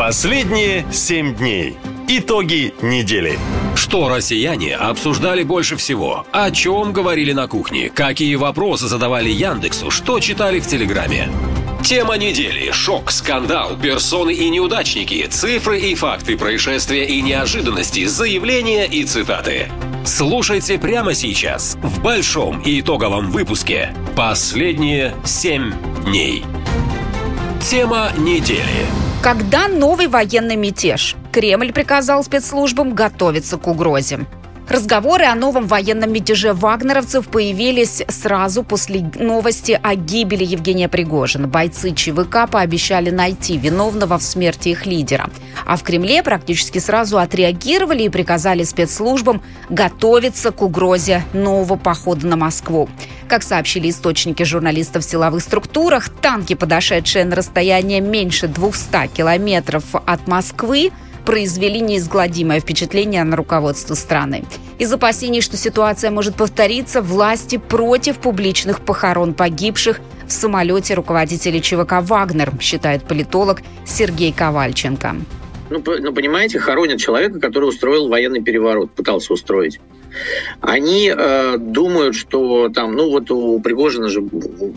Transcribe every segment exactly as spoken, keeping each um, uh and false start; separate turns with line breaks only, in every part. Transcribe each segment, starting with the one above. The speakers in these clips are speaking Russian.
Последние семь дней. Итоги недели.
Что россияне обсуждали больше всего? О чем говорили на кухне? Какие вопросы задавали Яндексу? Что читали в Телеграме? Тема недели. Шок, скандал, персоны и неудачники, цифры и факты происшествия и неожиданности, заявления и цитаты. Слушайте прямо сейчас в большом и итоговом выпуске «Последние семь дней». Тема недели.
Когда новый военный мятеж? Кремль приказал спецслужбам готовиться к угрозе. Разговоры о новом военном мятеже вагнеровцев появились сразу после новости о гибели Евгения Пригожина. Бойцы ЧВК пообещали найти виновного в смерти их лидера. А в Кремле практически сразу отреагировали и приказали спецслужбам готовиться к угрозе нового похода на Москву. Как сообщили источники журналистов в силовых структурах, танки, подошедшие на расстояние меньше двухсот километров от Москвы, произвели неизгладимое впечатление на руководство страны. Из опасений, что ситуация может повториться, власти против публичных похорон погибших в самолете руководителей ЧВК «Вагнер», считает политолог Сергей Ковальченко.
Ну, ну, понимаете, хоронят человека, который устроил военный переворот, пытался устроить. Они э, думают, что там, ну вот у Пригожина же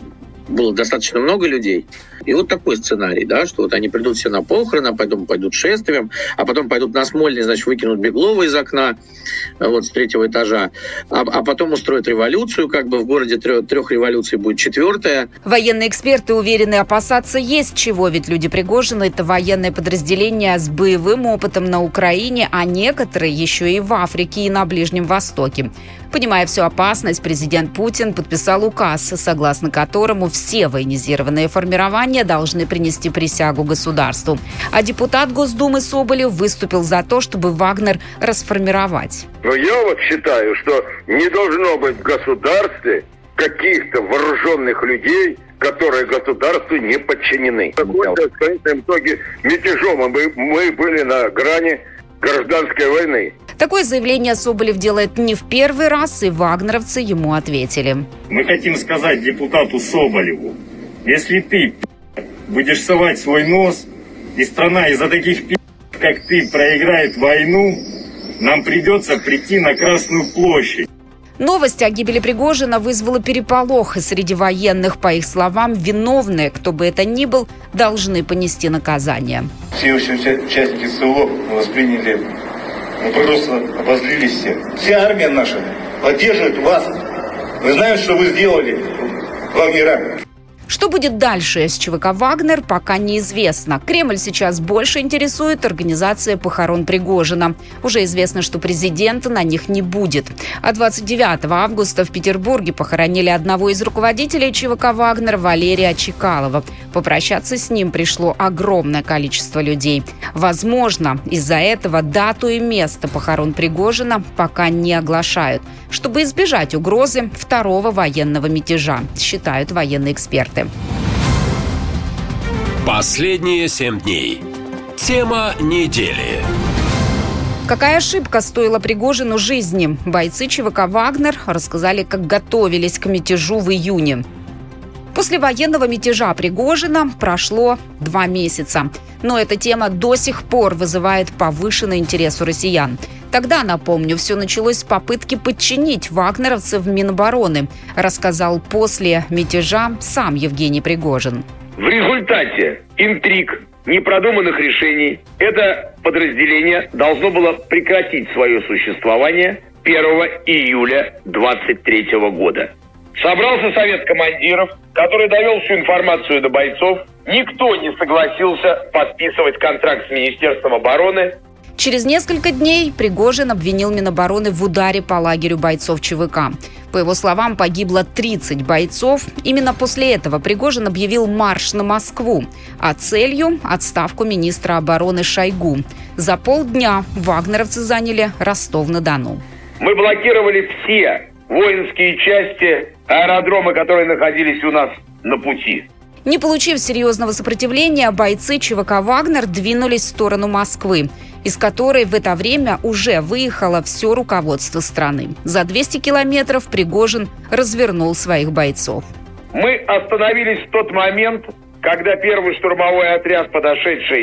было достаточно много людей. И вот такой сценарий, да, что вот они придут все на похороны, а потом пойдут шествием, а потом пойдут на Смольный, значит, выкинут Беглова из окна, вот с третьего этажа, а, а потом устроят революцию, как бы в городе трех, трех революций будет четвертая.
Военные эксперты уверены, опасаться есть чего, ведь люди Пригожина – это военное подразделение с боевым опытом на Украине, а некоторые еще и в Африке и на Ближнем Востоке. Понимая всю опасность, президент Путин подписал указ, согласно которому все военизированные формирования должны принести присягу государству. А депутат Госдумы Соболев выступил за то, чтобы Вагнер расформировать.
Но я вот считаю, что не должно быть в государстве каких-то вооруженных людей, которые государству не подчинены. В конечном итоге мятежом мы, мы были на грани гражданской войны.
Такое заявление Соболев делает не в первый раз, и вагнеровцы ему ответили.
Мы хотим сказать депутату Соболеву, если ты будешь совать свой нос, и страна из-за таких как ты проиграет войну, нам придется прийти на Красную площадь.
Новость о гибели Пригожина вызвала переполох, и среди военных, по их словам, виновные, кто бы это ни был, должны понести наказание.
Все участники СВО восприняли, мы просто обозлились все. Вся армия наша поддерживает вас. Мы знаем, что вы сделали, вагнера.
Что будет дальше с ЧВК «Вагнер», пока неизвестно. Кремль сейчас больше интересует организация похорон Пригожина. Уже известно, что президента на них не будет. А двадцать девятого августа в Петербурге похоронили одного из руководителей ЧВК «Вагнер» Валерия Чекалова. Попрощаться с ним пришло огромное количество людей. Возможно, из-за этого дату и место похорон Пригожина пока не оглашают, чтобы избежать угрозы второго военного мятежа, считают военные эксперты.
Последние семь дней. Тема недели.
Какая ошибка стоила Пригожину жизни? Бойцы ЧВК «Вагнер» рассказали, как готовились к мятежу в июне. После военного мятежа Пригожина прошло два месяца. Но эта тема до сих пор вызывает повышенный интерес у россиян. Тогда, напомню, все началось с попытки подчинить вагнеровцев в Минобороны, рассказал после мятежа сам Евгений Пригожин.
В результате интриг, непродуманных решений, это подразделение должно было прекратить свое существование первого июля двадцать третьего года. Собрался совет командиров, который довел всю информацию до бойцов. Никто не согласился подписывать контракт с Министерством обороны.
Через несколько дней Пригожин обвинил Минобороны в ударе по лагерю бойцов ЧВК. По его словам, погибло тридцать бойцов. Именно после этого Пригожин объявил марш на Москву, а целью – отставку министра обороны Шойгу. За полдня вагнеровцы заняли Ростов-на-Дону.
Мы блокировали все воинские части, аэродромы, которые находились у нас на пути.
Не получив серьезного сопротивления, бойцы ЧВК «Вагнер» двинулись в сторону Москвы, из которой в это время уже выехало все руководство страны. За двести километров Пригожин развернул своих бойцов.
Мы остановились в тот момент, когда первый штурмовой отряд, подошедший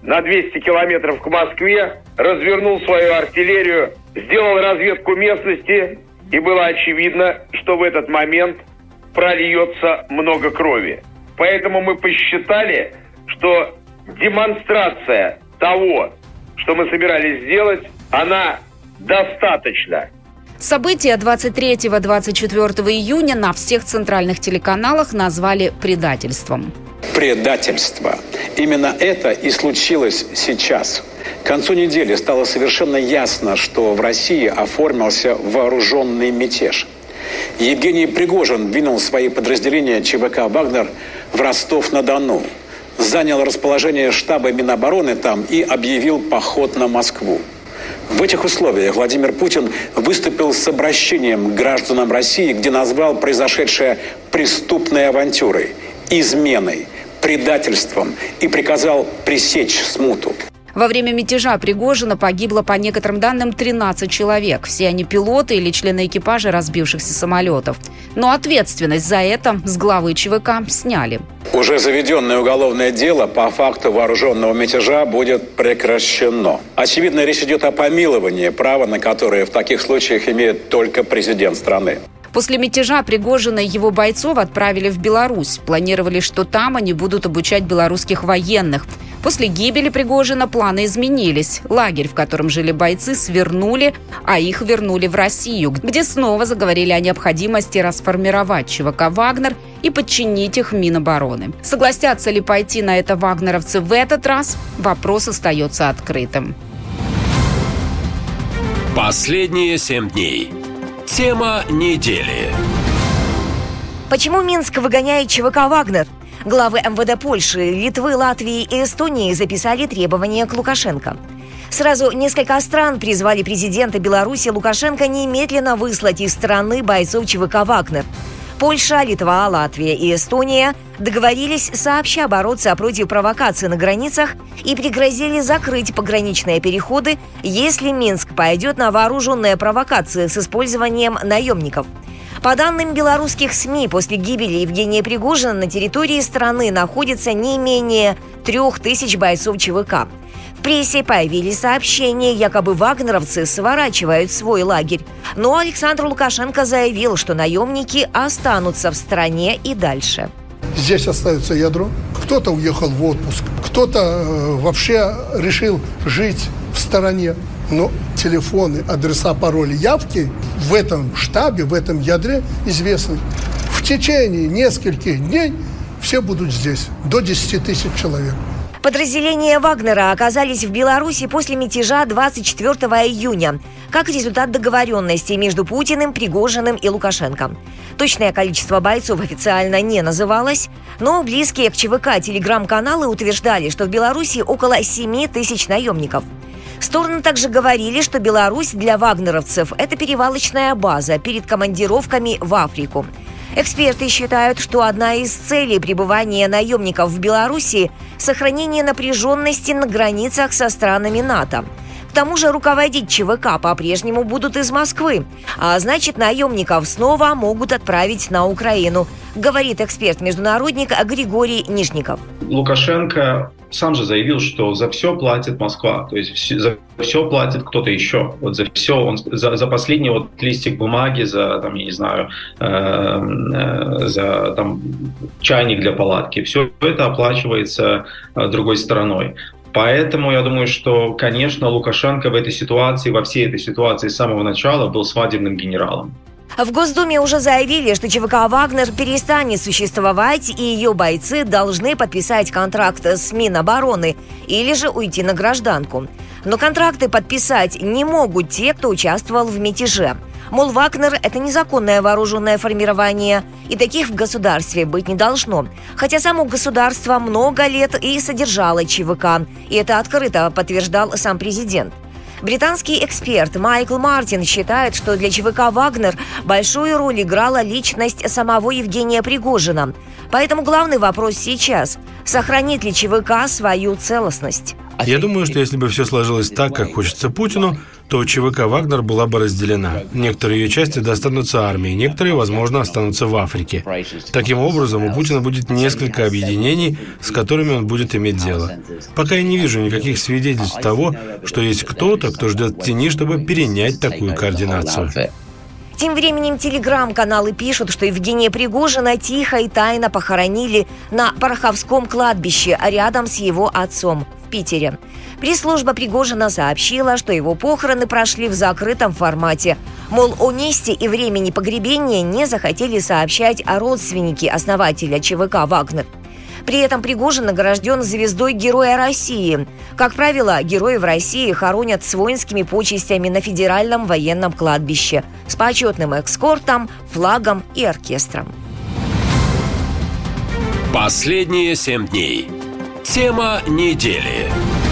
на двести километров к Москве, развернул свою артиллерию, сделал разведку местности, и было очевидно, что в этот момент прольется много крови. Поэтому мы посчитали, что демонстрация того, что мы собирались сделать, она достаточна.
События двадцать третьего — двадцать четвёртого июня на всех центральных телеканалах назвали предательством.
Предательство. Именно это и случилось сейчас. К концу недели стало совершенно ясно, что в России оформился вооруженный мятеж. Евгений Пригожин двинул свои подразделения ЧВК «Вагнер» в Ростов-на-Дону, занял расположение штаба Минобороны там и объявил поход на Москву. В этих условиях Владимир Путин выступил с обращением к гражданам России, где назвал произошедшее преступной авантюрой, изменой, предательством и приказал пресечь смуту.
Во время мятежа Пригожина погибло, по некоторым данным, тринадцать человек. Все они пилоты или члены экипажа разбившихся самолетов. Но ответственность за это с главы ЧВК сняли.
Уже заведенное уголовное дело по факту вооруженного мятежа будет прекращено. Очевидно, речь идет о помиловании, право на которое в таких случаях имеет только президент страны.
После мятежа Пригожина и его бойцов отправили в Беларусь. Планировали, что там они будут обучать белорусских военных. После гибели Пригожина планы изменились. Лагерь, в котором жили бойцы, свернули, а их вернули в Россию, где снова заговорили о необходимости расформировать ЧВК «Вагнер» и подчинить их Минобороны. Согласятся ли пойти на это вагнеровцы в этот раз? Вопрос остается открытым.
Последние семь дней. Тема недели.
Почему Минск выгоняет ЧВК «Вагнер»? Главы эм вэ дэ Польши, Литвы, Латвии и Эстонии записали требования к Лукашенко. Сразу несколько стран призвали президента Беларуси Лукашенко немедленно выслать из страны бойцов ЧВК «Вагнер». Польша, Литва, Латвия и Эстония договорились сообща бороться против провокаций на границах и пригрозили закрыть пограничные переходы, если Минск пойдет на вооруженные провокации с использованием наемников. По данным белорусских СМИ, после гибели Евгения Пригожина на территории страны находится не менее трех тысяч бойцов ЧВК. В прессе появились сообщения, якобы вагнеровцы сворачивают свой лагерь. Но Александр Лукашенко заявил, что наемники останутся в стране и дальше.
Здесь остается ядро. Кто-то уехал в отпуск, кто-то э, вообще решил жить в стороне. Но телефоны, адреса, пароли, явки в этом штабе, в этом ядре известны. В течение нескольких дней все будут здесь, до десяти тысяч человек.
Подразделения Вагнера оказались в Беларуси после мятежа двадцать четвёртого июня, как результат договоренности между Путиным, Пригожиным и Лукашенко. Точное количество бойцов официально не называлось, но близкие к ЧВК телеграм-каналы утверждали, что в Беларуси около семи тысяч наемников. Стороны также говорили, что Беларусь для вагнеровцев – это перевалочная база перед командировками в Африку. Эксперты считают, что одна из целей пребывания наемников в Беларуси – сохранение напряженности на границах со странами НАТО. К тому же руководить ЧВК по-прежнему будут из Москвы, а значит, наемников снова могут отправить на Украину, говорит эксперт-международник Григорий Нижников.
Лукашенко сам же заявил, что за все платит Москва, то есть за все платит кто-то еще. Вот за все, он за, за последний вот листик бумаги, за там, я не знаю, э, э, за там чайник для палатки, все это оплачивается э, другой стороной. Поэтому я думаю, что, конечно, Лукашенко в этой ситуации, во всей этой ситуации с самого начала был свадебным генералом.
В Госдуме уже заявили, что ЧВК «Вагнер» перестанет существовать, и ее бойцы должны подписать контракт с Минобороны или же уйти на гражданку. Но контракты подписать не могут те, кто участвовал в мятеже. Мол, «Вагнер» — это незаконное вооруженное формирование, и таких в государстве быть не должно. Хотя само государство много лет и содержало ЧВК, и это открыто подтверждал сам президент. Британский эксперт Майкл Мартин считает, что для ЧВК «Вагнер» большую роль играла личность самого Евгения Пригожина. Поэтому главный вопрос сейчас – сохранит ли ЧВК свою целостность?
Я думаю, что если бы все сложилось так, как хочется Путину, то ЧВК «Вагнер» была бы разделена. Некоторые ее части достанутся армии, некоторые, возможно, останутся в Африке. Таким образом, у Путина будет несколько объединений, с которыми он будет иметь дело. Пока я не вижу никаких свидетельств того, что есть кто-то, кто ждет в тени, чтобы перенять такую координацию.
Тем временем телеграм-каналы пишут, что Евгения Пригожина тихо и тайно похоронили на Пороховском кладбище рядом с его отцом в Питере. Пресс-служба Пригожина сообщила, что его похороны прошли в закрытом формате. Мол, о месте и времени погребения не захотели сообщать родственники основателя ЧВК «Вагнер». При этом Пригожин награжден звездой Героя России. Как правило, герои в России хоронят с воинскими почестями на Федеральном военном кладбище с почетным эскортом, флагом и оркестром.
Последние семь дней. Тема недели.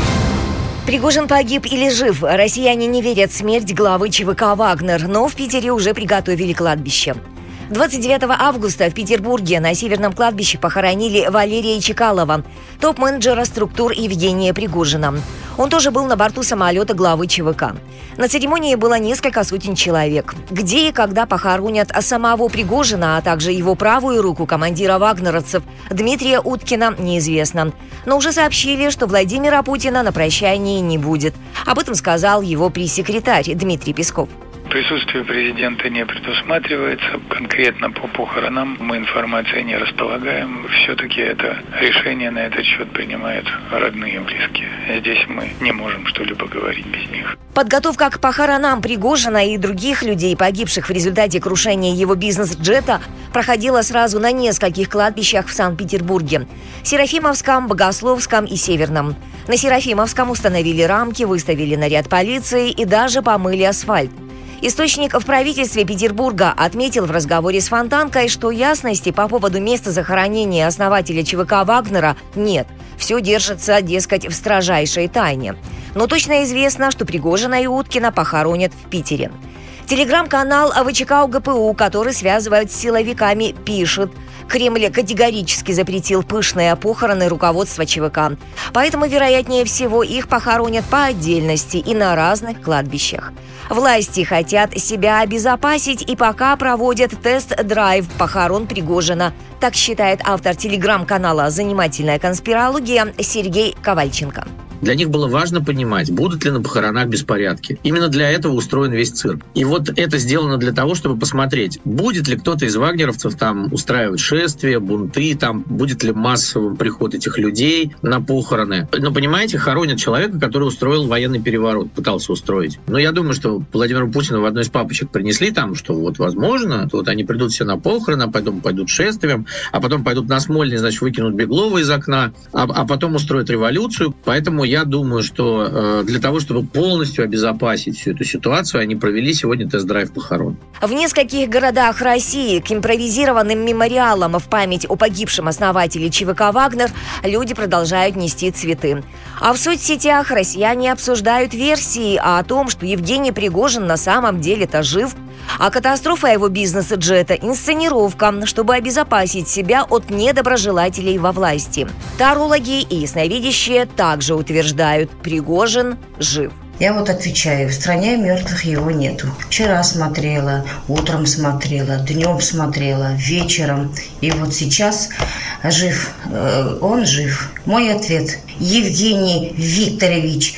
Пригожин погиб или жив? Россияне не верят в смерть главы ЧВК «Вагнер», но в Питере уже приготовили кладбище. двадцать девятого августа в Петербурге на Северном кладбище похоронили Валерия Чекалова, топ-менеджера структур Евгения Пригожина. Он тоже был на борту самолета главы ЧВК. На церемонии было несколько сотен человек. Где и когда похоронят самого Пригожина, а также его правую руку командира вагнеровцев Дмитрия Уткина, неизвестно. Но уже сообщили, что Владимира Путина на прощании не будет. Об этом сказал его пресс-секретарь Дмитрий Песков.
Присутствие президента не предусматривается. Конкретно по похоронам мы информацией не располагаем. Все-таки это решение на этот счет принимают родные и близкие. Здесь мы не можем что-либо говорить без них.
Подготовка к похоронам Пригожина и других людей, погибших в результате крушения его бизнес-джета, проходила сразу на нескольких кладбищах в Санкт-Петербурге – Серафимовском, Богословском и Северном. На Серафимовском установили рамки, выставили наряд полиции и даже помыли асфальт. Источник в правительстве Петербурга отметил в разговоре с Фонтанкой, что ясности по поводу места захоронения основателя ЧВК «Вагнера» нет. Все держится, дескать, в строжайшей тайне. Но точно известно, что Пригожина и Уткина похоронят в Питере. Телеграм-канал ВЧК УГПУ, который связывают с силовиками, пишет: Кремль категорически запретил пышные похороны руководства ЧВК. Поэтому, вероятнее всего, их похоронят по отдельности и на разных кладбищах. Власти хотят себя обезопасить и пока проводят тест-драйв похорон Пригожина. Так считает автор телеграм-канала «Занимательная конспирология» Сергей Ковальченко.
Для них было важно понимать, будут ли на похоронах беспорядки. Именно для этого устроен весь цирк. И вот это сделано для того, чтобы посмотреть, будет ли кто-то из вагнеровцев там устраивать шествия, бунты, там будет ли массовый приход этих людей на похороны. Но, понимаете, хоронят человека, который устроил военный переворот, пытался устроить. Но я думаю, что Владимиру Путину в одной из папочек принесли там, что вот возможно, то вот они придут все на похороны, а потом пойдут шествием, а потом пойдут на Смольный, значит, выкинут Беглова из окна, а, а потом устроят революцию. Поэтому я думаю, что э, для того, чтобы полностью обезопасить всю эту ситуацию, они провели сегодня тест-драйв похорон.
В нескольких городах России к импровизированным мемориалам в память о погибшем основателе ЧВК «Вагнер» люди продолжают нести цветы. А в соцсетях россияне обсуждают версии о том, что Евгений Пригожин на самом деле-то жив, а катастрофа его бизнес-джета – инсценировка, чтобы обезопасить себя от недоброжелателей во власти. Тарологи и ясновидящие также утверждают – Пригожин жив.
Я вот отвечаю, в стране мертвых его нету. Вчера смотрела, утром смотрела, днем смотрела, вечером. И вот сейчас жив, э, он жив. Мой ответ – Евгений Викторович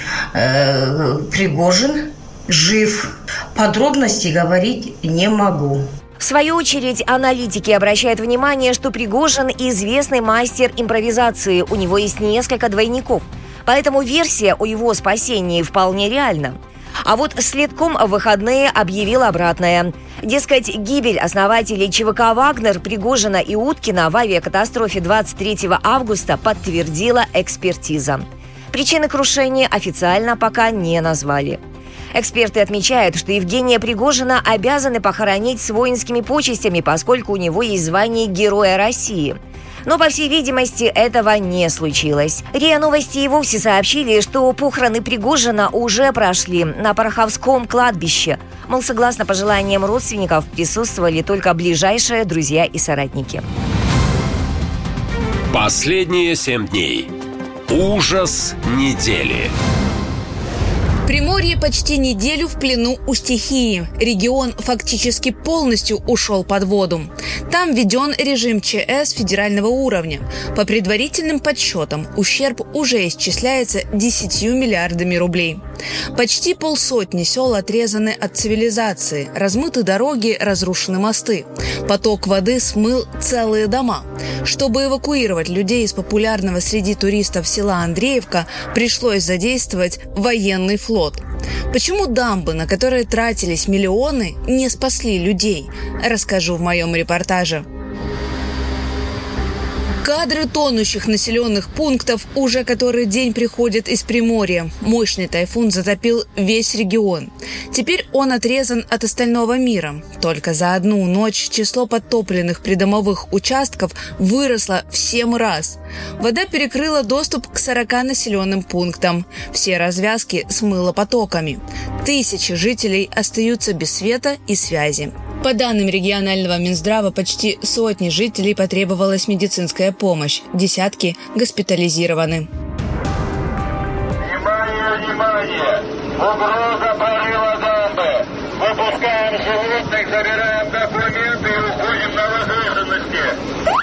э, Пригожин жив. Подробности говорить не могу.
В свою очередь, аналитики обращают внимание, что Пригожин – известный мастер импровизации. У него есть несколько двойников. Поэтому версия о его спасении вполне реальна. А вот Следком в выходные объявил обратное. Дескать, гибель основателей ЧВК «Вагнер», Пригожина и Уткина в авиакатастрофе двадцать третьего августа подтвердила экспертиза. Причины крушения официально пока не назвали. Эксперты отмечают, что Евгения Пригожина обязаны похоронить с воинскими почестями, поскольку у него есть звание Героя России. Но, по всей видимости, этого не случилось. РИА Новости и вовсе сообщили, что похороны Пригожина уже прошли на Пороховском кладбище. Мол, согласно пожеланиям родственников, присутствовали только ближайшие друзья и соратники.
Последние семь дней. Ужас недели.
Приморье почти неделю в плену у стихии. Регион фактически полностью ушел под воду. Там введен режим ЧС федерального уровня. По предварительным подсчетам, ущерб уже исчисляется десятью миллиардами рублей. Почти полсотни сел отрезаны от цивилизации, размыты дороги, разрушены мосты. Поток воды смыл целые дома. Чтобы эвакуировать людей из популярного среди туристов села Андреевка, пришлось задействовать военный флот. Почему дамбы, на которые тратились миллионы, не спасли людей, расскажу в моем репортаже. Кадры тонущих населенных пунктов уже который день приходят из Приморья. Мощный тайфун затопил весь регион. Теперь он отрезан от остального мира. Только за одну ночь число подтопленных придомовых участков выросло в семь раз. Вода перекрыла доступ к сорока населенным пунктам. Все развязки смыло потоками. Тысячи жителей остаются без света и связи. По данным регионального Минздрава, почти сотни жителей потребовалась медицинская помощь. Десятки госпитализированы.
Внимание, внимание! Угроза прорыва дамбы! Выпускаем животных, забираем документы и уходим на возвышенности!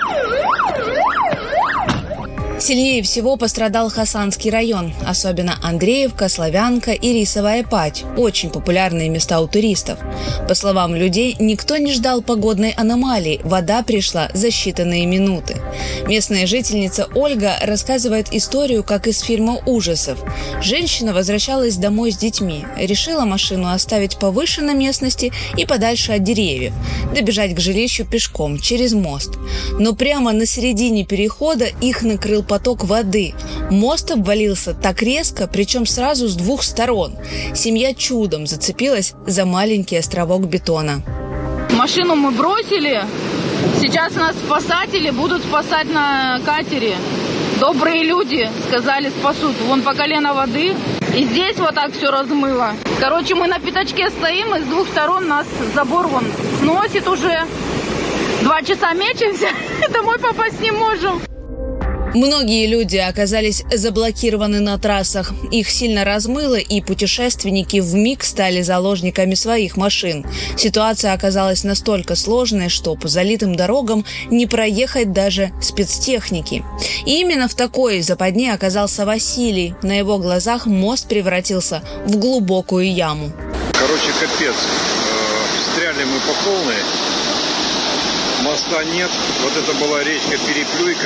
Сильнее всего пострадал Хасанский район, особенно Андреевка, Славянка и Рисовая Падь – очень популярные места у туристов. По словам людей, никто не ждал погодной аномалии, вода пришла за считанные минуты. Местная жительница Ольга рассказывает историю, как из фильма ужасов. Женщина возвращалась домой с детьми, решила машину оставить повыше на местности и подальше от деревьев, добежать к жилищу пешком через мост. Но прямо на середине перехода их накрыл поток воды. Мост обвалился так резко, причем сразу с двух сторон. Семья чудом зацепилась за маленький островок бетона.
Машину мы бросили. Сейчас нас спасатели будут спасать на катере. Добрые люди сказали, спасут. Вон по колено воды. И здесь вот так все размыло. Короче, мы на пятачке стоим, и с двух сторон нас забор вон сносит уже. Два часа мечемся, домой попасть не можем.
Многие люди оказались заблокированы на трассах. Их сильно размыло, и путешественники вмиг стали заложниками своих машин. Ситуация оказалась настолько сложной, что по залитым дорогам не проехать даже спецтехники. И именно в такой западне оказался Василий. На его глазах мост превратился в глубокую яму.
Короче, капец. Встряли мы по полной. Моста нет. Вот это была речка Переплюйка.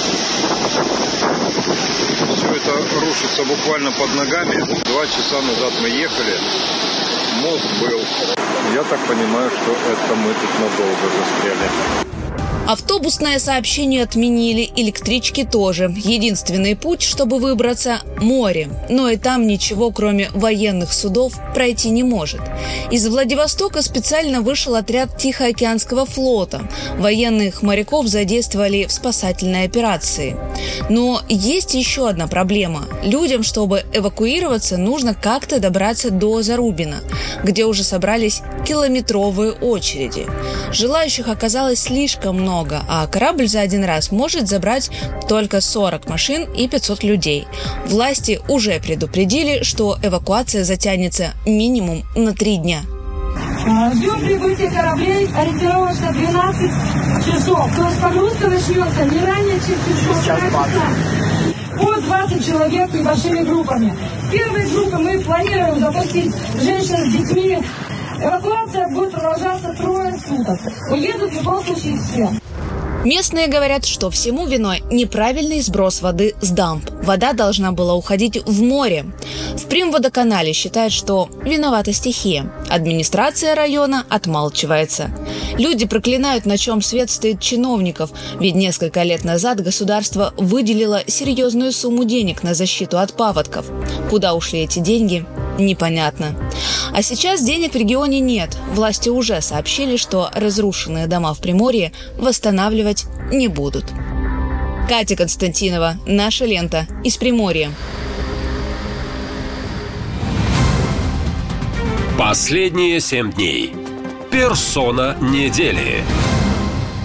Все это рушится буквально под ногами. Два часа назад мы ехали. Мост был. Я так понимаю, что это мы тут надолго застряли.
Автобусное сообщение отменили, электрички тоже. Единственный путь, чтобы выбраться – море. Но и там ничего, кроме военных судов, пройти не может. Из Владивостока специально вышел отряд Тихоокеанского флота. Военных моряков задействовали в спасательной операции. Но есть еще одна проблема. Людям, чтобы эвакуироваться, нужно как-то добраться до Зарубина, где уже собрались километровые очереди. Желающих оказалось слишком много. А корабль за один раз может забрать только сорок машин и пятьсот людей. Власти уже предупредили, что эвакуация затянется минимум на три дня.
Ждем прибытия кораблей ориентировочно двенадцать часов. То есть погрузка начнется не ранее, чем через полтора часа. По двадцать человек небольшими группами. Первой группы мы планируем запустить женщин с детьми. Эвакуация будет продолжаться трое суток. Уедут в любом случае все.
Местные говорят, что всему виной неправильный сброс воды с дамб. Вода должна была уходить в море. В Примводоканале считают, что виновата стихия. Администрация района отмалчивается. Люди проклинают, на чем свет стоит чиновников, ведь несколько лет назад государство выделило серьезную сумму денег на защиту от паводков. Куда ушли эти деньги, непонятно. А сейчас денег в регионе нет. Власти уже сообщили, что разрушенные дома в Приморье восстанавливать не будут. Катя Константинова, «Наша лента», из Приморья.
Последние семь дней. Персона недели.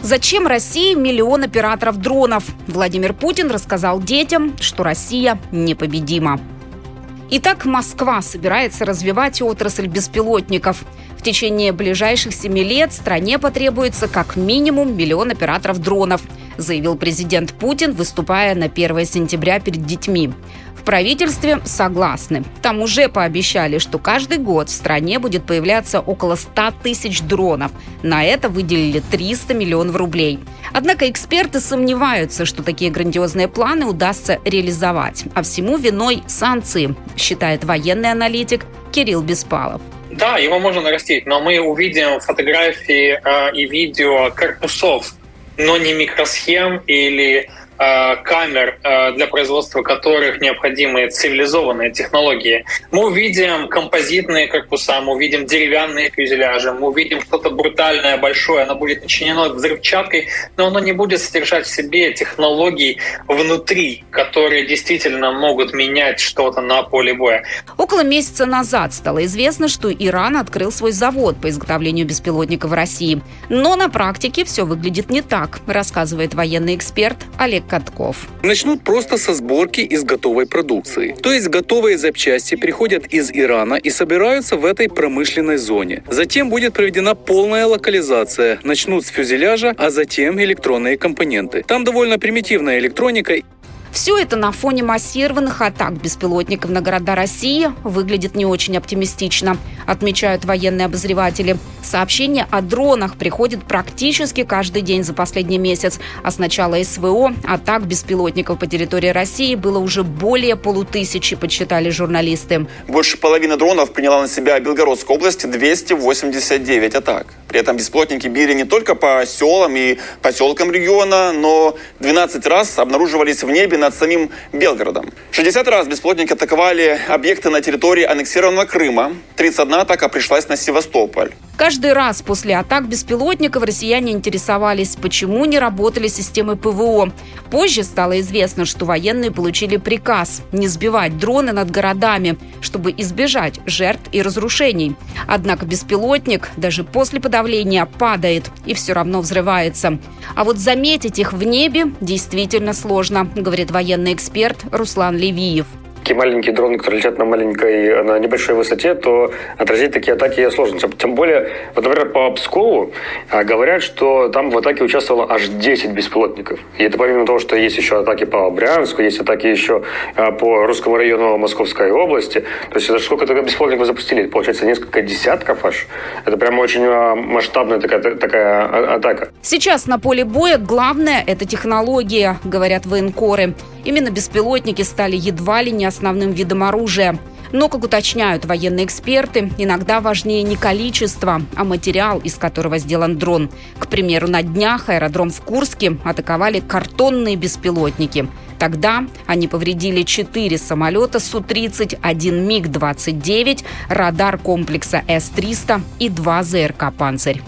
Зачем России миллион операторов дронов? Владимир Путин рассказал детям, что Россия непобедима. Итак, Москва собирается развивать отрасль беспилотников. В течение ближайших семи лет стране потребуется как минимум миллион операторов дронов, заявил президент Путин, выступая на первое сентября перед детьми. В правительстве согласны. Там уже пообещали, что каждый год в стране будет появляться около ста тысяч дронов. На это выделили триста миллионов рублей. Однако эксперты сомневаются, что такие грандиозные планы удастся реализовать. А всему виной санкции, считает военный аналитик Кирилл Беспалов.
Да, его можно нарастить, но мы увидим фотографии э, и видео корпусов, но не микросхем или э, камер, э, для производства которых необходимы цивилизованные технологии. Мы увидим композитные корпуса, мы увидим деревянные фюзеляжи, мы увидим что-то брутальное, большое, оно будет начинено взрывчаткой, но оно не будет содержать в себе технологий внутри, которые действительно могут менять что-то на поле боя.
Около месяца назад стало известно, что Иран открыл свой завод по изготовлению беспилотников в России. Но на практике все выглядит не так, рассказывает военный эксперт Олег Катков.
Начнут просто со сборки из готовой продукции. То есть готовые запчасти приходят из Ирана и собираются в этой промышленной зоне. Затем будет проведена полная локализация. Начнут с фюзеляжа, а затем электронные компоненты. Там довольно примитивная электроника.
Все это на фоне массированных атак беспилотников на города России выглядит не очень оптимистично, отмечают военные обозреватели. Сообщения о дронах приходят практически каждый день за последний месяц. А с начала СВО атак беспилотников по территории России было уже более полутысячи, подсчитали журналисты.
Больше половины дронов приняла на себя Белгородская область, двести восемьдесят девять атак. При этом беспилотники били не только по селам и поселкам региона, но двенадцать раз обнаруживались в небе над самим Белгородом. шестьдесят раз беспилотники атаковали объекты на территории аннексированного Крыма. тридцать одна атака пришлась на Севастополь.
Каждый раз после атак беспилотников россияне интересовались, почему не работали системы ПВО. Позже стало известно, что военные получили приказ не сбивать дроны над городами, чтобы избежать жертв и разрушений. Однако беспилотник даже после подавления падает и все равно взрывается. А вот заметить их в небе действительно сложно, говорит военный эксперт Руслан Левиев.
Такие маленькие дроны, которые летят на маленькой, на небольшой высоте, то отразить такие атаки сложно. Тем более, вот, например, по Пскову говорят, что там в атаке участвовало аж десять беспилотников. И это помимо того, что есть еще атаки по Брянску, есть атаки еще по Русскому району Московской области. То есть это сколько тогда беспилотников запустили? Получается, несколько десятков аж. Это прямо очень масштабная такая, такая атака.
Сейчас на поле боя главное – это технология, говорят военкоры. Именно беспилотники стали едва ли не основным видом оружия. Но, как уточняют военные эксперты, иногда важнее не количество, а материал, из которого сделан дрон. К примеру, на днях аэродром в Курске атаковали картонные беспилотники. Тогда они повредили четыре самолета Су тридцать, один Миг двадцать девять, радар комплекса С триста и два ЗРК «Панцирь».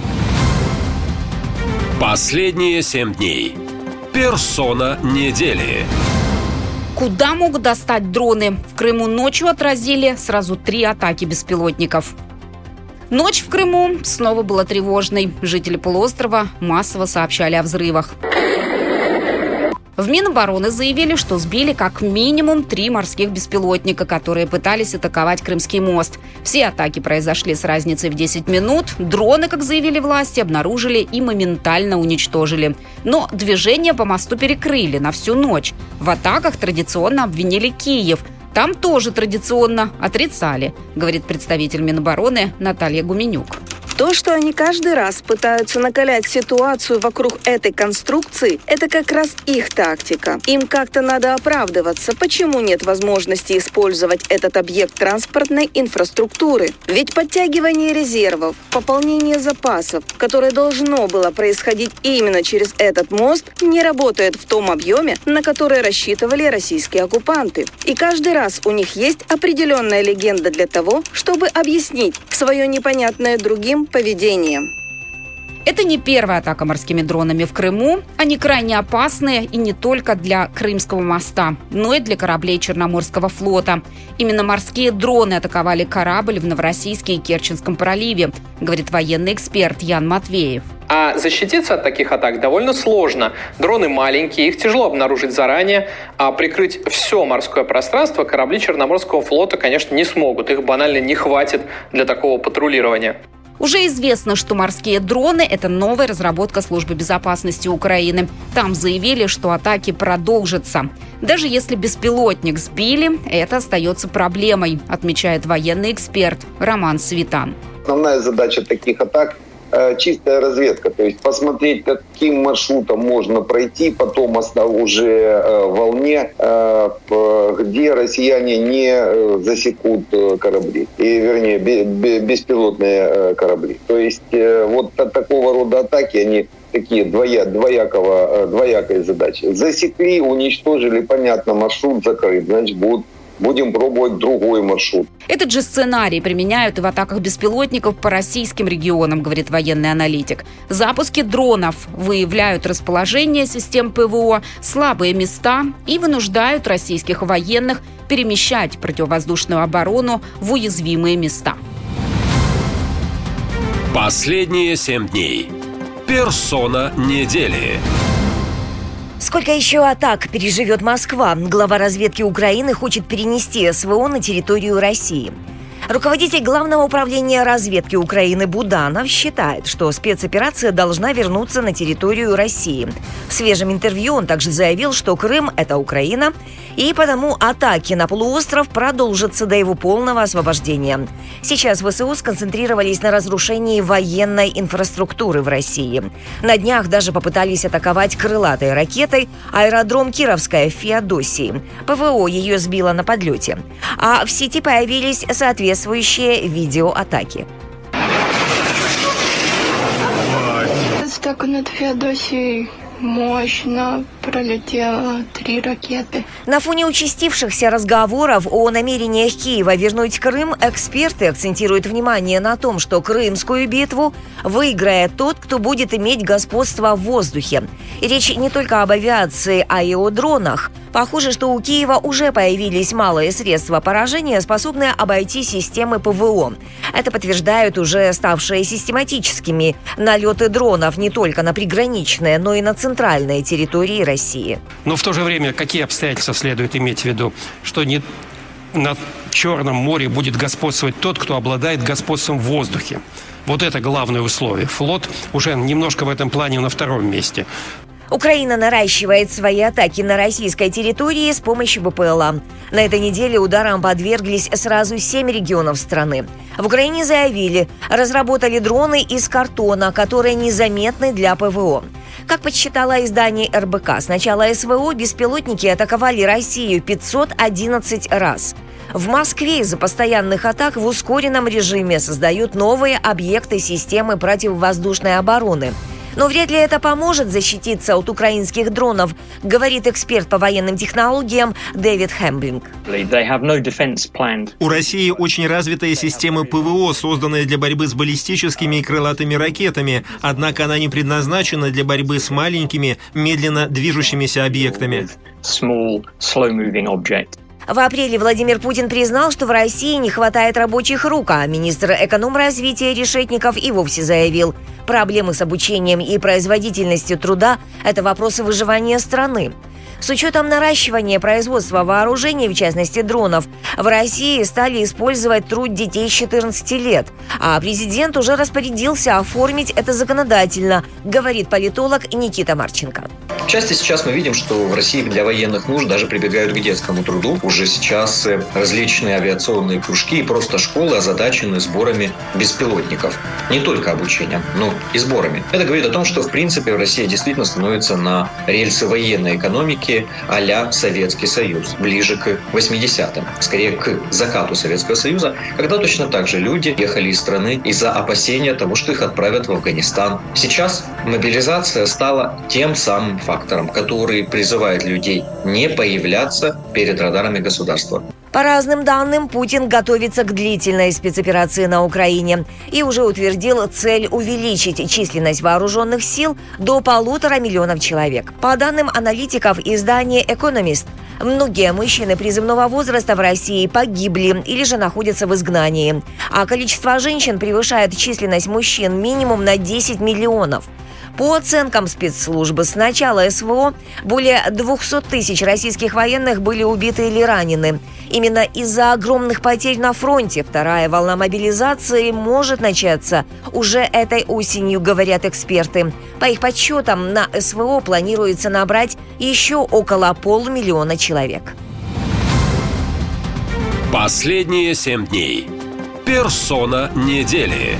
Последние семь дней. Персона недели.
Куда могут достать дроны? В Крыму ночью отразили сразу три атаки беспилотников. Ночь в Крыму снова была тревожной. Жители полуострова массово сообщали о взрывах. В Минобороны заявили, что сбили как минимум три морских беспилотника, которые пытались атаковать Крымский мост. Все атаки произошли с разницей в десять минут. Дроны, как заявили власти, обнаружили и моментально уничтожили. Но движение по мосту перекрыли на всю ночь. В атаках традиционно обвинили Киев. Там тоже традиционно отрицали, говорит представитель Минобороны Наталья Гуменюк.
То, что они каждый раз пытаются накалять ситуацию вокруг этой конструкции, это как раз их тактика. Им как-то надо оправдываться, почему нет возможности использовать этот объект транспортной инфраструктуры. Ведь подтягивание резервов, пополнение запасов, которое должно было происходить именно через этот мост, не работает в том объеме, на который рассчитывали российские оккупанты. И каждый раз у них есть определенная легенда для того, чтобы объяснить свое непонятное другим поведением.
Это не первая атака морскими дронами в Крыму. Они крайне опасные и не только для Крымского моста, но и для кораблей Черноморского флота. Именно морские дроны атаковали корабль в Новороссийске и Керченском проливе, говорит военный эксперт Ян Матвеев.
А защититься от таких атак довольно сложно. Дроны маленькие, их тяжело обнаружить заранее, а прикрыть все морское пространство корабли Черноморского флота, конечно, не смогут. Их банально не хватит для такого патрулирования.
Уже известно, что морские дроны – это новая разработка Службы безопасности Украины. Там заявили, что атаки продолжатся. Даже если беспилотник сбили, это остается проблемой, отмечает военный эксперт Роман Светан.
Основная задача таких атак – чистая разведка, то есть посмотреть, каким маршрутом можно пройти, потом уже в волне, где россияне не засекут корабли, и, вернее, беспилотные корабли. То есть вот такого рода атаки, они такие двоя, двоякого, двоякой задачи. Засекли, уничтожили, понятно, маршрут закрыт, значит, будут Будем пробовать другой маршрут.
Этот же сценарий применяют и в атаках беспилотников по российским регионам, говорит военный аналитик. Запуски дронов выявляют расположение систем ПВО, слабые места и вынуждают российских военных перемещать противовоздушную оборону в уязвимые места.
Последние семь дней. Персона недели.
Сколько еще атак переживет Москва? Глава разведки Украины хочет перенести СВО на территорию России. Руководитель Главного управления разведки Украины Буданов считает, что спецоперация должна вернуться на территорию России. В свежем интервью он также заявил, что Крым – это Украина, и потому атаки на полуостров продолжатся до его полного освобождения. Сейчас ВСУ сконцентрировались на разрушении военной инфраструктуры в России. На днях даже попытались атаковать крылатой ракетой аэродром Кировская в Феодосии. ПВО ее сбило на подлете. А в сети появились соответствующие видеоатаки.
Так над Феодосией мощно пролетело три ракеты.
На фоне участившихся разговоров о намерениях Киева вернуть Крым, эксперты акцентируют внимание на том, что Крымскую битву выиграет тот, кто будет иметь господство в воздухе. И речь не только об авиации, а и о дронах. Похоже, что у Киева уже появились малые средства поражения, способные обойти системы ПВО. Это подтверждают уже ставшие систематическими налеты дронов не только на приграничные, но и на центральные территории России.
Но в то же время какие обстоятельства следует иметь в виду? Что не на Черном море будет господствовать тот, кто обладает господством в воздухе. Вот это главное условие. Флот уже немножко в этом плане на втором месте.
Украина наращивает свои атаки на российской территории с помощью БПЛА. На этой неделе ударам подверглись сразу семь регионов страны. В Украине заявили, разработали дроны из картона, которые незаметны для ПВО. Как подсчитало издание эр бэ ка, с начала СВО беспилотники атаковали Россию пятьсот одиннадцать раз. В Москве из-за постоянных атак в ускоренном режиме создают новые объекты системы противовоздушной обороны. Но вряд ли это поможет защититься от украинских дронов, говорит эксперт по военным технологиям Дэвид Хэмблинг.
У России очень развитые системы ПВО, созданные для борьбы с баллистическими и крылатыми ракетами, однако она не предназначена для борьбы с маленькими, медленно движущимися объектами.
В апреле Владимир Путин признал, что в России не хватает рабочих рук, а министр экономразвития Решетников и вовсе заявил, проблемы с обучением и производительностью труда – это вопросы выживания страны. С учетом наращивания производства вооружений, в частности дронов, в России стали использовать труд детей с четырнадцати лет. А президент уже распорядился оформить это законодательно, говорит политолог Никита Марченко.
В части сейчас мы видим, что в России для военных нужд даже прибегают к детскому труду. Уже сейчас различные авиационные кружки и просто школы озадачены сборами беспилотников. Не только обучением, но и сборами. Это говорит о том, что в принципе Россия действительно становится на рельсы военной экономики а-ля Советский Союз, ближе к восьмидесятым, скорее к закату Советского Союза, когда точно так же люди ехали из страны из-за опасения того, что их отправят в Афганистан. Сейчас мобилизация стала тем самым фактором, который призывает людей не появляться перед радарами государства.
По разным данным, Путин готовится к длительной спецоперации на Украине и уже утвердил цель увеличить численность вооруженных сил до полутора миллионов человек. По данным аналитиков издания «Экономист», многие мужчины призывного возраста в России погибли или же находятся в изгнании, а количество женщин превышает численность мужчин минимум на десять миллионов. По оценкам спецслужбы, с начала СВО более двухсот тысяч российских военных были убиты или ранены. Именно из-за огромных потерь на фронте вторая волна мобилизации может начаться уже этой осенью, говорят эксперты. По их подсчетам, на СВО планируется набрать еще около полумиллиона человек.
Последние семь дней. Персона недели.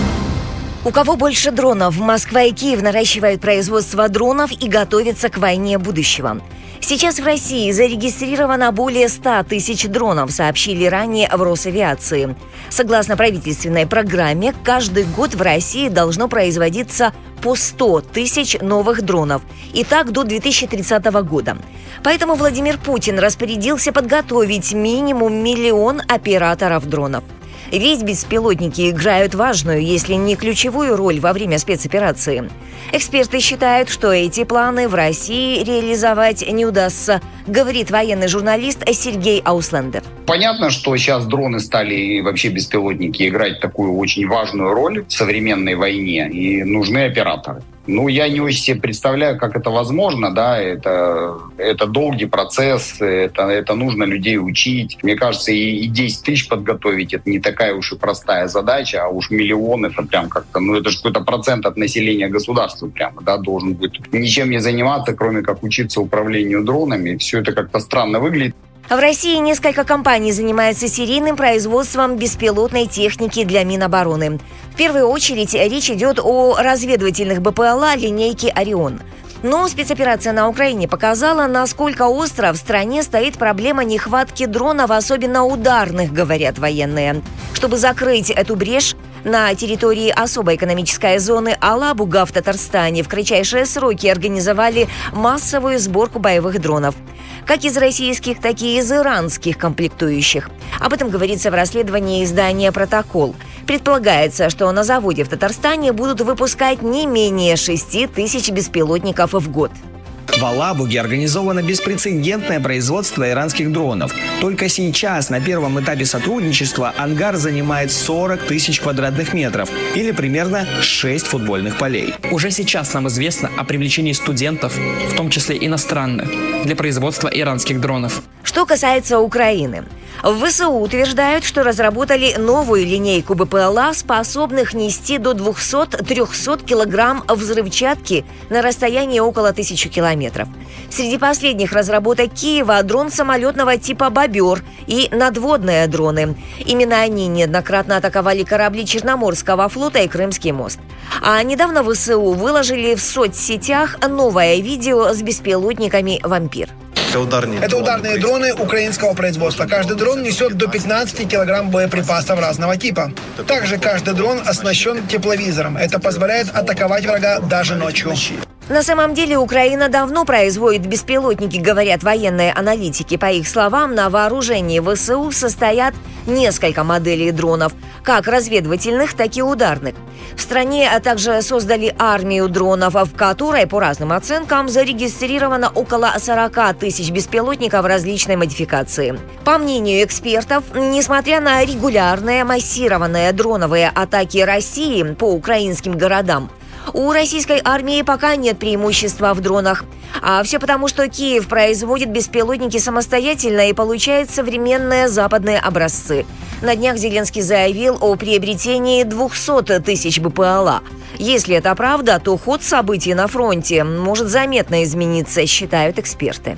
У кого больше дронов? Москва и Киев наращивают производство дронов и готовятся к войне будущего. Сейчас в России зарегистрировано более ста тысяч дронов, сообщили ранее в Росавиации. Согласно правительственной программе, каждый год в России должно производиться по сто тысяч новых дронов. И так до две тысячи тридцатого года. Поэтому Владимир Путин распорядился подготовить минимум миллион операторов дронов. Ведь беспилотники играют важную, если не ключевую роль во время спецоперации. Эксперты считают, что эти планы в России реализовать не удастся, говорит военный журналист Сергей Ауслендер.
Понятно, что сейчас дроны стали и вообще беспилотники играть такую очень важную роль в современной войне, и нужны операторы. Ну, я не очень себе представляю, как это возможно, да, это, это долгий процесс, это, это нужно людей учить. Мне кажется, и, и десять тысяч подготовить, это не такая уж и простая задача, а уж миллион, это прям как-то, ну, это же какой-то процент от населения государства прямо, да, должен быть. Ничем не заниматься, кроме как учиться управлению дронами, все это как-то странно выглядит.
В России несколько компаний занимаются серийным производством беспилотной техники для Минобороны. В первую очередь речь идет о разведывательных БПЛА линейки «Орион». Но спецоперация на Украине показала, насколько остро в стране стоит проблема нехватки дронов, особенно ударных, говорят военные. Чтобы закрыть эту брешь, на территории особой экономической зоны Алабуга в Татарстане в кратчайшие сроки организовали массовую сборку боевых дронов. Как из российских, так и из иранских комплектующих. Об этом говорится в расследовании издания «Протокол». Предполагается, что на заводе в Татарстане будут выпускать не менее шести тысяч беспилотников в год.
В Алабуге организовано беспрецедентное производство иранских дронов. Только сейчас, на первом этапе сотрудничества, ангар занимает сорок тысяч квадратных метров, или примерно шесть футбольных полей.
Уже сейчас нам известно о привлечении студентов, в том числе иностранных, для производства иранских дронов.
Что касается Украины. В ВСУ утверждают, что разработали новую линейку БПЛА, способных нести до двухсот-трехсот килограмм взрывчатки на расстоянии около тысячи километров. Среди последних разработок Киева дрон самолетного типа «Бобер» и надводные дроны. Именно они неоднократно атаковали корабли Черноморского флота и Крымский мост. А недавно ВСУ выложили в соцсетях новое видео с беспилотниками «Вампир».
Это ударные, Это ударные дроны украинского производства. Каждый дрон несет до пятнадцати килограмм боеприпасов разного типа. Также каждый дрон оснащен тепловизором. Это позволяет атаковать врага даже ночью.
На самом деле Украина давно производит беспилотники, говорят военные аналитики. По их словам, на вооружении ВСУ состоят несколько моделей дронов, как разведывательных, так и ударных. В стране также создали армию дронов, в которой, по разным оценкам, зарегистрировано около сорока тысяч беспилотников различной модификации. По мнению экспертов, несмотря на регулярные массированные дроновые атаки России по украинским городам, у российской армии пока нет преимущества в дронах. А все потому, что Киев производит беспилотники самостоятельно и получает современные западные образцы. На днях Зеленский заявил о приобретении двухсот тысяч БПЛА. Если это правда, то ход событий на фронте может заметно измениться, считают эксперты.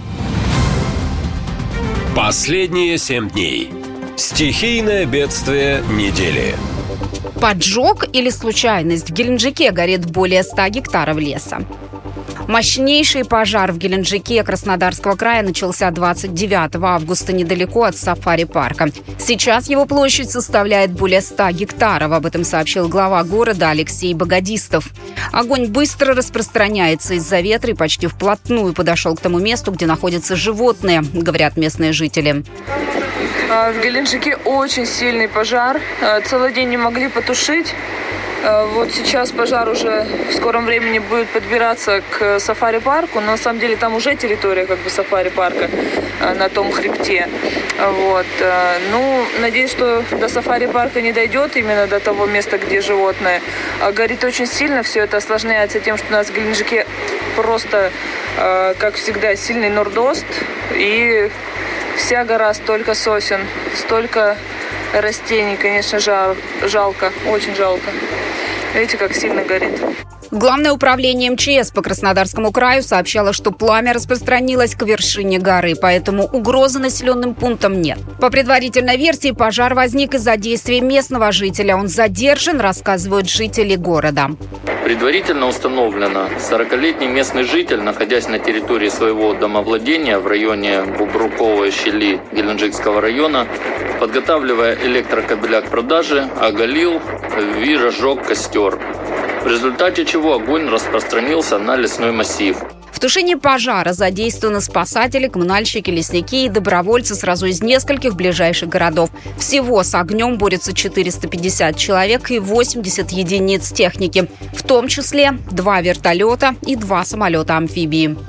Последние семь дней. Стихийное бедствие недели.
Поджог или случайность? В Геленджике горит более ста гектаров леса. Мощнейший пожар в Геленджике Краснодарского края начался двадцать девятого августа недалеко от сафари-парка. Сейчас его площадь составляет более ста гектаров. Об этом сообщил глава города Алексей Богодистов. Огонь быстро распространяется из-за ветра и почти вплотную подошел к тому месту, где находятся животные, говорят местные жители.
В Геленджике очень сильный пожар. Целый день не могли потушить. Вот сейчас пожар уже в скором времени будет подбираться к сафари-парку, но на самом деле там уже территория как бы сафари-парка на том хребте. Вот. Ну, надеюсь, что до сафари-парка не дойдет, именно до того места, где животные. Горит очень сильно, все это осложняется тем, что у нас в Геленджике просто, как всегда, сильный нордост, и вся гора столько сосен, столько растений, конечно, жал, жалко, очень жалко. Видите, как сильно горит.
Главное управление эм че эс по Краснодарскому краю сообщало, что пламя распространилось к вершине горы, поэтому угрозы населенным пунктам нет. По предварительной версии, пожар возник из-за действий местного жителя. Он задержан, рассказывают жители города.
Предварительно установлено, сорокалетний местный житель, находясь на территории своего домовладения в районе Бубруковой щели Геленджикского района, подготавливая электрокабеля к продаже, оголил и разжег костер, в результате чего огонь распространился на лесной массив.
В тушении пожара задействованы спасатели, коммунальщики, лесники и добровольцы сразу из нескольких ближайших городов. Всего с огнем борются четыреста пятьдесят человек и восемьдесят единиц техники, в том числе два вертолета и два самолета-амфибии.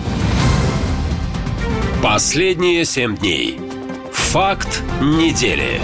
Последние семь дней. Факт недели.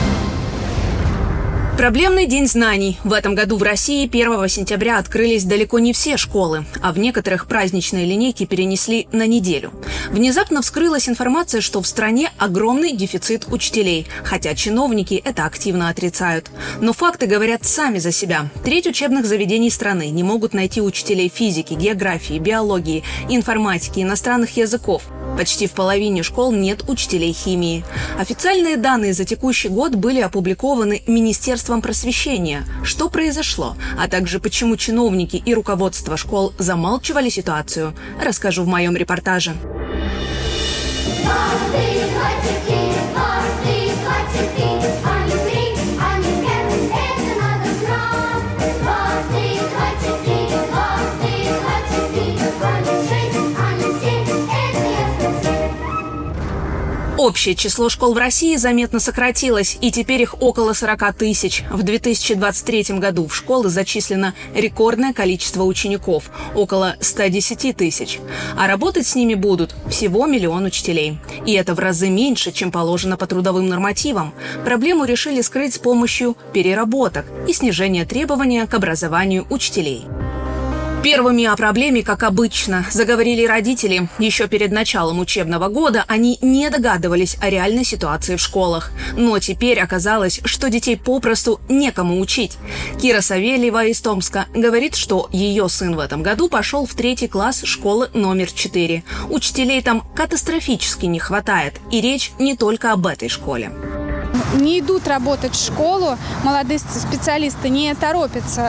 Проблемный день знаний. В этом году в России первого сентября открылись далеко не все школы, а в некоторых праздничные линейки перенесли на неделю. Внезапно вскрылась информация, что в стране огромный дефицит учителей, хотя чиновники это активно отрицают. Но факты говорят сами за себя. Треть учебных заведений страны не могут найти учителей физики, географии, биологии, информатики, иностранных языков. Почти в половине школ нет учителей химии. Официальные данные за текущий год были опубликованы Министерством просвещения. Что произошло, а также почему чиновники и руководство школ замалчивали ситуацию, расскажу в моем репортаже. Общее число школ в России заметно сократилось, и теперь их около сорока тысяч. В две тысячи двадцать третьем году в школы зачислено рекордное количество учеников – около ста десяти тысяч. А работать с ними будут всего миллион учителей. И это в разы меньше, чем положено по трудовым нормативам. Проблему решили скрыть с помощью переработок и снижения требования к образованию учителей. Первыми о проблеме, как обычно, заговорили родители. Еще перед началом учебного года они не догадывались о реальной ситуации в школах. Но теперь оказалось, что детей попросту некому учить. Кира Савельева из Томска говорит, что ее сын в этом году пошел в третий класс школы номер четыре. Учителей там катастрофически не хватает. И речь не только об этой школе.
Не идут работать в школу, молодые специалисты не торопятся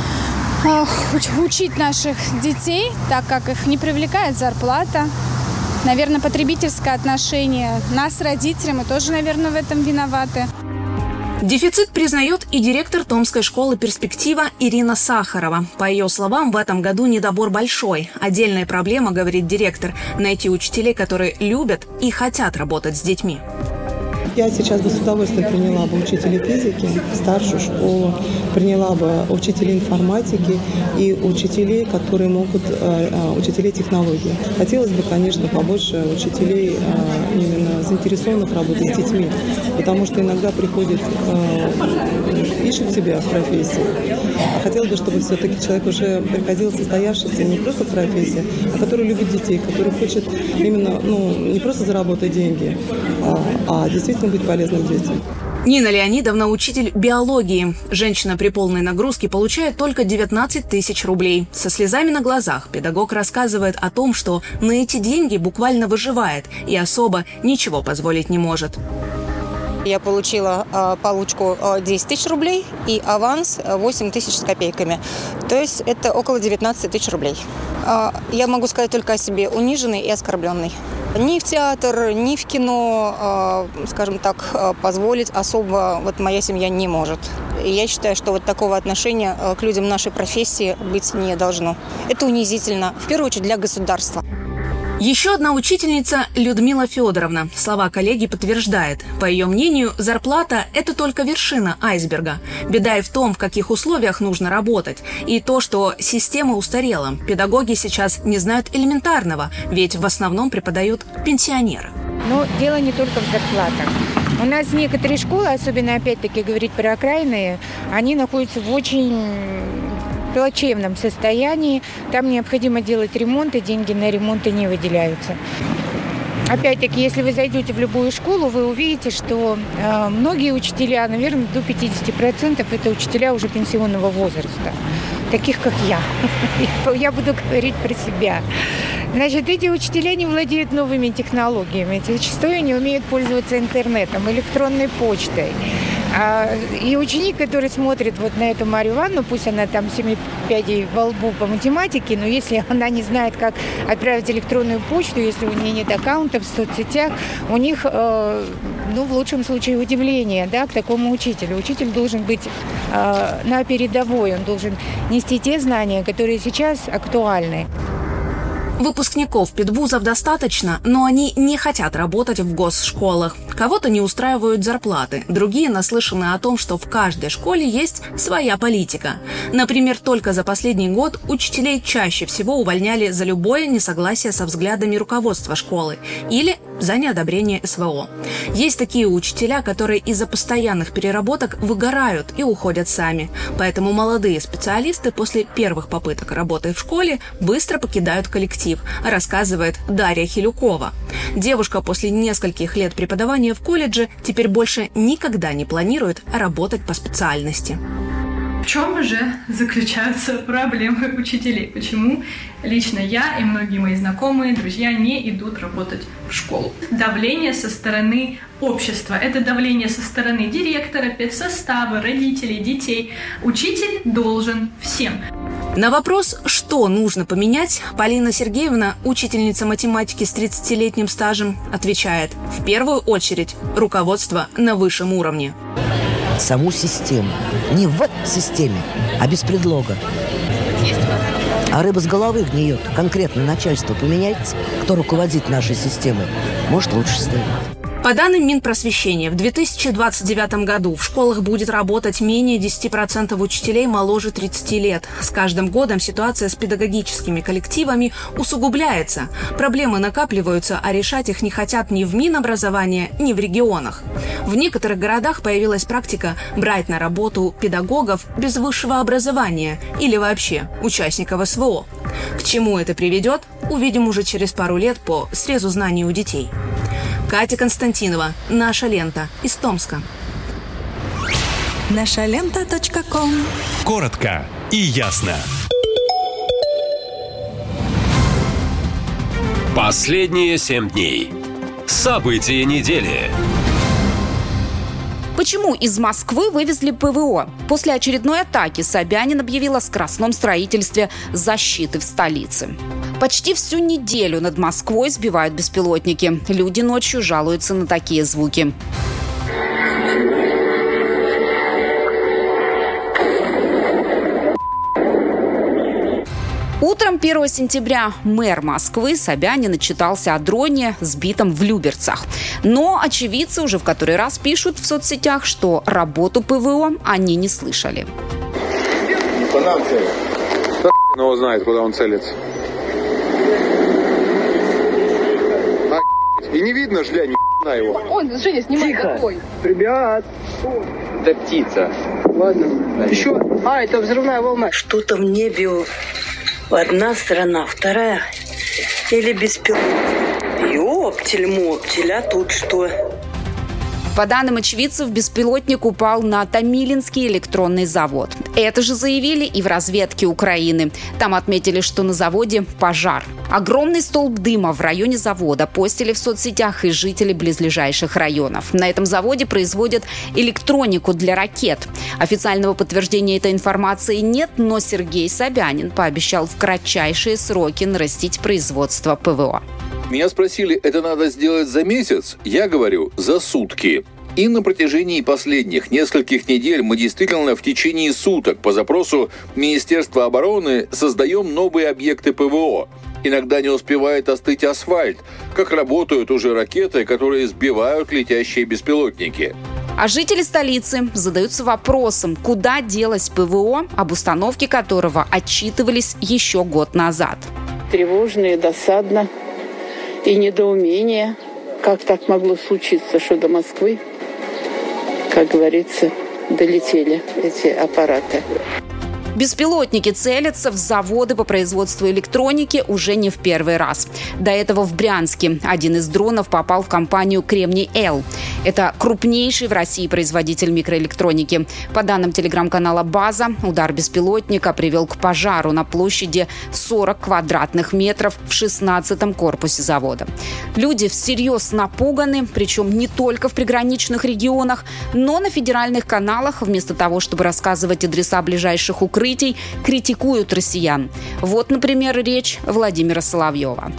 учить наших детей, так как их не привлекает зарплата. Наверное, потребительское отношение нас, родителей, мы тоже, наверное, в этом виноваты.
Дефицит признает и директор Томской школы «Перспектива» Ирина Сахарова. По ее словам, в этом году недобор большой. Отдельная проблема, говорит директор, найти учителей, которые любят и хотят работать с детьми.
Я сейчас бы с удовольствием приняла бы учителей физики, старшую школу, приняла бы учителей информатики и учителей, которые могут, э, учителей технологий. Хотелось бы, конечно, побольше учителей э, именно заинтересованных работать с детьми, потому что иногда приходит, э, ищут себя в профессии. А хотелось бы, чтобы все-таки человек уже приходил состоявшийся не просто в профессии, а который любит детей, который хочет именно, ну, не просто заработать деньги, а, а действительно быть полезным детям.
Нина Леонидовна – учитель биологии. Женщина при полной нагрузке получает только девятнадцать тысяч рублей. Со слезами на глазах педагог рассказывает о том, что на эти деньги буквально выживает и особо ничего позволить не может.
Я получила э, получку э, десять тысяч рублей и аванс восемь тысяч с копейками. То есть это около девятнадцать тысяч рублей. Э, я могу сказать только о себе: униженный и оскорбленный. Ни в театр, ни в кино, э, скажем так, э, позволить особо вот моя семья не может. И я считаю, что вот такого отношения э, к людям нашей профессии быть не должно. Это унизительно, в первую очередь для государства.
Еще одна учительница Людмила Федоровна. Слова коллеги подтверждает. По ее мнению, зарплата – это только вершина айсберга. Беда и в том, в каких условиях нужно работать. И то, что система устарела. Педагоги сейчас не знают элементарного, ведь в основном преподают пенсионеры.
Но дело не только в зарплатах. У нас некоторые школы, особенно опять-таки говорить про окраинные, они находятся в очень плачевном состоянии. Там необходимо делать ремонт, и деньги на ремонты не выделяются. Опять-таки, если вы зайдете в любую школу, вы увидите, что э, многие учителя, наверное, до пятьдесят процентов это учителя уже пенсионного возраста, таких как я. Я буду говорить про себя. Значит, эти учителя не владеют новыми технологиями, зачастую не умеют пользоваться интернетом, электронной почтой. И ученик, который смотрит вот на эту Марию Ивановну, пусть она там семи пядей во лбу по математике, но если она не знает, как отправить электронную почту, если у нее нет аккаунтов в соцсетях, у них, ну, в лучшем случае, удивление, да, к такому учителю. Учитель должен быть на передовой, он должен нести те знания, которые сейчас актуальны.
Выпускников педвузов достаточно, но они не хотят работать в госшколах. Кого-то не устраивают зарплаты, другие наслышаны о том, что в каждой школе есть своя политика. Например, только за последний год учителей чаще всего увольняли за любое несогласие со взглядами руководства школы или за неодобрение эс вэ о. Есть такие учителя, которые из-за постоянных переработок выгорают и уходят сами. Поэтому молодые специалисты после первых попыток работы в школе быстро покидают коллектив, рассказывает Дарья Хилюкова. Девушка после нескольких лет преподавания в колледже теперь больше никогда не планирует работать по специальности.
В чем же заключаются проблемы учителей? Почему лично я и многие мои знакомые, друзья не идут работать в школу? Давление со стороны общества. Это давление со стороны директора, педсостава, родителей, детей. Учитель должен всем.
На вопрос, что нужно поменять, Полина Сергеевна, учительница математики с тридцатилетним стажем, отвечает: в первую очередь руководство на высшем уровне.
Саму систему. Не в системе, а без предлога. А рыба с головы гниет. Конкретно начальство поменяется, кто руководит нашей системой, может лучше стать.
По данным Минпросвещения, в две тысячи двадцать девятом году в школах будет работать менее десяти процентов учителей моложе тридцати лет. С каждым годом ситуация с педагогическими коллективами усугубляется. Проблемы накапливаются, а решать их не хотят ни в Минобразования, ни в регионах. В некоторых городах появилась практика брать на работу педагогов без высшего образования или вообще участников эс вэ о. К чему это приведет, увидим уже через пару лет по срезу знаний у детей. Катя Константинова. Наша лента. Из Томска.
наша лента точка ком.
Коротко и ясно. Последние семь дней. События недели.
Почему из Москвы вывезли пэ вэ о? После очередной атаки Собянин объявил о скоростном строительстве защиты в столице. Почти всю неделю над Москвой сбивают беспилотники. Люди ночью жалуются на такие звуки. Утром первого сентября мэр Москвы Собянин отчитался о дроне, сбитом в Люберцах. Но очевидцы уже в который раз пишут в соцсетях, что работу пэ вэ о они не слышали.
По нам целит. Кто его знает, куда он целится? И не видно, шля, ни на его.
Он, Женя, снимай такой.
Ребят.
Это птица.
Ладно. Еще.
А, это взрывная волна.
Что-то в небе одна страна, вторая. Или беспилотник. Ёптель-моптель, а тут что?
По данным очевидцев, беспилотник упал на Томилинский электронный завод. Это же заявили и в разведке Украины. Там отметили, что на заводе пожар. Огромный столб дыма в районе завода постили в соцсетях и жители близлежащих районов. На этом заводе производят электронику для ракет. Официального подтверждения этой информации нет, но Сергей Собянин пообещал в кратчайшие сроки нарастить производство пэ вэ о.
Меня спросили, это надо сделать за месяц? Я говорю, за сутки. И на протяжении последних нескольких недель мы действительно в течение суток по запросу Министерства обороны создаем новые объекты пэ вэ о. Иногда не успевает остыть асфальт, как работают уже ракеты, которые сбивают летящие беспилотники.
А жители столицы задаются вопросом, куда делось ПВО, об установке которого отчитывались еще год назад.
Тревожно и досадно, и недоумение. Как так могло случиться, что до Москвы, как говорится, долетели эти аппараты?
Беспилотники целятся в заводы по производству электроники уже не в первый раз. До этого в Брянске один из дронов попал в компанию «Кремний-Л». Это крупнейший в России производитель микроэлектроники. По данным телеграм-канала «База», удар беспилотника привел к пожару на площади сорок квадратных метров в шестнадцатом корпусе завода. Люди всерьез напуганы, причем не только в приграничных регионах, но на федеральных каналах, вместо того, чтобы рассказывать адреса ближайших укрытий, критикуют россиян. Вот, например, речь Владимира Соловьева.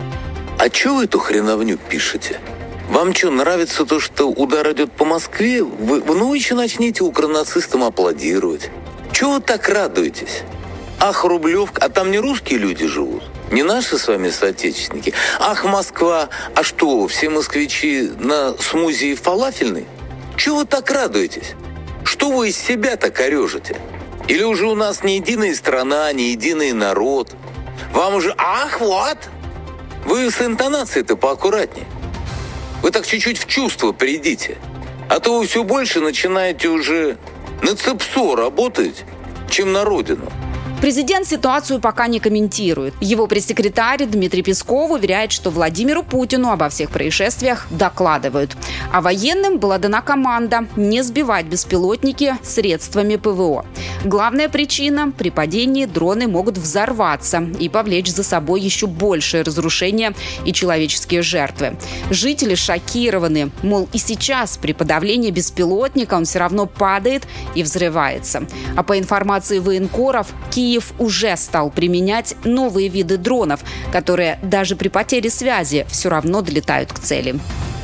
А чё вы эту хреновню пишете? Вам что, нравится то, что удар идет по Москве? Вы, ну, еще начните укронацистам аплодировать. Чего вы так радуетесь? Ах, Рублевка, а там не русские люди живут? Не наши с вами соотечественники? Ах, Москва, а что, все москвичи на смузи фалафельной? Чего вы так радуетесь? Что вы из себя так орежете? Или уже у нас не единая страна, не единый народ? Вам уже «ах, вот!» Вы с интонацией-то поаккуратнее. Вы так чуть-чуть в чувство придите. А то вы все больше начинаете уже на ЦЕПСО работать, чем на родину.
Президент ситуацию пока не комментирует. Его пресс-секретарь Дмитрий Песков уверяет, что Владимиру Путину обо всех происшествиях докладывают. А военным была дана команда не сбивать беспилотники средствами ПВО. Главная причина – при падении дроны могут взорваться и повлечь за собой еще большее разрушение и человеческие жертвы. Жители шокированы, мол, и сейчас при подавлении беспилотника он все равно падает и взрывается. А по информации военкоров, Киев уже стал применять новые виды дронов, которые даже при потере связи все равно долетают к цели.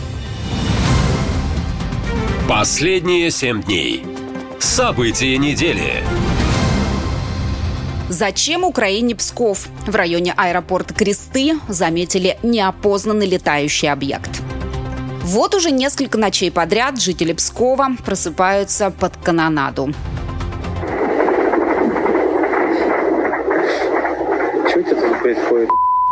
Последние семь дней. События недели.
Зачем Украине Псков? В районе аэропорта Кресты заметили неопознанный летающий объект. Вот уже несколько ночей подряд жители Пскова просыпаются под канонаду.
Что это тут происходит?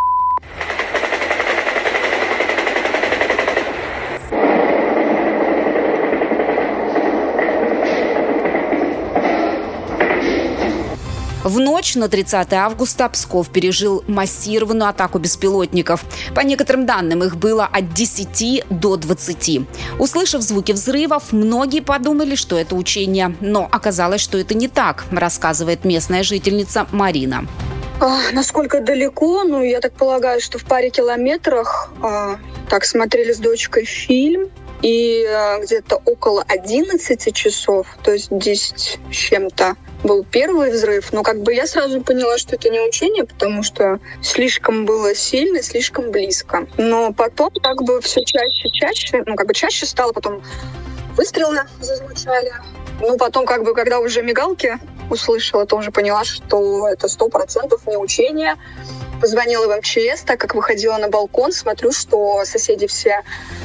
В ночь на тридцатое августа Псков пережил массированную атаку беспилотников. По некоторым данным, их было от десяти до двадцати. Услышав звуки взрывов, многие подумали, что это учение. Но оказалось, что это не так, рассказывает местная жительница Марина.
А, насколько далеко? Ну, я так полагаю, что в паре километрах. А, так, смотрели с дочкой фильм. И а, где-то около одиннадцати часов, то есть десять с чем-то, был первый взрыв. Но как бы я сразу поняла, что это не учение, потому что слишком было сильно, слишком близко. Но потом как бы все чаще, чаще, ну как бы чаще стало, потом выстрелы зазвучали. Ну потом как бы, когда уже мигалки услышала, то уже поняла, что это сто процентов не учение. Позвонила в эм че эс, так как выходила на балкон, смотрю, что соседи все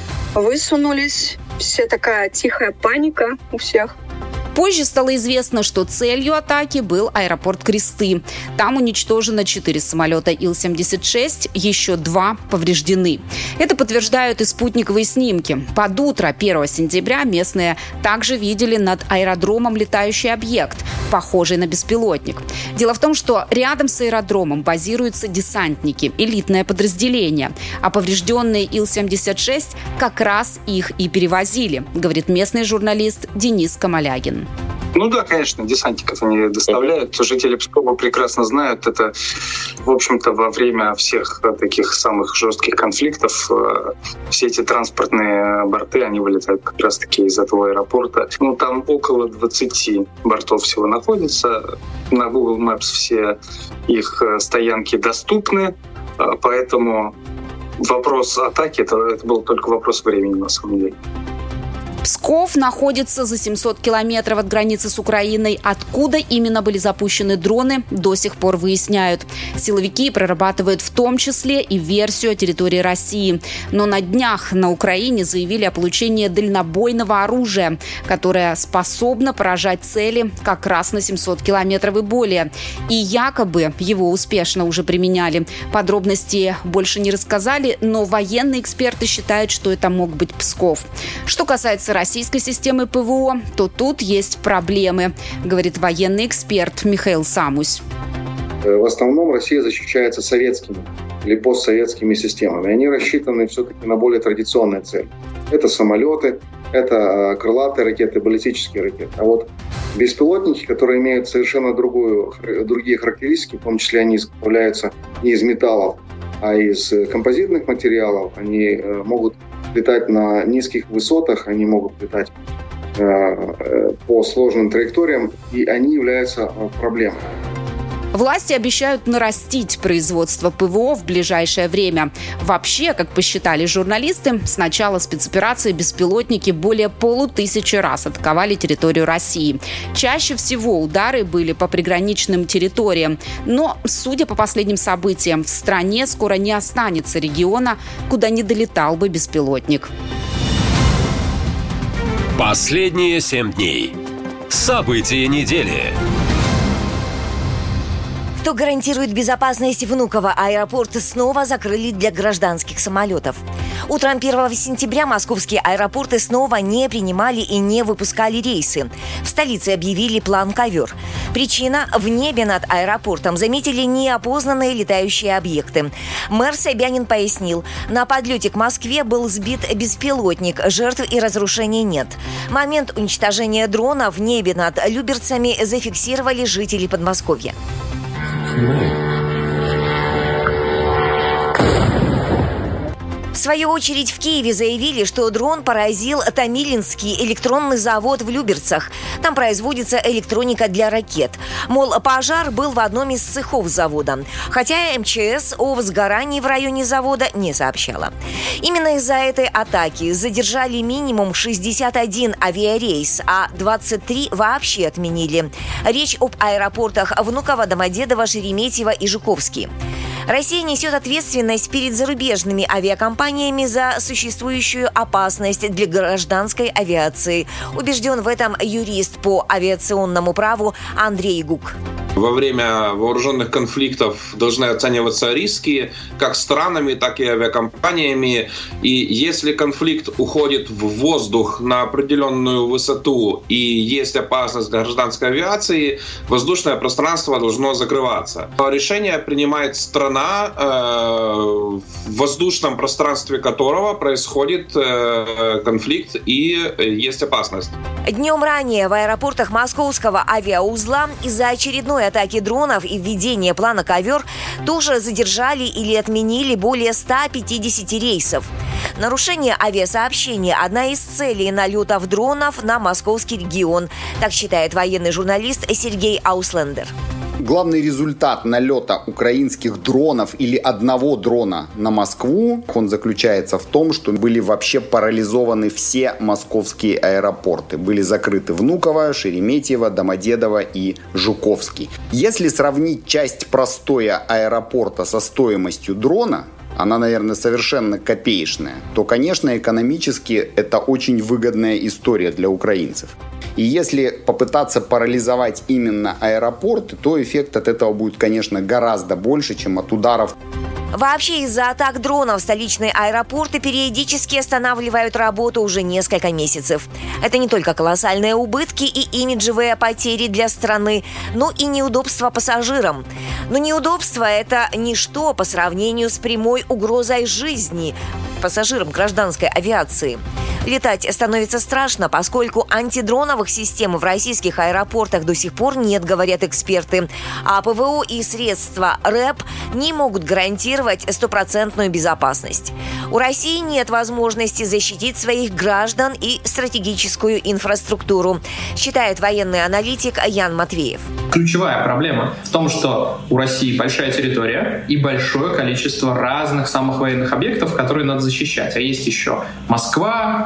высунулись, все такая тихая паника у всех.
Позже стало известно, что целью атаки был аэропорт Кресты. Там уничтожено четыре самолета Ил семьдесят шесть, еще два повреждены. Это подтверждают и спутниковые снимки. Под утро первого сентября местные также видели над аэродромом летающий объект, похожий на беспилотник. Дело в том, что рядом с аэродромом базируются десантники, элитное подразделение. А поврежденные Ил семьдесят шесть как раз их и перевозили, говорит местный журналист Денис Камалягин.
Ну да, конечно, десантников они доставляют. Жители Пскова прекрасно знают это. В общем-то, во время всех таких самых жестких конфликтов все эти транспортные борты, они вылетают как раз-таки из этого аэропорта. Ну, там около двадцати бортов всего находится. На Google Maps все их стоянки доступны, поэтому вопрос атаки, это, это был только вопрос времени на самом деле.
Псков находится за семьсот километров от границы с Украиной. Откуда именно были запущены дроны, до сих пор выясняют. Силовики прорабатывают в том числе и версию о территории России. Но на днях на Украине заявили о получении дальнобойного оружия, которое способно поражать цели как раз на семьсот километров и более. И якобы его успешно уже применяли. Подробности больше не рассказали, но военные эксперты считают, что это мог быть Псков. Что касается российской системы ПВО, то тут есть проблемы, говорит военный эксперт Михаил Самусь.
В основном Россия защищается советскими или постсоветскими системами. Они рассчитаны все-таки на более традиционные цели. Это самолеты, это крылатые ракеты, баллистические ракеты. А вот беспилотники, которые имеют совершенно другую, другие характеристики, в том числе они изготовляются не из металлов, а из композитных материалов, они могут летать на низких высотах, они могут летать э, по сложным траекториям, и они являются проблемой.
Власти обещают нарастить производство ПВО в ближайшее время. Вообще, как посчитали журналисты, с начала спецоперации беспилотники более полутысячи раз атаковали территорию России. Чаще всего удары были по приграничным территориям. Но, судя по последним событиям, в стране скоро не останется региона, куда не долетал бы беспилотник.
Последние семь дней. События недели.
Кто гарантирует безопасность Внуково? Аэропорт снова закрыли для гражданских самолетов. Утром первого сентября московские аэропорты снова не принимали и не выпускали рейсы. В столице объявили план «Ковер». Причина – в небе над аэропортом заметили неопознанные летающие объекты. Мэр Собянин пояснил, на подлете к Москве был сбит беспилотник, жертв и разрушений нет. Момент уничтожения дрона в небе над Люберцами зафиксировали жители Подмосковья. В свою очередь в Киеве заявили, что дрон поразил Томилинский электронный завод в Люберцах. Там производится электроника для ракет. Мол, пожар был в одном из цехов завода. Хотя МЧС о возгорании в районе завода не сообщала. Именно из-за этой атаки задержали минимум шестьдесят один авиарейс, а двадцать три вообще отменили. Речь об аэропортах Внуково, Домодедово, Шереметьево и Жуковский. Россия несет ответственность перед зарубежными авиакомпаниями за существующую опасность для гражданской авиации. Убежден в этом юрист по авиационному праву Андрей Гук.
Во время вооруженных конфликтов должны оцениваться риски как странами, так и авиакомпаниями. И если конфликт уходит в воздух на определенную высоту и есть опасность для гражданской авиации, воздушное пространство должно закрываться. Решение принимает страна, э, в воздушном пространстве которого происходит э, конфликт и есть опасность.
Днем ранее в аэропортах московского авиаузла из-за очередной атаки дронов и введения плана «Ковер» тоже задержали или отменили более ста пятидесяти рейсов. Нарушение авиасообщения – одна из целей налетов дронов на московский регион, так считает военный журналист Сергей Ауслендер.
Главный результат налета украинских дронов или одного дрона на Москву, он заключается в том, что были вообще парализованы все московские аэропорты. Были закрыты Внуково, Шереметьево, Домодедово и Жуковский. Если сравнить часть простоя аэропорта со стоимостью дрона, она, наверное, совершенно копеечная, то, конечно, экономически это очень выгодная история для украинцев. И если попытаться парализовать именно аэропорты, то эффект от этого будет, конечно, гораздо больше, чем от ударов.
Вообще, из-за атак дронов столичные аэропорты периодически останавливают работу уже несколько месяцев. Это не только колоссальные убытки и имиджевые потери для страны, но и неудобства пассажирам. Но неудобство – это ничто по сравнению с прямой угрозой жизни пассажирам гражданской авиации. Летать становится страшно, поскольку антидроновых систем в российских аэропортах до сих пор нет, говорят эксперты. А ПВО и средства РЭП не могут гарантировать стопроцентную безопасность. У России нет возможности защитить своих граждан и стратегическую инфраструктуру, считает военный аналитик Ян Матвеев.
Ключевая проблема в том, что у России большая территория и большое количество разных самых военных объектов, которые надо защищать. А есть еще Москва,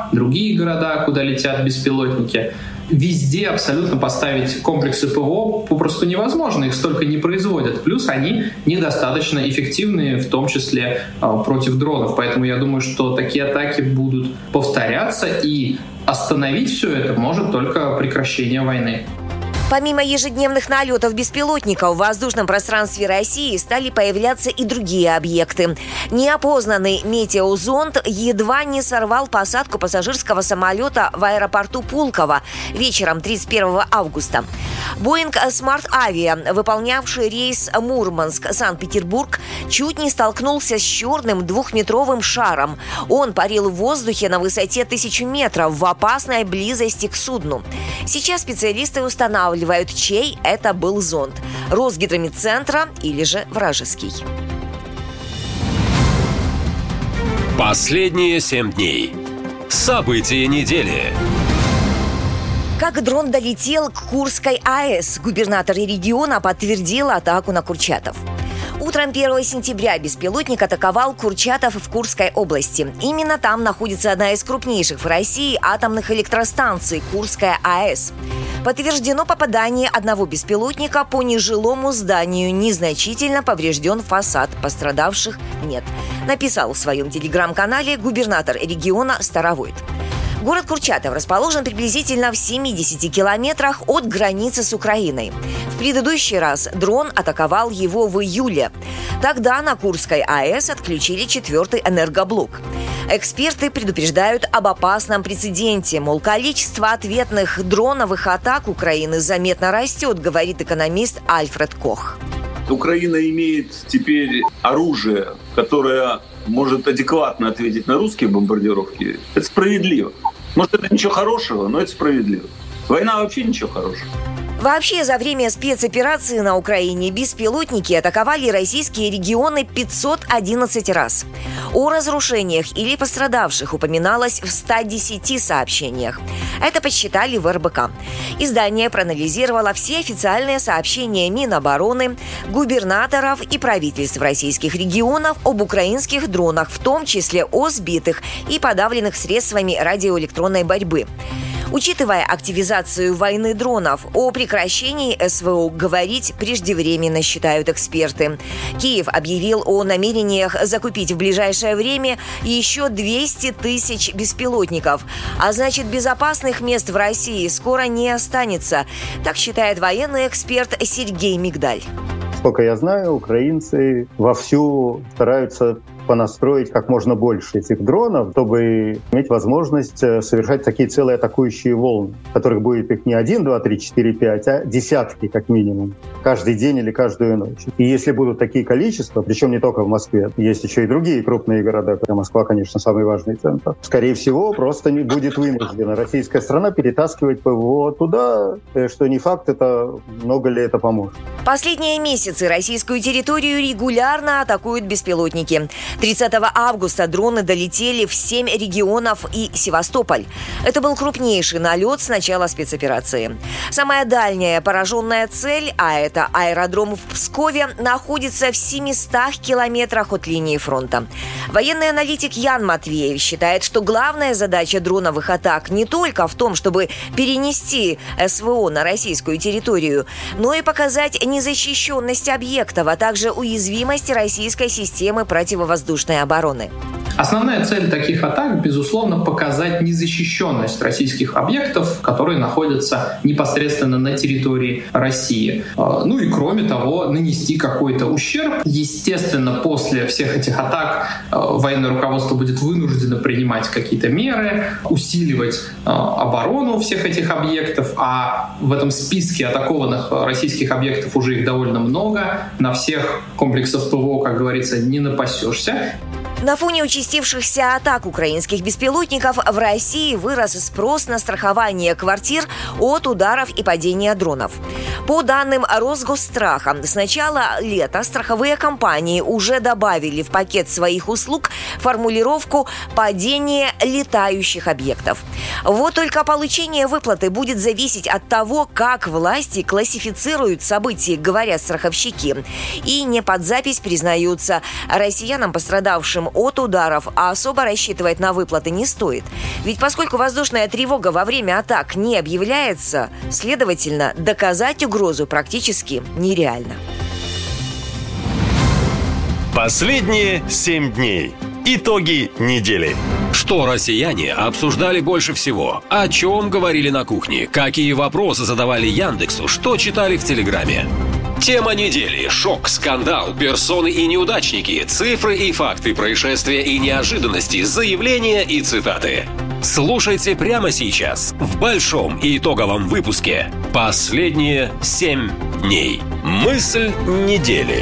другие города, куда летят беспилотники. Везде абсолютно поставить комплексы ПВО попросту невозможно, их столько не производят. Плюс они недостаточно эффективны, в том числе э, против дронов. Поэтому я думаю, что такие атаки будут повторяться, и остановить все это может только прекращение войны.
Помимо ежедневных налетов беспилотников в воздушном пространстве России стали появляться и другие объекты. Неопознанный метеозонд едва не сорвал посадку пассажирского самолета в аэропорту Пулково вечером тридцать первого августа. Боинг Smart Avia, выполнявший рейс Мурманск-Санкт-Петербург, чуть не столкнулся с черным двухметровым шаром. Он парил в воздухе на высоте тысячи метров в опасной близости к судну. Сейчас специалисты устанавливают, чей это был зонд – Росгидромедцентра или же вражеский.
Последние семь дней. События недели.
Как дрон долетел к Курской АЭС, губернатор региона подтвердил атаку на Курчатов. Утром первого сентября беспилотник атаковал Курчатов в Курской области. Именно там находится одна из крупнейших в России атомных электростанций – Курская АЭС. Подтверждено попадание одного беспилотника по нежилому зданию. Незначительно поврежден фасад, пострадавших нет. Написал в своем телеграм-канале губернатор региона Старовойт. Город Курчатов расположен приблизительно в семидесяти километрах от границы с Украиной. В предыдущий раз дрон атаковал его в июле. Тогда на Курской АЭС отключили четвертый энергоблок. Эксперты предупреждают об опасном прецеденте. Мол, количество ответных дроновых атак Украины заметно растет, говорит экономист Альфред Кох.
Украина имеет теперь оружие, которое может адекватно ответить на русские бомбардировки. Это справедливо. Может, это ничего хорошего, но это справедливо. Война вообще ничего хорошего.
Вообще, за время спецоперации на Украине беспилотники атаковали российские регионы пятьсот одиннадцать раз. О разрушениях или пострадавших упоминалось в ста десяти сообщениях. Это подсчитали в эр бэ ка. Издание проанализировало все официальные сообщения Минобороны, губернаторов и правительств российских регионов об украинских дронах, в том числе о сбитых и подавленных средствами радиоэлектронной борьбы. Учитывая активизацию войны дронов, о прекращении эс вэ о говорить преждевременно, считают эксперты. Киев объявил о намерениях закупить в ближайшее время еще двести тысяч беспилотников. А значит, безопасных мест в России скоро не останется. Так считает военный эксперт Сергей Мигдаль.
Сколько я знаю, украинцы вовсю стараются понастроить как можно больше этих дронов, чтобы иметь возможность совершать такие целые атакующие волны, которых будет их не один, два, три, четыре, пять, а десятки как минимум, каждый день или каждую ночь. И если будут такие количества, причем не только в Москве, есть еще и другие крупные города, Москва, конечно, самый важный центр, скорее всего, просто не будет вынуждена российская страна перетаскивать ПВО туда, что не факт, это много ли это поможет.
Последние месяцы российскую территорию регулярно атакуют беспилотники. тридцатого августа дроны долетели в семь регионов и Севастополь. Это был крупнейший налет с начала спецоперации. Самая дальняя пораженная цель, а это аэродром в Пскове, находится в семистах километрах от линии фронта. Военный аналитик Ян Матвеев считает, что главная задача дроновых атак не только в том, чтобы перенести эс вэ о на российскую территорию, но и показать незащищенность объектов, а также уязвимость российской системы противовоздушной обороны.
Основная цель таких атак, безусловно, показать незащищенность российских объектов, которые находятся непосредственно на территории России. Ну и кроме того, нанести какой-то ущерб. Естественно, после всех этих атак военное руководство будет вынуждено принимать какие-то меры, усиливать оборону всех этих объектов, а в этом списке атакованных российских объектов уже их довольно много. На всех комплексах ПВО, как говорится, не напасешься.
На фоне участившихся атак украинских беспилотников в России вырос спрос на страхование квартир от ударов и падения дронов. По данным Росгосстраха, с начала лета страховые компании уже добавили в пакет своих услуг формулировку «падение летающих объектов». Вот только получение выплаты будет зависеть от того, как власти классифицируют события, говорят страховщики. И не под запись признаются, россиянам, пострадавшим пострадавшим от ударов, а особо рассчитывать на выплаты не стоит. Ведь поскольку воздушная тревога во время атак не объявляется, следовательно, доказать угрозу практически нереально.
Последние семь дней. Итоги недели. Что россияне обсуждали больше всего? О чем говорили на кухне? Какие вопросы задавали Яндексу? Что читали в Телеграме? Тема недели. Шок, скандал, персоны и неудачники, цифры и факты, происшествия и неожиданности, заявления и цитаты. Слушайте прямо сейчас в большом и итоговом выпуске «Последние семь дней». Мысль недели.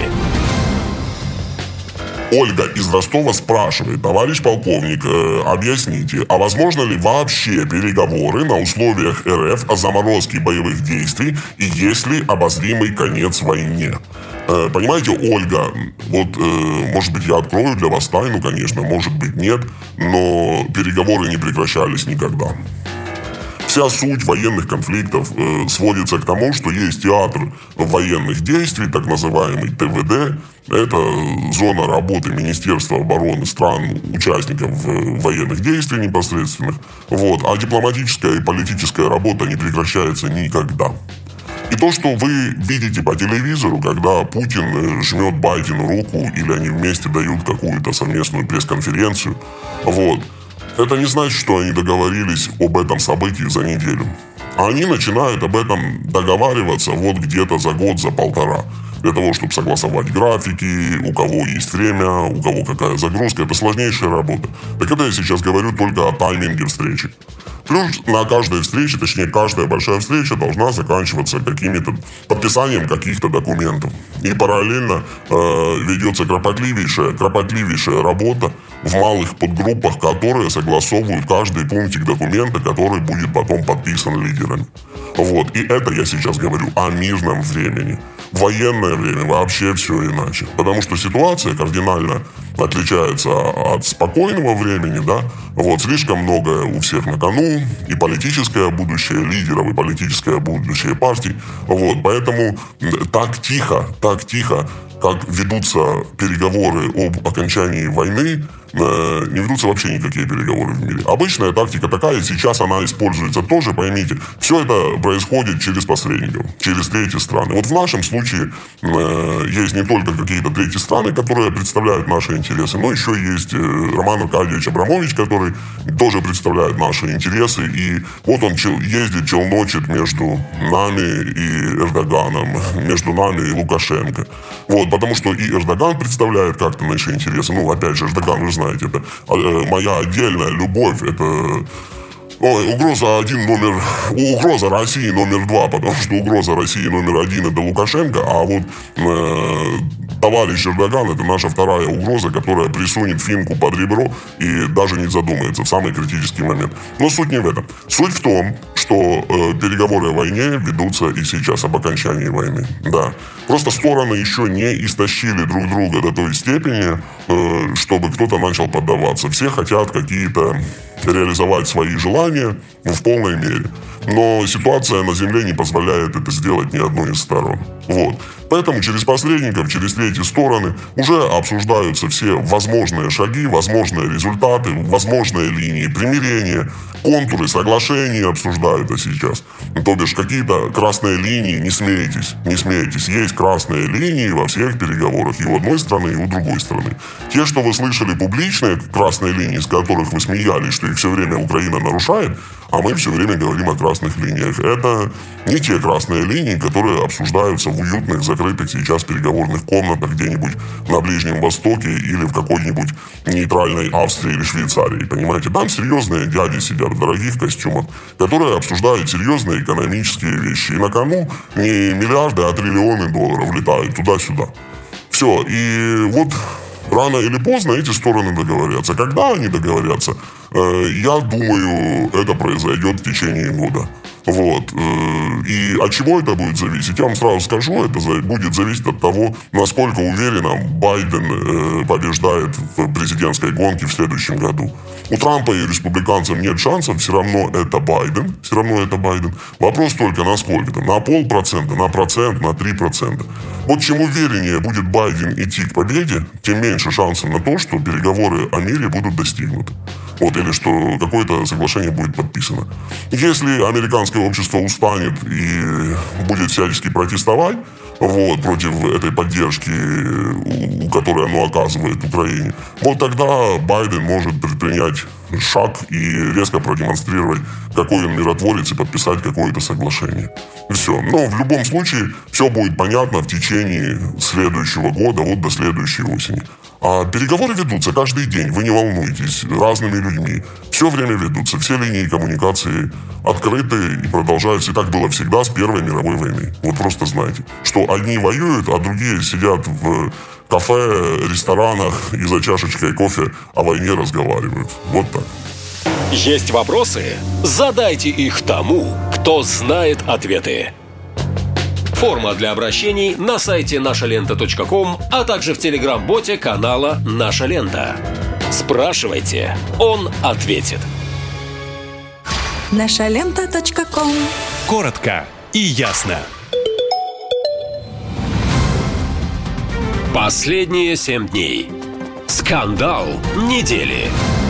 Ольга из Ростова спрашивает: товарищ полковник, э, объясните, а возможно ли вообще переговоры на условиях РФ о заморозке боевых действий и есть ли обозримый конец войне? Э, понимаете, Ольга, вот, э, может быть, я открою для вас тайну, конечно, может быть, нет, но переговоры не прекращались никогда. Вся суть военных конфликтов э, сводится к тому, что есть театр военных действий, так называемый Тэ Вэ Дэ. Это зона работы Министерства обороны стран, участников э, военных действий непосредственных. Вот. А дипломатическая и политическая работа не прекращается никогда. И то, что вы видите по телевизору, когда Путин жмет Байдену руку или они вместе дают какую-то совместную пресс-конференцию, вот, это не значит, что они договорились об этом событии за неделю. Они начинают об этом договариваться вот где-то за год, за полтора. Для того, чтобы согласовать графики, у кого есть время, у кого какая загрузка. Это сложнейшая работа. Так это я сейчас говорю только о тайминге встречи. Плюс на каждой встрече, точнее, каждая большая встреча должна заканчиваться какими-то подписанием каких-то документов. И параллельно э, ведется кропотливейшая, кропотливейшая работа в малых подгруппах, которые согласовывают каждый пунктик документа, который будет потом подписан лидерами. Вот. И это я сейчас говорю о мирном времени. В военное время вообще все иначе. Потому что ситуация кардинально отличается от спокойного времени, да. Вот, слишком многое у всех на кону, и политическое будущее лидеров, и политическое будущее партий. Вот, поэтому так тихо, так тихо, как ведутся переговоры об окончании войны, не ведутся вообще никакие переговоры в мире. Обычная тактика такая, сейчас она используется тоже, поймите. Все это происходит через посредников, через третьи страны. Вот в нашем случае э, есть не только какие-то третьи страны, которые представляют наши интересы, но еще есть Роман Аркадьевич Абрамович, который тоже представляет наши интересы. И вот он чел, ездит, челночит между нами и Эрдоганом, между нами и Лукашенко. Вот, потому что и Эрдоган представляет как-то наши интересы. Ну, опять же, Эрдоган, вы знаете, это э, моя отдельная любовь, это ой, угроза один номер, угроза России номер два, потому что угроза России номер один это Лукашенко, а вот э, товарищ Эрдоган это наша вторая угроза, которая присунет финку под ребро и даже не задумается в самый критический момент. Но суть не в этом. Суть в том, что э, переговоры о войне ведутся и сейчас об окончании войны. Да. Просто стороны еще не истощили друг друга до той степени, э, чтобы кто-то начал поддаваться. Все хотят какие-то реализовать свои желания в полной мере. Но ситуация на земле не позволяет это сделать ни одной из сторон. Вот. Поэтому через посредников, через третьи стороны уже обсуждаются все возможные шаги, возможные результаты, возможные линии примирения, контуры соглашений обсуждаются сейчас. То бишь какие-то красные линии, не смейтесь, не смейтесь. Есть красные линии во всех переговорах и у одной страны, и у другой страны. Те, что вы слышали публичные красные линии, с которых вы смеялись, что их все время Украина нарушает, а мы все время говорим о красных линиях. Это не те красные линии, которые обсуждаются в уютных, закрытых сейчас переговорных комнатах где-нибудь на Ближнем Востоке или в какой-нибудь нейтральной Австрии или Швейцарии. Понимаете, там серьезные дяди сидят в дорогих костюмах, которые обсуждают серьезные экономические вещи. И на кону не миллиарды, а триллионы долларов летают туда-сюда. Все. И вот рано или поздно эти стороны договорятся. Когда они договорятся? Я думаю, это произойдет в течение года. Вот. И от чего это будет зависеть? Я вам сразу скажу, это будет зависеть от того, насколько уверенно Байден побеждает в президентской гонке в следующем году. У Трампа и республиканцев нет шансов, все равно это Байден. Все равно это Байден. Вопрос только на сколько там? На полпроцента, на процент, на три процента. Вот чем увереннее будет Байден идти к победе, тем меньше шансов на то, что переговоры о мире будут достигнуты. Вот, или что какое-то соглашение будет подписано. Если американское общество устанет и будет всячески протестовать, вот, против этой поддержки, которую оно оказывает Украине, вот тогда Байден может предпринять шаг и резко продемонстрировать, какой он миротворец, и подписать какое-то соглашение. Все. Но в любом случае все будет понятно в течение следующего года, вот до следующей осени. А переговоры ведутся каждый день, вы не волнуйтесь, разными людьми. Все время ведутся, все линии коммуникации открыты и продолжаются. И так было всегда с Первой мировой войны. Вот просто знайте, что одни воюют, а другие сидят в кафе, ресторанах и за чашечкой кофе о войне разговаривают. Вот так.
Есть вопросы? Задайте их тому, кто знает ответы. Форма для обращений на сайте наша лента точка ком, а также в телеграм-боте канала «Наша лента». Спрашивайте, он ответит.
наша лента точка ком.
Коротко и ясно. Последние семь дней. Скандал недели.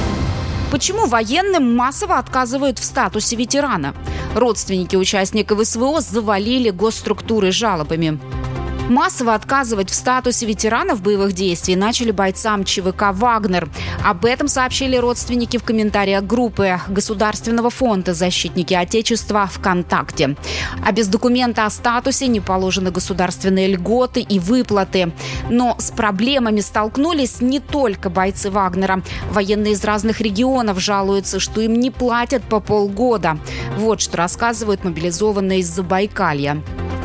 Почему военным массово отказывают в статусе ветерана? Родственники участников СВО завалили госструктуры жалобами. Массово отказывать в статусе ветеранов боевых действий начали бойцам ЧВК «Вагнер». Об этом сообщили родственники в комментариях группы Государственного фонда «Защитники Отечества» ВКонтакте. А без документа о статусе не положены государственные льготы и выплаты. Но с проблемами столкнулись не только бойцы «Вагнера». Военные из разных регионов жалуются, что им не платят по полгода. Вот что рассказывают мобилизованные из Забайкалья.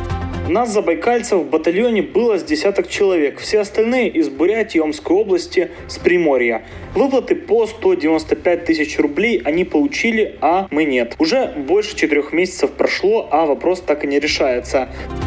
Нас, забайкальцев, в батальоне было с десяток человек. Все остальные из Бурятии, Омской области, с Приморья. Выплаты по сто девяносто пять тысяч рублей они получили, а мы нет. Уже больше четырех месяцев прошло, а вопрос так и не решается.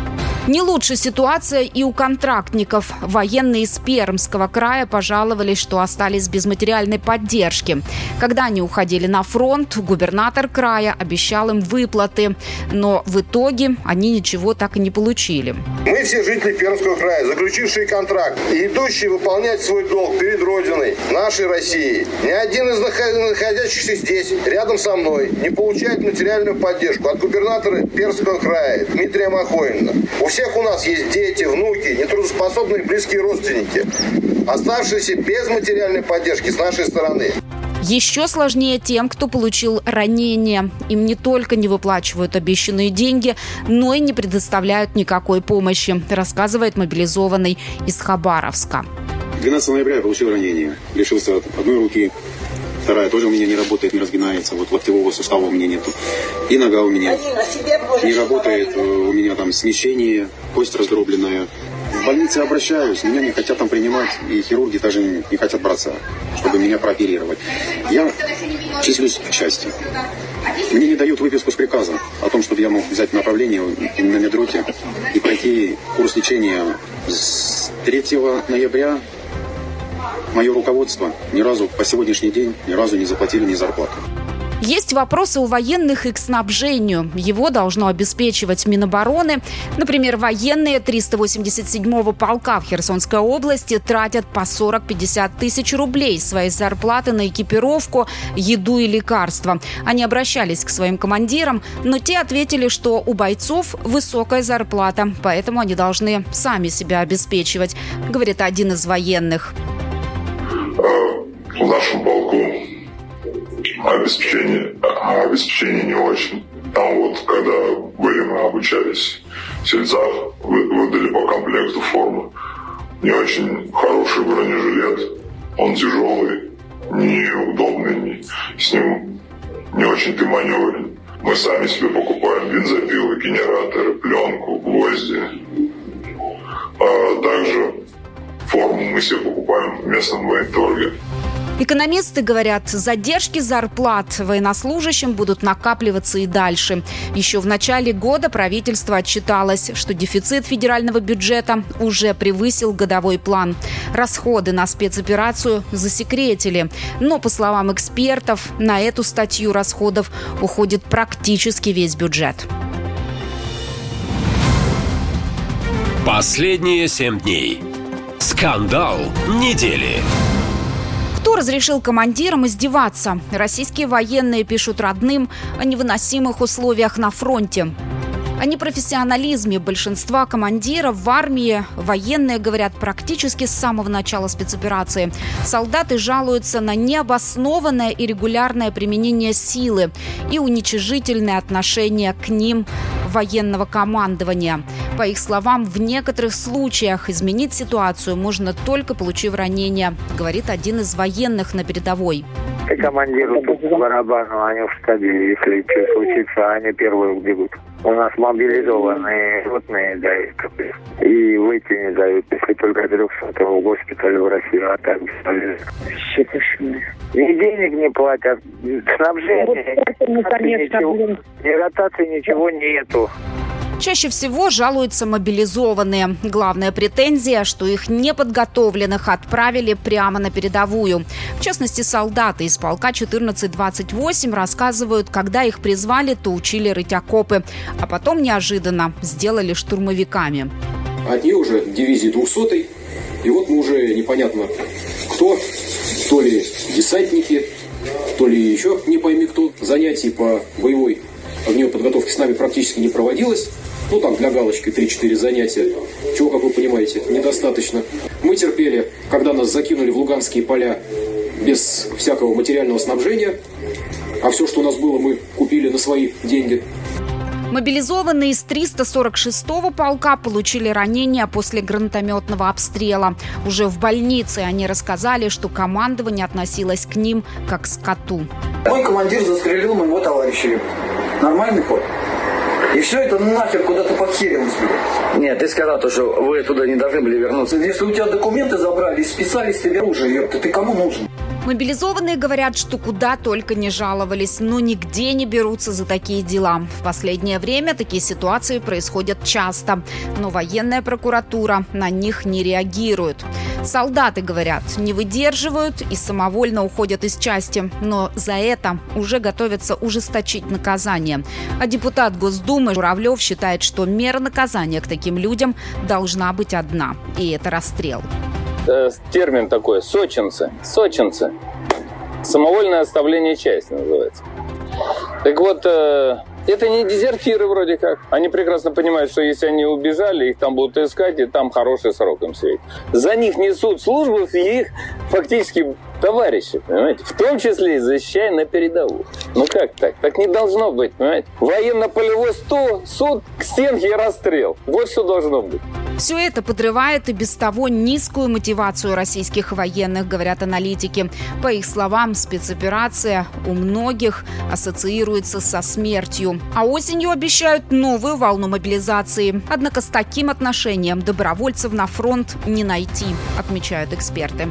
Не лучшая ситуация и у контрактников. Военные из Пермского края пожаловались, что остались без материальной поддержки. Когда они уходили на фронт, губернатор края обещал им выплаты. Но в итоге они ничего так и не получили.
Мы все жители Пермского края, заключившие контракт и идущие выполнять свой долг перед Родиной, нашей России. Ни один из находящихся здесь, рядом со мной, не получает материальную поддержку от губернатора Пермского края Дмитрия Махонина. У всех у нас есть дети, внуки, нетрудоспособные близкие родственники, оставшиеся без материальной поддержки с нашей стороны.
Еще сложнее тем, кто получил ранение. Им не только не выплачивают обещанные деньги, но и не предоставляют никакой помощи, рассказывает мобилизованный из Хабаровска.
двенадцатого ноября я получил ранение. Лишился одной руки. Вторая тоже у меня не работает, не разгинается. Вот локтевого сустава у меня нету. И нога у меня не работает. У меня там смещение, кость раздробленная. В больнице обращаюсь, меня не хотят там принимать. И хирурги даже не хотят браться, чтобы меня прооперировать. Я числюсь в части. Мне не дают выписку с приказа о том, чтобы я мог взять направление на медроте и пройти курс лечения с третьего ноября. Мое руководство ни разу по сегодняшний день ни разу не заплатили ни зарплату.
Есть вопросы у военных и к снабжению. Его должно обеспечивать Минобороны. Например, военные триста восемьдесят седьмого полка в Херсонской области тратят по сорок-пятьдесят тысяч рублей своей зарплаты на экипировку, еду и лекарства. Они обращались к своим командирам, но те ответили, что у бойцов высокая зарплата, поэтому они должны сами себя обеспечивать, говорит один из военных.
В нашем полку обеспечение, обеспечение не очень. Там вот, когда были мы обучались в Сельцах, выдали по комплекту форму. Не очень хороший бронежилет, он тяжелый, неудобный, с ним не очень ты маневрен. Мы сами себе покупаем бензопилы, генераторы, пленку, гвозди. А также форму мы себе покупаем в местном военторге.
Экономисты говорят, задержки зарплат военнослужащим будут накапливаться и дальше. Еще в начале года правительство отчиталось, что дефицит федерального бюджета уже превысил годовой план. Расходы на спецоперацию засекретили. Но, по словам экспертов, на эту статью расходов уходит практически весь бюджет.
Последние семь дней. Скандал недели.
Кто разрешил командирам издеваться? Российские военные пишут родным о невыносимых условиях на фронте. О непрофессионализме большинства командиров в армии военные говорят практически с самого начала спецоперации. Солдаты жалуются на необоснованное и регулярное применение силы и уничижительное отношение к ним военного командования. По их словам, в некоторых случаях изменить ситуацию можно только получив ранение, говорит один из военных на передовой.
И командиру тут по барабану, они в штабе, если что случится, они первые убегут. У нас мобилизованные ротные дают, и выйти не дают, если только трехсотого в госпитале в России, а так бесполезно. Ни денег не платят, снабжение, ничего, ни ротации, ничего нету.
Чаще всего жалуются мобилизованные. Главная претензия, что их неподготовленных отправили прямо на передовую. В частности, солдаты из полка четырнадцать двадцать восемь рассказывают, когда их призвали, то учили рыть окопы, а потом неожиданно сделали штурмовиками.
От нее уже дивизии двухсотой, и вот мы уже непонятно кто, то ли десантники, то ли еще не пойми кто. Занятий по боевой огневой подготовке с нами практически не проводилось. Ну, там, для галочки три-четыре занятия. Чего, как вы понимаете, недостаточно. Мы терпели, когда нас закинули в луганские поля без всякого материального снабжения. А все, что у нас было, мы купили на свои деньги.
Мобилизованные из триста сорок шестого полка получили ранения после гранатометного обстрела. Уже в больнице они рассказали, что командование относилось к ним как к скоту.
Мой командир застрелил моего товарища. Нормальный ход. И все это нахер куда-то подхерилось.
Нет, ты сказал, то, что вы туда не должны были вернуться.
Если у тебя документы забрали и списали с тебя оружие, ёпта, ты кому нужен?
Мобилизованные говорят, что куда только не жаловались, но нигде не берутся за такие дела. В последнее время такие ситуации происходят часто, но военная прокуратура на них не реагирует. Солдаты, говорят, не выдерживают и самовольно уходят из части, но за это уже готовятся ужесточить наказание. А депутат Госдумы Журавлев считает, что мера наказания к таким людям должна быть одна, и это расстрел.
Термин такой – сочинцы. Сочинцы. Самовольное оставление части называется. Так вот, э, это не дезертиры вроде как. Они прекрасно понимают, что если они убежали, их там будут искать, и там хороший срок им светит. За них несут службу их фактически товарищи, понимаете? В том числе и защищая на передовую. Ну как так? Так не должно быть, понимаете? Военно-полевой стол, суд, к стенке и расстрел. Вот что должно быть.
Все это подрывает и без того низкую мотивацию российских военных, говорят аналитики. По их словам, спецоперация у многих ассоциируется со смертью. А осенью обещают новую волну мобилизации. Однако с таким отношением добровольцев на фронт не найти, отмечают эксперты.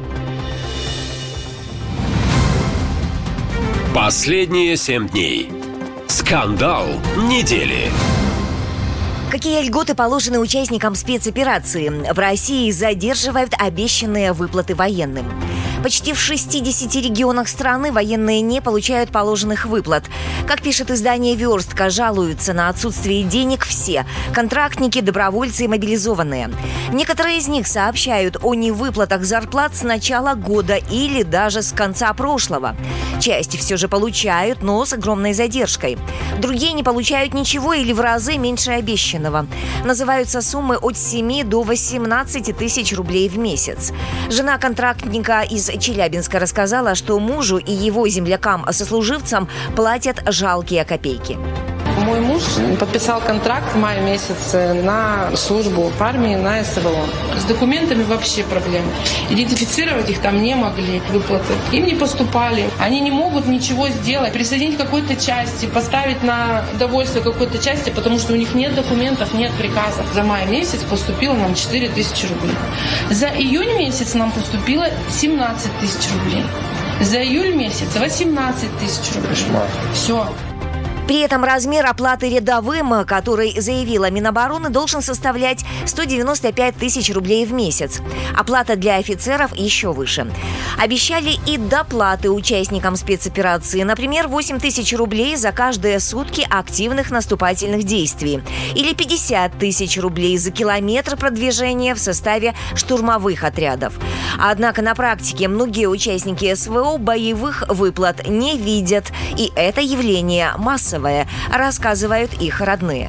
Последние семь дней. Скандал недели.
Какие льготы положены участникам спецоперации? В России задерживают обещанные выплаты военным. Почти в шестидесяти регионах страны военные не получают положенных выплат. Как пишет издание «Верстка», жалуются на отсутствие денег все – контрактники, добровольцы и мобилизованные. Некоторые из них сообщают о невыплатах зарплат с начала года или даже с конца прошлого. Часть все же получают, но с огромной задержкой. Другие не получают ничего или в разы меньше обещанного. Называются суммы от семи до восемнадцати тысяч рублей в месяц. Жена контрактника из Челябинска рассказала, что мужу и его землякам-сослуживцам платят жалкие копейки.
Мой муж подписал контракт в мае месяце на службу в армии на СВО. С документами вообще проблемы. Идентифицировать их там не могли, выплаты. Им не поступали. Они не могут ничего сделать. Присоединить к какой-то части, поставить на довольствие какой-то части, потому что у них нет документов, нет приказов. За май месяц поступило нам четыре тысячи рублей. За июнь месяц нам поступило семнадцать тысяч рублей. За июль месяц восемнадцать тысяч рублей. Все.
При этом размер оплаты рядовым, который заявила Минобороны, должен составлять сто девяносто пять тысяч рублей в месяц. Оплата для офицеров еще выше. Обещали и доплаты участникам спецоперации. Например, восемь тысяч рублей за каждые сутки активных наступательных действий. Или пятьдесят тысяч рублей за километр продвижения в составе штурмовых отрядов. Однако на практике многие участники СВО боевых выплат не видят. И это явление массовое, рассказывают их родные.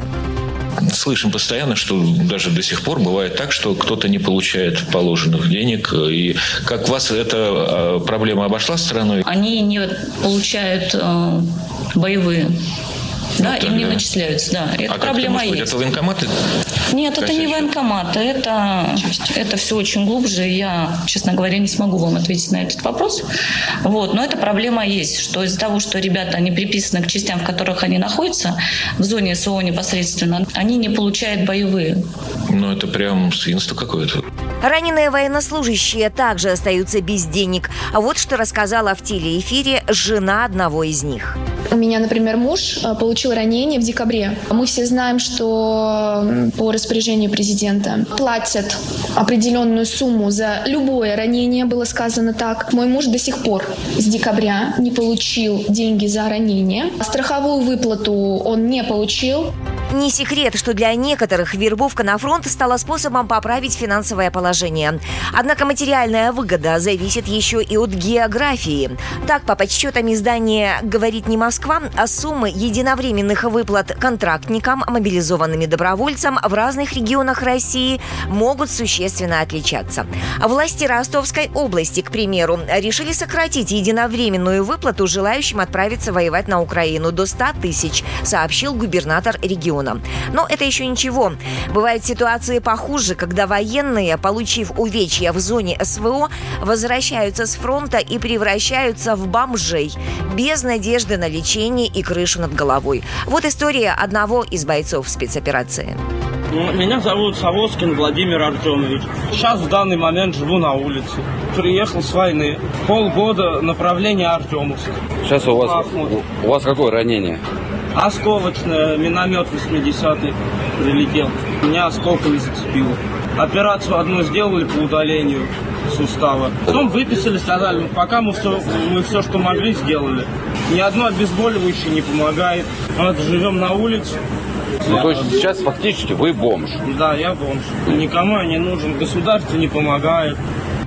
Слышим постоянно, что даже до сих пор бывает так, что кто-то не получает положенных денег. И как вас эта проблема обошла стороной?
Они не получают э, боевые. Да,
вот
им не
да.
начисляются, да. Это
а
проблема
как-то, может
есть.
быть, это военкоматы?
Нет, это не военкоматы, это, это все очень глубже. Я, честно говоря, не смогу вам ответить на этот вопрос. Вот. Но эта проблема есть, что из-за того, что ребята, они приписаны к частям, в которых они находятся, в зоне СВО непосредственно, они не получают боевые.
Ну, это прям свинство какое-то.
Раненые военнослужащие также остаются без денег. А вот что рассказала в телеэфире жена одного из них.
У меня, например, муж получил ранение в декабре. Мы все знаем, что по распоряжению президента платят определенную сумму за любое ранение, было сказано так. Мой муж до сих пор с декабря не получил деньги за ранение. Страховую выплату он не получил.
Не секрет, что для некоторых вербовка на фронт стала способом поправить финансовое положение. Однако материальная выгода зависит еще и от географии. Так, по подсчетам издания «Говорит не Москва», суммы единовременных выплат контрактникам, мобилизованным добровольцам в разных регионах России могут существенно отличаться. Власти Ростовской области, к примеру, решили сократить единовременную выплату желающим отправиться воевать на Украину до ста тысяч, сообщил губернатор региона. Но это еще ничего. Бывают ситуации похуже, когда военные, получив увечья в зоне СВО, возвращаются с фронта и превращаются в бомжей, без надежды на лечение и крышу над головой. Вот история одного из бойцов спецоперации.
Меня зовут Савоскин Владимир Артемович. Сейчас в данный момент живу на улице. Приехал с войны. Полгода направление Артемовск.
Сейчас у вас, у вас какое ранение?
Осколочное, миномет восьмидесятый прилетел. Меня осколками зацепило. Операцию одну сделали по удалению сустава. Потом выписали, сказали, ну, пока мы все, мы все, что могли, сделали. Ни одно обезболивающее не помогает. Вот, живем на улице.
Ну, то есть сейчас фактически вы бомж?
Да, я бомж. Никому я не нужен, государство не помогает.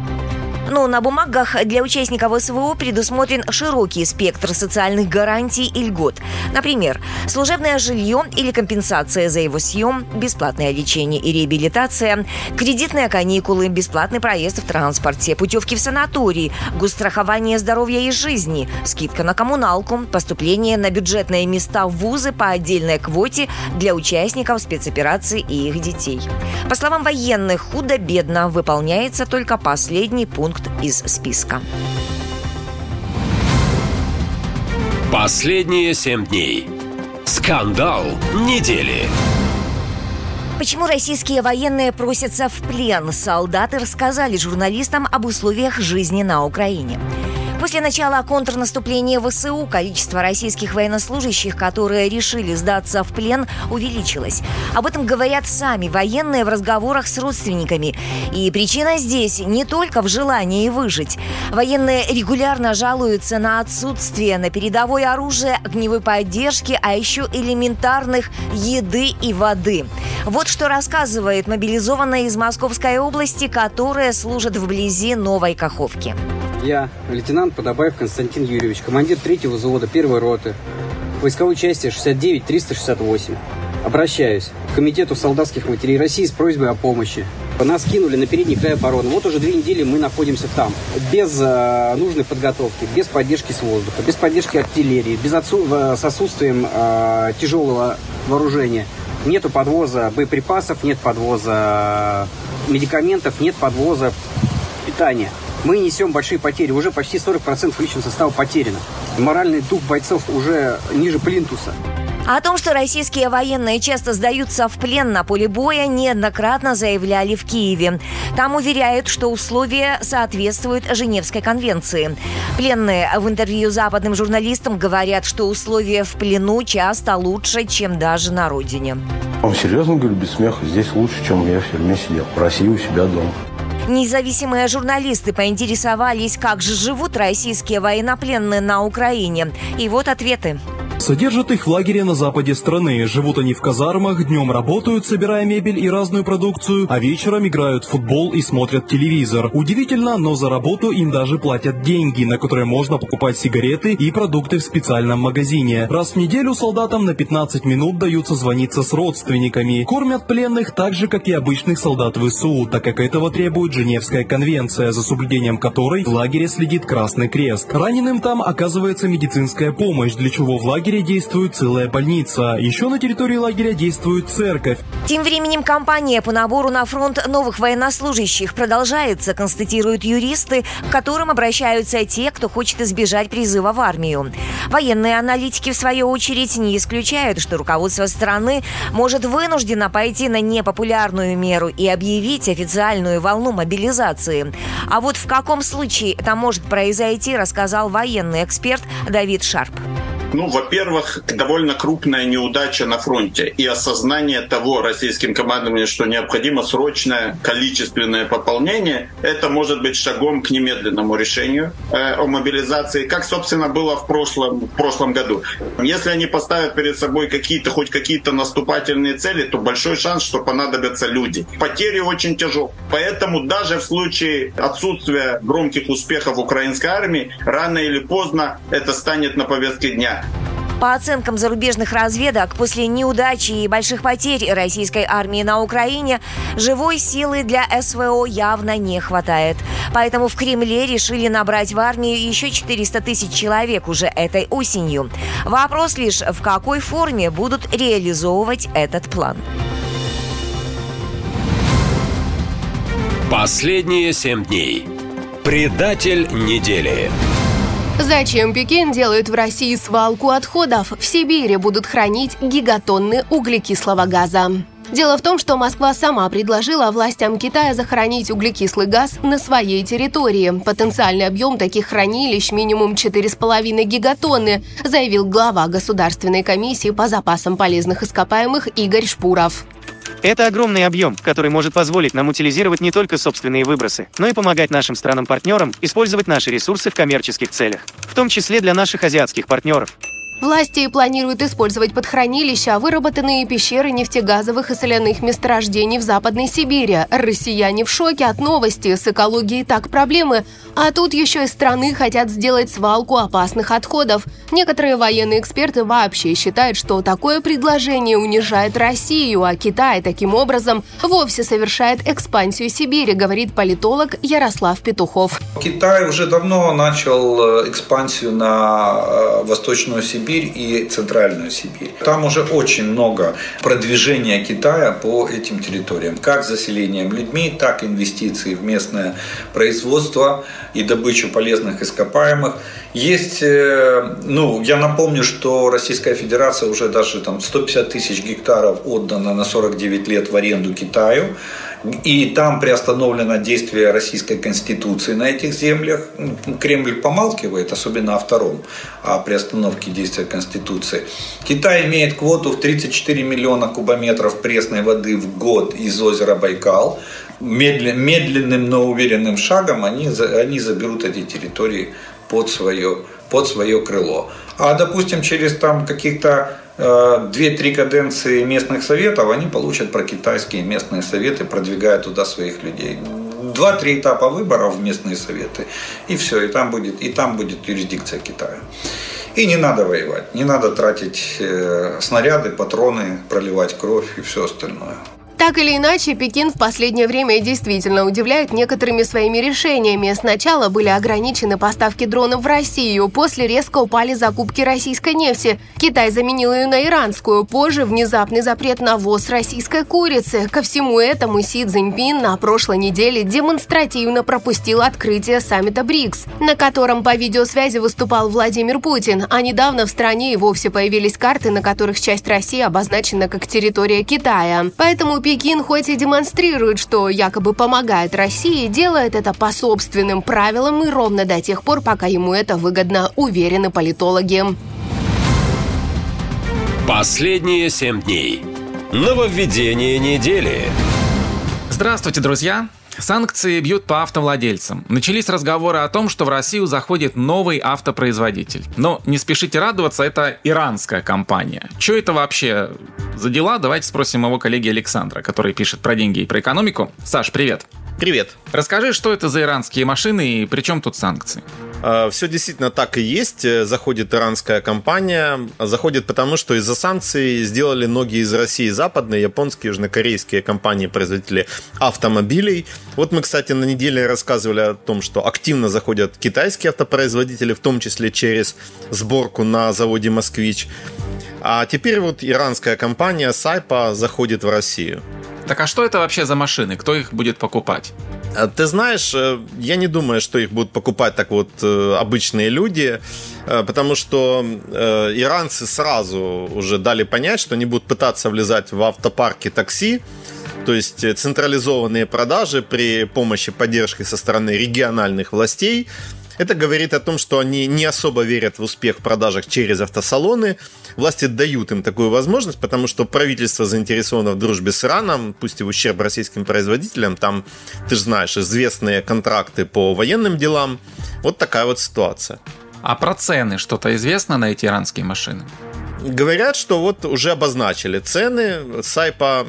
Но на бумагах для участников СВО предусмотрен широкий спектр социальных гарантий и льгот. Например, служебное жилье или компенсация за его съем, бесплатное лечение и реабилитация, кредитные каникулы, бесплатный проезд в транспорте, путевки в санаторий, госстрахование здоровья и жизни, скидка на коммуналку, поступление на бюджетные места в вузы по отдельной квоте для участников спецоперации и их детей. По словам военных, худо-бедно выполняется только последний пункт из списка.
Последние семь дней. Скандал недели.
Почему российские военные просятся в плен? Солдаты рассказали журналистам об условиях жизни на Украине. После начала контрнаступления ВСУ количество российских военнослужащих, которые решили сдаться в плен, увеличилось. Об этом говорят сами военные в разговорах с родственниками. И причина здесь не только в желании выжить. Военные регулярно жалуются на отсутствие на передовой оружия, огневой поддержки, а еще элементарных еды и воды. Вот что рассказывает мобилизованная из Московской области, которая служит вблизи Новой Каховки.
Я, лейтенант Подобаев Константин Юрьевич, командир третьего взвода первой роты, войсковой части шестьдесят девять триста шестьдесят восемь. Обращаюсь к Комитету солдатских матерей России с просьбой о помощи. Нас кинули на передний край обороны. Вот уже две недели мы находимся там. Без э, нужной подготовки, без поддержки с воздуха, без поддержки артиллерии, без отсу- с отсутствием э, тяжелого вооружения. Нету подвоза боеприпасов, нет подвоза медикаментов, нет подвоза питания. Мы несем большие потери. Уже почти сорок процентов личного состава потеряно. Моральный дух бойцов уже ниже плинтуса.
О том, что российские военные часто сдаются в плен на поле боя, неоднократно заявляли в Киеве. Там уверяют, что условия соответствуют Женевской конвенции. Пленные в интервью западным журналистам говорят, что условия в плену часто лучше, чем даже на родине.
Он серьезно говорю, без смеха, здесь лучше, чем я в тюрьме сидел. В России у себя дома.
Независимые журналисты поинтересовались, как же живут российские военнопленные на Украине. И вот ответы.
Содержат их в лагере на западе страны. Живут они в казармах, днем работают, собирая мебель и разную продукцию, а вечером играют в футбол и смотрят телевизор. Удивительно, но за работу им даже платят деньги, на которые можно покупать сигареты и продукты в специальном магазине. Раз в неделю солдатам на пятнадцать минут дают созвониться с родственниками. Кормят пленных так же, как и обычных солдат ВСУ, так как этого требует Женевская конвенция, за соблюдением которой в лагере следит Красный Крест. Раненым там оказывается медицинская помощь, для чего в лагере действует целая больница. Еще на территории лагеря действует церковь.
Тем временем кампания по набору на фронт новых военнослужащих продолжается, констатируют юристы, к которым обращаются те, кто хочет избежать призыва в армию. Военные аналитики, в свою очередь, не исключают, что руководство страны может вынужденно пойти на непопулярную меру и объявить официальную волну мобилизации. А вот в каком случае это может произойти, рассказал военный эксперт Давид Шарп.
Ну, во-первых, довольно крупная неудача на фронте и осознание того российским командованием, что необходимо срочное количественное пополнение, это может быть шагом к немедленному решению э, о мобилизации, как, собственно, было в прошлом, в прошлом году. Если они поставят перед собой какие-то, хоть какие-то наступательные цели, то большой шанс, что понадобятся люди. Потери очень тяжелые. Поэтому даже в случае отсутствия громких успехов украинской армии, рано или поздно это станет на повестке дня.
По оценкам зарубежных разведок, после неудачи и больших потерь российской армии на Украине живой силы для СВО явно не хватает. Поэтому в Кремле решили набрать в армию еще четыреста тысяч человек уже этой осенью. Вопрос лишь, в какой форме будут реализовывать этот план.
Последние семь дней. Предатель недели.
Зачем Пекин делает в России свалку отходов? В Сибири будут хранить гигатонны углекислого газа. Дело в том, что Москва сама предложила властям Китая захоронить углекислый газ на своей территории. Потенциальный объем таких хранилищ минимум четыре с половиной гигатонны, заявил глава Государственной комиссии по запасам полезных ископаемых Игорь Шпуров.
Это огромный объем, который может позволить нам утилизировать не только собственные выбросы, но и помогать нашим странам-партнерам использовать наши ресурсы в коммерческих целях, в том числе для наших азиатских партнеров.
Власти планируют использовать под хранилища выработанные пещеры нефтегазовых и соляных месторождений в Западной Сибири. Россияне в шоке от новости, с экологией так проблемы. А тут еще из страны хотят сделать свалку опасных отходов. Некоторые военные эксперты вообще считают, что такое предложение унижает Россию, а Китай таким образом вовсе совершает экспансию Сибири, говорит политолог Ярослав Петухов.
Китай уже давно начал экспансию на Восточную Сибирь и Центральную Сибирь. Там уже очень много продвижения Китая по этим территориям. Как заселением людьми, так и инвестиции в местное производство и добычу полезных ископаемых. Есть, ну, я напомню, что Российская Федерация уже даже там сто пятьдесят тысяч гектаров отдано на сорок девять лет в аренду Китаю. И там приостановлено действие Российской Конституции на этих землях. Кремль помалкивает, особенно о втором, о приостановке действия Конституции. Китай имеет квоту в тридцать четыре миллиона кубометров пресной воды в год из озера Байкал. Медленным, но уверенным шагом они, они заберут эти территории под свое, под свое крыло. А, допустим, через там каких-то две-три каденции местных советов они получат прокитайские местные советы, продвигая туда своих людей. Два-три этапа выборов в местные советы, и все, и там будет, и там будет юрисдикция Китая. И не надо воевать, не надо тратить снаряды, патроны, проливать кровь и все остальное.
Так или иначе, Пекин в последнее время действительно удивляет некоторыми своими решениями. Сначала были ограничены поставки дронов в Россию, после резко упали закупки российской нефти. Китай заменил ее на иранскую, позже внезапный запрет на ввоз российской курицы. Ко всему этому Си Цзиньпин на прошлой неделе демонстративно пропустил открытие саммита БРИКС, на котором по видеосвязи выступал Владимир Путин, а недавно в стране и вовсе появились карты, на которых часть России обозначена как территория Китая. Поэтому Пекин хоть и демонстрирует, что якобы помогает России, делает это по собственным правилам и ровно до тех пор, пока ему это выгодно, уверены политологи.
Последние семь дней. Нововведение недели.
Здравствуйте, друзья! Санкции бьют по автовладельцам. Начались разговоры о том, что в Россию заходит новый автопроизводитель. Но не спешите радоваться, это иранская компания. Что это вообще за дела? Давайте спросим его коллеги Александра, который пишет про деньги и про экономику. Саш, привет.
Привет.
Расскажи, что это за иранские машины и при чем тут санкции?
Все действительно так и есть. Заходит иранская компания. Заходит потому, что из-за санкций сделали многие из России западные, японские, южнокорейские компании-производители автомобилей. Вот мы, кстати, на неделе рассказывали о том, что активно заходят китайские автопроизводители, в том числе через сборку на заводе «Москвич». А теперь вот иранская компания Сайпа заходит в Россию.
Так а что это вообще за машины? Кто их будет покупать?
Ты знаешь, я не думаю, что их будут покупать так вот обычные люди, потому что иранцы сразу уже дали понять, что они будут пытаться влезать в автопарки такси, то есть централизованные продажи при помощи поддержки со стороны региональных властей. Это говорит о том, что они не особо верят в успех в продажах через автосалоны. Власти дают им такую возможность, потому что правительство заинтересовано в дружбе с Ираном, пусть и в ущерб российским производителям. Там, ты же знаешь, известные контракты по военным делам. Вот такая вот ситуация.
А про цены что-то известно на эти иранские машины?
Говорят, что вот уже обозначили цены. Сайпа,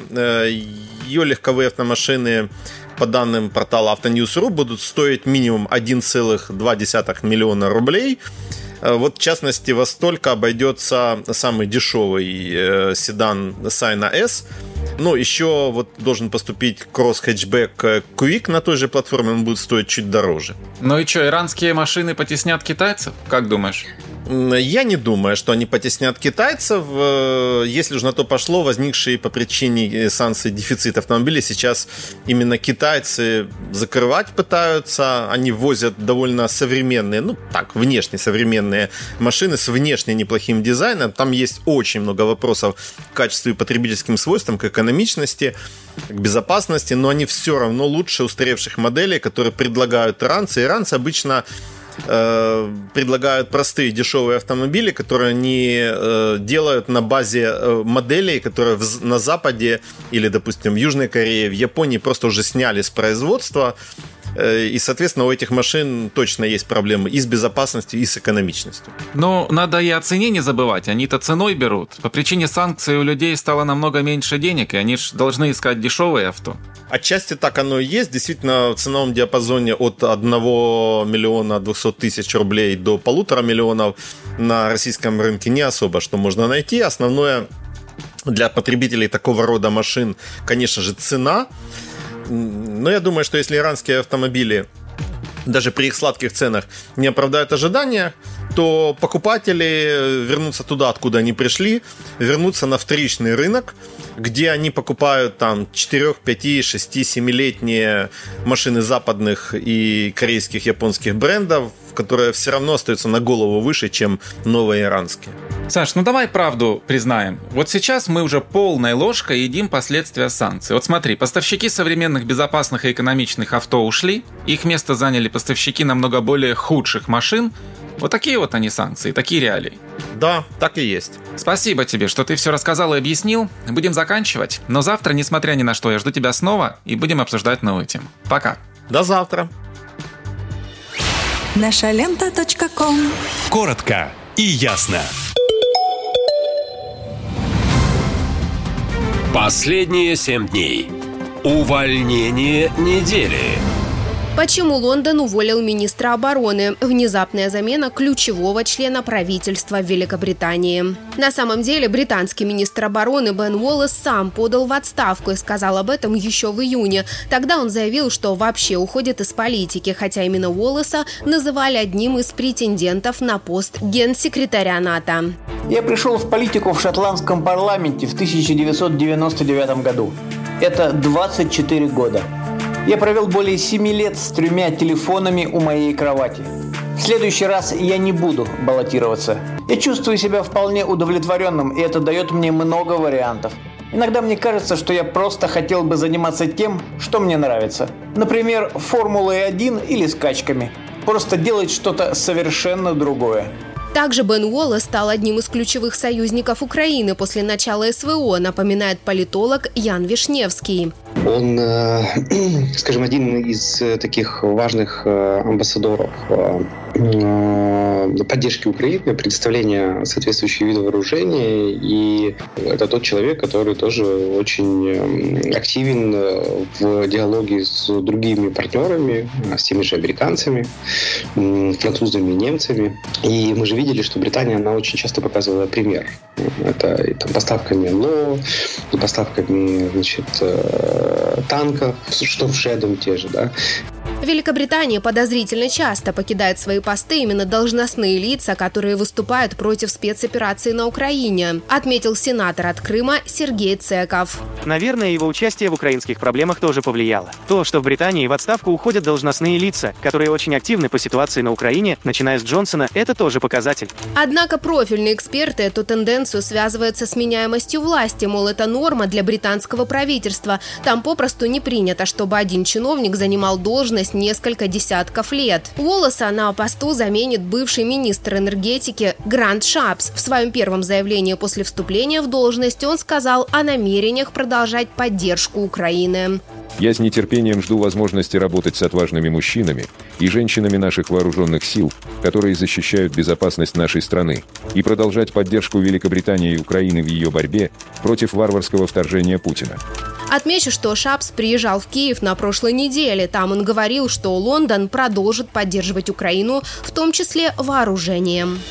ее легковые автомашины, по данным портала Автоньюз точка ру, будут стоить минимум один целых два десятых миллиона рублей. Вот, в частности, во столько обойдется самый дешевый э, седан Сайна S. Ну, еще вот должен поступить кросс-хэтчбэк Quick на той же платформе, он будет стоить чуть дороже.
Ну и что, иранские машины потеснят китайцев? Как думаешь?
Я не думаю, что они потеснят китайцев. Если уж на то пошло, возникший по причине санкций дефицит автомобилей сейчас именно китайцы закрывать пытаются. Они возят довольно современные, ну так, внешне современные машины с внешне неплохим дизайном. Там есть очень много вопросов к качеству и потребительским свойствам, к экономичности, к безопасности, но они все равно лучше устаревших моделей, которые предлагают иранцы. Иранцы обычно предлагают простые дешевые автомобили, которые они э, делают на базе э, моделей, которые в, на Западе или, допустим, в Южной Корее, в Японии просто уже сняли с производства. Э, и, соответственно, у этих машин точно есть проблемы и с безопасностью, и с экономичностью.
Но надо и о цене не забывать. Они-то ценой берут. По причине санкций у людей стало намного меньше денег, и они же должны искать дешевые авто.
Отчасти так оно и есть. Действительно, в ценовом диапазоне от одного миллиона двухсот тысяч рублей до полутора миллионов на российском рынке не особо что можно найти. Основное для потребителей такого рода машин, конечно же, цена. Но я думаю, что если иранские автомобили даже при их сладких ценах не оправдают ожидания, то покупатели вернутся туда, откуда они пришли, вернутся на вторичный рынок, где они покупают там четыре, пять, шесть, семилетние машины западных и корейских, японских брендов, которые все равно остаются на голову выше, чем новые иранские.
Саш, ну давай правду признаем. Вот сейчас мы уже полной ложкой едим последствия санкций. Вот смотри, поставщики современных безопасных и экономичных авто ушли, их место заняли поставщики намного более худших машин. Вот такие вот они санкции, такие реалии.
Да, так и есть.
Спасибо тебе, что ты все рассказал и объяснил. Будем заканчивать. Но завтра, несмотря ни на что, я жду тебя снова и будем обсуждать новую тему. Пока.
До завтра.
наша лента точка ком.
Коротко и ясно. Последние семь дней. Увольнение недели.
Почему Лондон уволил министра обороны? Внезапная замена ключевого члена правительства Великобритании. На самом деле, британский министр обороны Бен Уоллес сам подал в отставку и сказал об этом еще в июне. Тогда он заявил, что вообще уходит из политики, хотя именно Уоллеса называли одним из претендентов на пост генсекретаря НАТО.
Я пришел в политику в шотландском парламенте в тысяча девятьсот девяносто девятом году. Это двадцать четыре года. Я провел более семи лет с тремя телефонами у моей кровати. В следующий раз я не буду баллотироваться. Я чувствую себя вполне удовлетворенным, и это дает мне много вариантов. Иногда мне кажется, что я просто хотел бы заниматься тем, что мне нравится. Например, Формулой один или скачками. Просто делать что-то совершенно другое.
Также Бен Уоллес стал одним из ключевых союзников Украины после начала СВО, напоминает политолог Ян Вишневский.
Он, скажем, один из таких важных амбассадоров поддержки Украины, предоставления соответствующих видов вооружения. И это тот человек, который тоже очень активен в диалоге с другими партнерами, с теми же американцами, французами, немцами. И мы же видели, что Британия, она очень часто показывала пример. Это и, там, поставками НЛО, и поставками, значит, танков, что в Шедом те же, да.
Великобритания подозрительно часто покидает свои посты именно должностные лица, которые выступают против спецоперации на Украине, отметил сенатор от Крыма Сергей Цеков.
Наверное, его участие в украинских проблемах тоже повлияло. То, что в Британии в отставку уходят должностные лица, которые очень активны по ситуации на Украине, начиная с Джонсона, это тоже показатель.
Однако профильные эксперты эту тенденцию связывают со сменяемостью власти, мол, это норма для британского правительства. Там попросту не принято, чтобы один чиновник занимал должность несколько десятков лет. Уоллеса на посту заменит бывший министр энергетики Грант Шапс. В своем первом заявлении после вступления в должность он сказал о намерениях продолжать поддержку Украины.
Я с нетерпением жду возможности работать с отважными мужчинами и женщинами наших вооруженных сил, которые защищают безопасность нашей страны, и продолжать поддержку Великобритании и Украины в ее борьбе против варварского вторжения Путина.
Отмечу, что Шапс приезжал в Киев на прошлой неделе. Там он говорил, что Лондон продолжит поддерживать Украину, в том числе вооружением.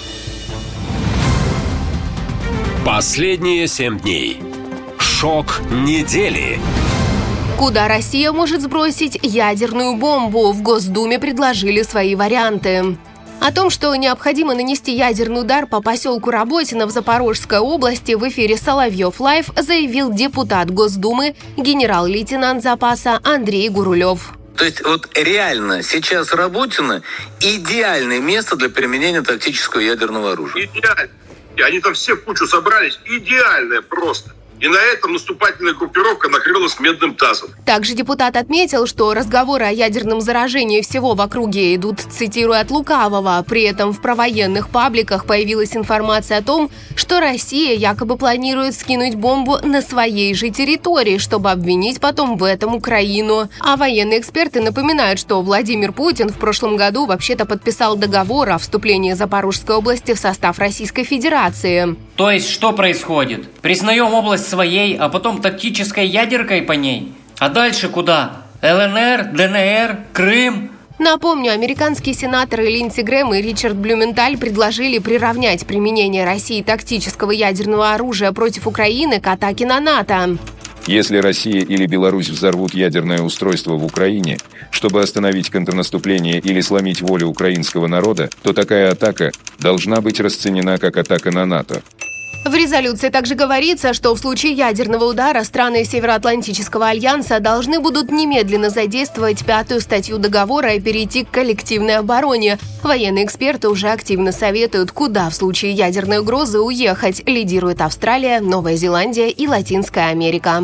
Последние семь дней. Шок недели.
Куда Россия может сбросить ядерную бомбу? В Госдуме предложили свои варианты. О том, что необходимо нанести ядерный удар по поселку Работино в Запорожской области, в эфире «Соловьев Лайв» заявил депутат Госдумы, генерал-лейтенант запаса Андрей Гурулев.
То есть вот реально сейчас Работино идеальное место для применения тактического ядерного оружия.
Идеально. Они там все в кучу собрались. Идеальное просто. И на этом наступательная группировка накрылась медным тазом.
Также депутат отметил, что разговоры о ядерном заражении всего в округе идут, цитирую, от лукавого. При этом в провоенных пабликах появилась информация о том, что Россия якобы планирует скинуть бомбу на своей же территории, чтобы обвинить потом в этом Украину. А военные эксперты напоминают, что Владимир Путин в прошлом году вообще-то подписал договор о вступлении Запорожской области в состав Российской Федерации.
То есть что происходит? Признаем область своей, а потом тактической ядеркой по ней? А дальше куда? ЛНР, ДНР, Крым?
Напомню, американские сенаторы Линдси Грэм и Ричард Блюменталь предложили приравнять применение России тактического ядерного оружия против Украины к атаке на НАТО.
Если Россия или Беларусь взорвут ядерное устройство в Украине, чтобы остановить контрнаступление или сломить волю украинского народа, то такая атака должна быть расценена как атака на НАТО.
В резолюции также говорится, что в случае ядерного удара страны Североатлантического альянса должны будут немедленно задействовать пятую статью договора и перейти к коллективной обороне. Военные эксперты уже активно советуют, куда в случае ядерной угрозы уехать. Лидирует Австралия, Новая Зеландия и Латинская Америка.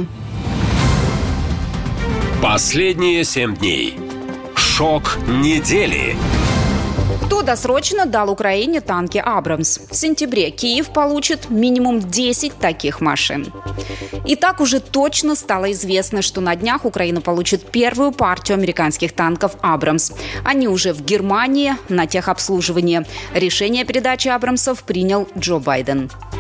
Последние семь дней. Шок недели.
Кто досрочно дал Украине танки «Абрамс»? В сентябре Киев получит минимум десять таких машин. И так уже точно стало известно, что на днях Украина получит первую партию американских танков «Абрамс». Они уже в Германии на техобслуживании. Решение о передаче «Абрамсов» принял Джо Байден.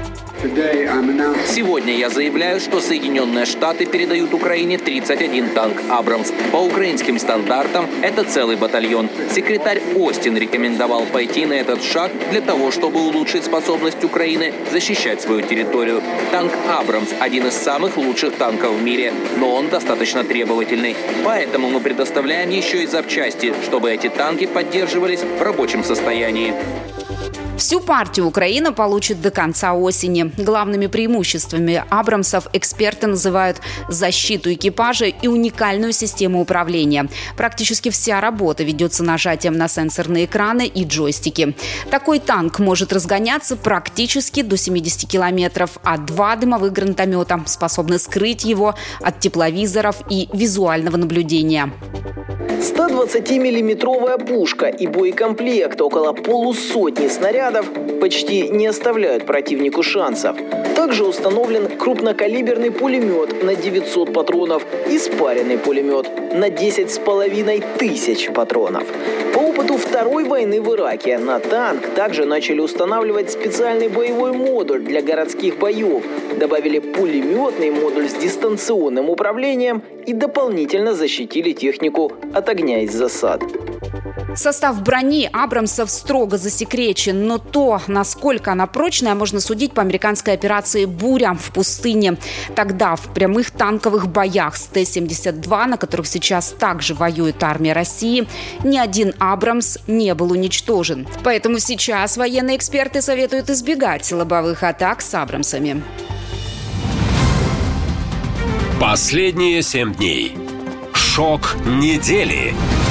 Сегодня я заявляю, что Соединенные Штаты передают Украине тридцать один танк «Абрамс». По украинским стандартам это целый батальон. Секретарь Остин рекомендовал пойти на этот шаг для того, чтобы улучшить способность Украины защищать свою территорию. Танк «Абрамс» – один из самых лучших танков в мире, но он достаточно требовательный. Поэтому мы предоставляем еще и запчасти, чтобы эти танки поддерживались в рабочем состоянии.
Всю партию Украина получит до конца осени. Главными преимуществами «Абрамсов» эксперты называют защиту экипажа и уникальную систему управления. Практически вся работа ведется нажатием на сенсорные экраны и джойстики. Такой танк может разгоняться практически до семидесяти километров, а два дымовых гранатомета способны скрыть его от тепловизоров и визуального наблюдения.
сто двадцатимиллиметровая пушка и боекомплект около полусотни снарядов почти не оставляют противнику шансов. Также установлен крупнокалиберный пулемет на девятьсот патронов и спаренный пулемет на десять с половиной тысяч патронов. По опыту Второй войны в Ираке на танк также начали устанавливать специальный боевой модуль для городских боев, добавили пулеметный модуль с дистанционным управлением и дополнительно защитили технику от огня из засад.
Состав брони «Абрамсов» строго засекречен, но то, насколько она прочная, можно судить по американской операции «Буря» в пустыне. Тогда в прямых танковых боях с Т семьдесят два, на которых сейчас также воюет армия России, ни один «Абрамс» не был уничтожен. Поэтому сейчас военные эксперты советуют избегать лобовых атак с «Абрамсами».
Последние семь дней. Шок недели.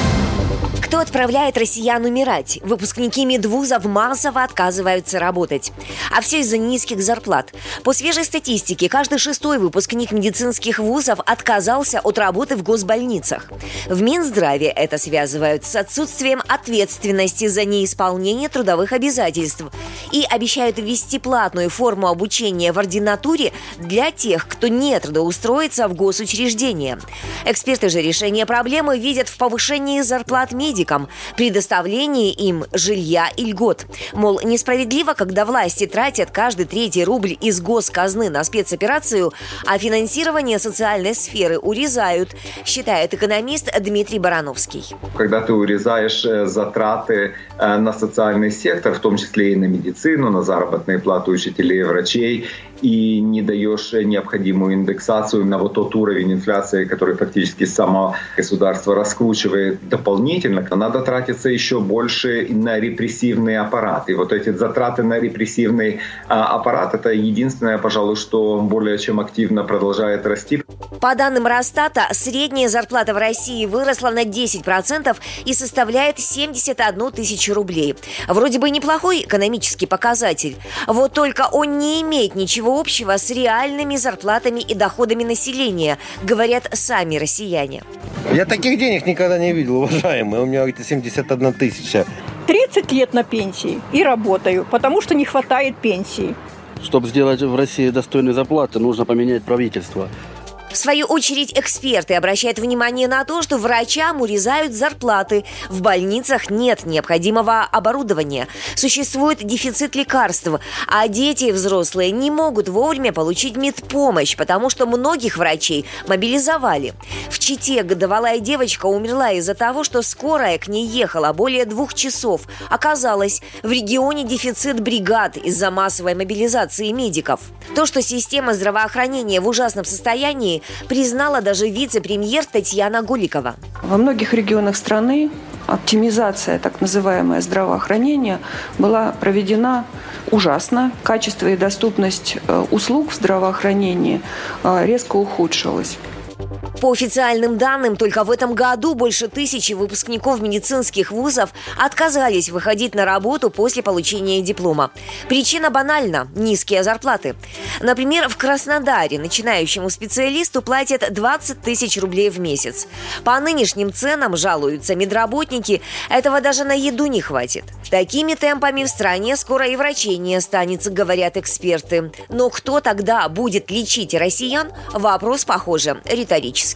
Кто отправляет россиян умирать? Выпускники медвузов массово отказываются работать. А все из-за низких зарплат. По свежей статистике, каждый шестой выпускник медицинских вузов отказался от работы в госбольницах. В Минздраве это связывают с отсутствием ответственности за неисполнение трудовых обязательств и обещают ввести платную форму обучения в ординатуре для тех, кто не трудоустроится в госучреждения. Эксперты же решение проблемы видят в повышении зарплат медиков, предоставлении им жилья и льгот. Мол, несправедливо, когда власти тратят каждый третий рубль из госказны на спецоперацию, а финансирование социальной сферы урезают, считает экономист Дмитрий Барановский.
Когда ты урезаешь затраты на социальный сектор, в том числе и на медицину, на заработные платы учителей и врачей, и не даешь необходимую индексацию на вот тот уровень инфляции, который фактически само государство раскручивает дополнительно, надо тратиться еще больше на репрессивный аппарат. И вот эти затраты на репрессивный а, аппарат – это единственное, пожалуй, что более чем активно продолжает расти.
По данным Росстата, средняя зарплата в России выросла на десять процентов и составляет семьдесят одну тысячу рублей. Вроде бы неплохой экономический показатель. Вот только он не имеет ничего общего с реальными зарплатами и доходами населения, говорят сами россияне.
Я таких денег никогда не видел, уважаемые. У меня семьдесят одна тысяча.
тридцать лет на пенсии и работаю, потому что не хватает пенсии.
Чтобы сделать в России достойные зарплаты, нужно поменять правительство.
В свою очередь, эксперты обращают внимание на то, что врачам урезают зарплаты. В больницах нет необходимого оборудования. Существует дефицит лекарств. А дети и взрослые не могут вовремя получить медпомощь, потому что многих врачей мобилизовали. В Чите годовалая девочка умерла из-за того, что скорая к ней ехала более двух часов. Оказалось, в регионе дефицит бригад из-за массовой мобилизации медиков. То, что система здравоохранения в ужасном состоянии, признала даже вице-премьер Татьяна Гуликова.
Во многих регионах страны оптимизация так называемое здравоохранения была проведена ужасно. Качество и доступность услуг в здравоохранении резко ухудшилось.
По официальным данным, только в этом году больше тысячи выпускников медицинских вузов отказались выходить на работу после получения диплома. Причина банальна – низкие зарплаты. Например, в Краснодаре начинающему специалисту платят двадцать тысяч рублей в месяц. По нынешним ценам, жалуются медработники, этого даже на еду не хватит. Такими темпами в стране скоро и врачей не останется, говорят эксперты. Но кто тогда будет лечить россиян? Вопрос, похоже, риторический.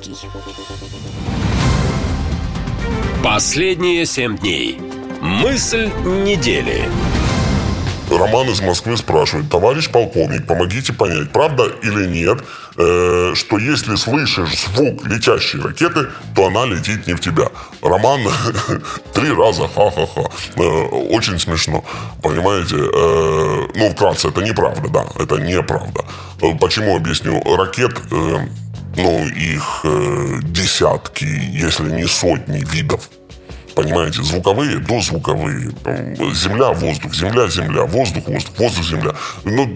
Последние семь дней. Мысль недели.
Роман из Москвы спрашивает: товарищ полковник, помогите понять, правда или нет, э, что если слышишь звук летящей ракеты, то она летит не в тебя. Роман три раза ха-ха-ха. Э, очень смешно, понимаете? Э, ну, вкратце, это неправда, да, это неправда. Э, почему объясню? Ракет... Э, ну, их э, десятки, если не сотни видов. Понимаете, звуковые, дозвуковые, земля, воздух, земля, земля, воздух, воздух, воздух, земля. Ну,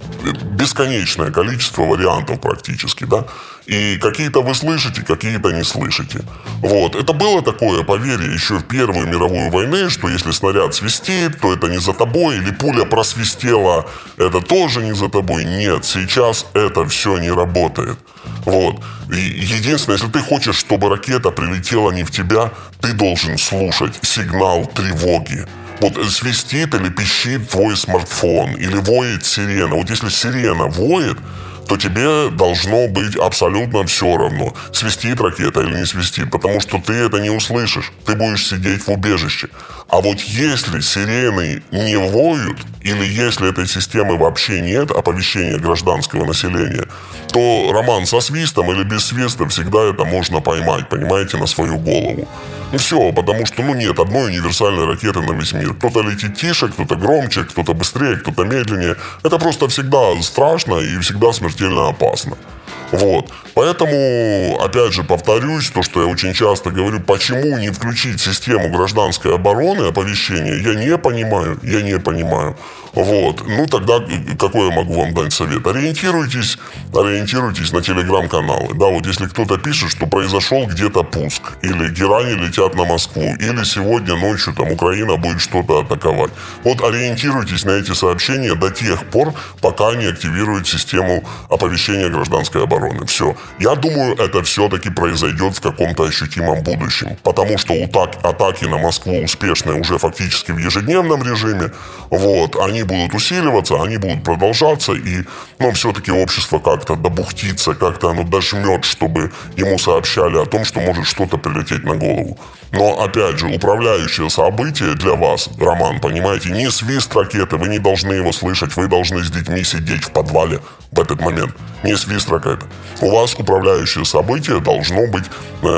бесконечное количество вариантов практически, да. И какие-то вы слышите, какие-то не слышите. Вот. Это было такое поверье еще в Первую мировую войну, что если снаряд свистит, то это не за тобой, или пуля просвистела, это тоже не за тобой. Нет, сейчас это все не работает. Вот. И единственное, если ты хочешь, чтобы ракета прилетела не в тебя, ты должен слушать сигнал тревоги. Вот свистит или пищит твой смартфон, или воет сирена. Вот если сирена воет, то тебе должно быть абсолютно все равно, свистит ракета или не свистит, потому что ты это не услышишь, ты будешь сидеть в убежище. А вот если сирены не воют, или если этой системы вообще нет, оповещения гражданского населения, то, Роман, со свистом или без свиста всегда это можно поймать, понимаете, на свою голову. И все, потому что, ну, нет одной универсальной ракеты на весь мир. Кто-то летит тише, кто-то громче, кто-то быстрее, кто-то медленнее. Это просто всегда страшно и всегда смертельно опасно. Вот. Поэтому, опять же, повторюсь, то, что я очень часто говорю, почему не включить систему гражданской обороны, оповещения, я не понимаю, я не понимаю. Вот. Ну, тогда какой я могу вам дать совет? Ориентируйтесь, ориентируйтесь на телеграм-каналы. Да, вот если кто-то пишет, что произошел где-то пуск, или герани летят на Москву, или сегодня ночью там Украина будет что-то атаковать. Вот ориентируйтесь на эти сообщения до тех пор, пока не активируют систему оповещения гражданской обороны. Все. Я думаю, это все-таки произойдет в каком-то ощутимом будущем. Потому что атаки на Москву успешные уже фактически в ежедневном режиме. Вот. Они будут усиливаться, они будут продолжаться, и, ну, все-таки общество как-то добухтится, как-то оно дожмет, чтобы ему сообщали о том, что может что-то прилететь на голову. Но, опять же, управляющее событие для вас, Роман, понимаете, не свист ракеты, вы не должны его слышать, вы должны с детьми сидеть в подвале в этот момент. Не свист ракеты. У вас управляющее событие должно быть э,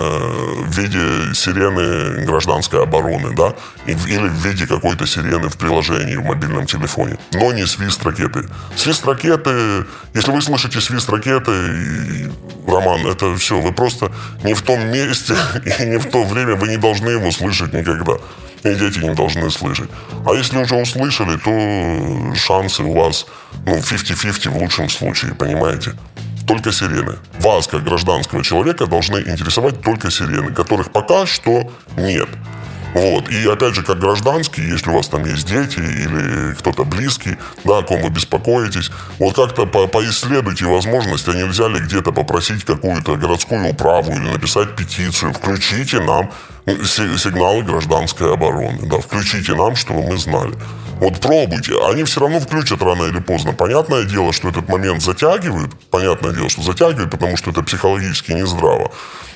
в виде сирены гражданской обороны, да, или в виде какой-то сирены в приложении, в мобильном телефоне, но не свист ракеты. Свист ракеты, если вы слышите свист ракеты, Роман, это все, вы просто не в том месте и не в то время, вы не должны его слышать никогда. И дети не должны слышать. А если уже услышали, то шансы у вас, ну, пятьдесят на пятьдесят в лучшем случае, понимаете? Только сирены. Вас, как гражданского человека, должны интересовать только сирены, которых пока что нет. Вот. И опять же, как гражданский, если у вас там есть дети или кто-то близкий, да, о ком вы беспокоитесь, вот как-то по- поисследуйте возможность, а нельзя ли где-то попросить какую-то городскую управу или написать петицию, включите нам сигналы гражданской обороны, да, включите нам, чтобы мы знали. Вот пробуйте, они все равно включат рано или поздно. Понятное дело, что этот момент затягивают, понятное дело, что затягивают, потому что это психологически нездраво,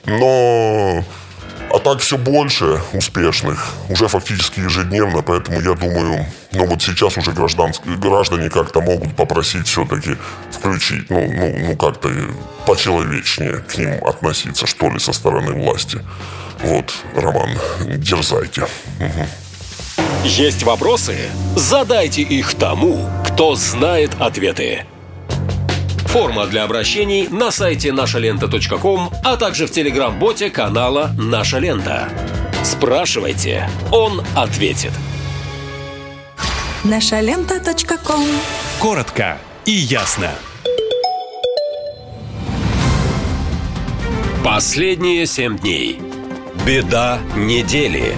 но... А так все больше успешных, уже фактически ежедневно, поэтому я думаю, ну вот сейчас уже гражданские, граждане как-то могут попросить все-таки включить, ну, ну, ну как-то почеловечнее к ним относиться, что ли, со стороны власти. Вот, Роман, дерзайте. Угу.
Есть вопросы? Задайте их тому, кто знает ответы. Форма для обращений на сайте наша лента точка ком, а также в телеграм-боте канала «Наша лента». Спрашивайте, он ответит.
наша лента точка ком.
Коротко и ясно. Последние семь дней. Беда недели.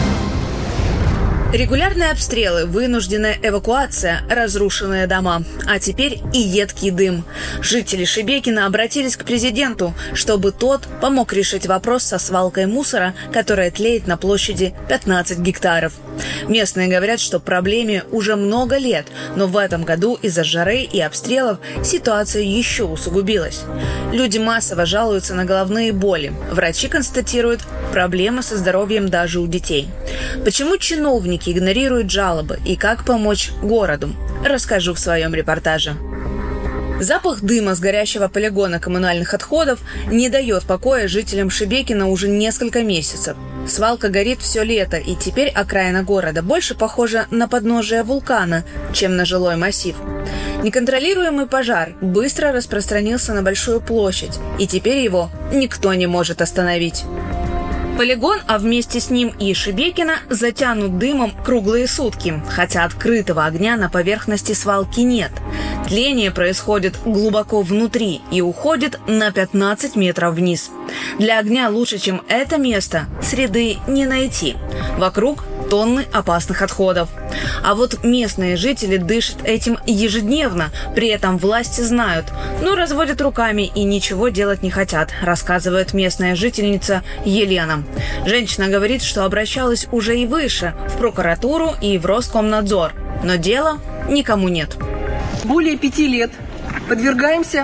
Регулярные обстрелы, вынужденная эвакуация, разрушенные дома. А теперь и едкий дым. Жители Шебекина обратились к президенту, чтобы тот помог решить вопрос со свалкой мусора, которая тлеет на площади пятнадцать гектаров.
Местные говорят, что проблеме уже много лет, но в этом году из-за жары и обстрелов ситуация еще усугубилась. Люди массово жалуются на головные боли. Врачи констатируют проблемы со здоровьем даже у детей. Почему чиновники игнорируют жалобы и как помочь городу, расскажу в своем репортаже. Запах дыма с горящего полигона коммунальных отходов не дает покоя жителям Шебекино уже несколько месяцев. Свалка горит все лето, и теперь окраина города больше похожа на подножие вулкана, чем на жилой массив. Неконтролируемый пожар быстро распространился на большую площадь, и теперь его никто не может остановить. Полигон, а вместе с ним и Шебекино, затянут дымом круглые сутки, хотя открытого огня на поверхности свалки нет. Тление происходит глубоко внутри и уходит на пятнадцать метров вниз. Для огня лучше, чем это место, среды не найти. Вокруг тонны опасных отходов. А вот местные жители дышат этим ежедневно, при этом власти знают, но разводят руками и ничего делать не хотят, рассказывает местная жительница Елена. Женщина говорит, что обращалась уже и выше, в прокуратуру и в Роскомнадзор, но дела никому нет.
Более пяти лет подвергаемся,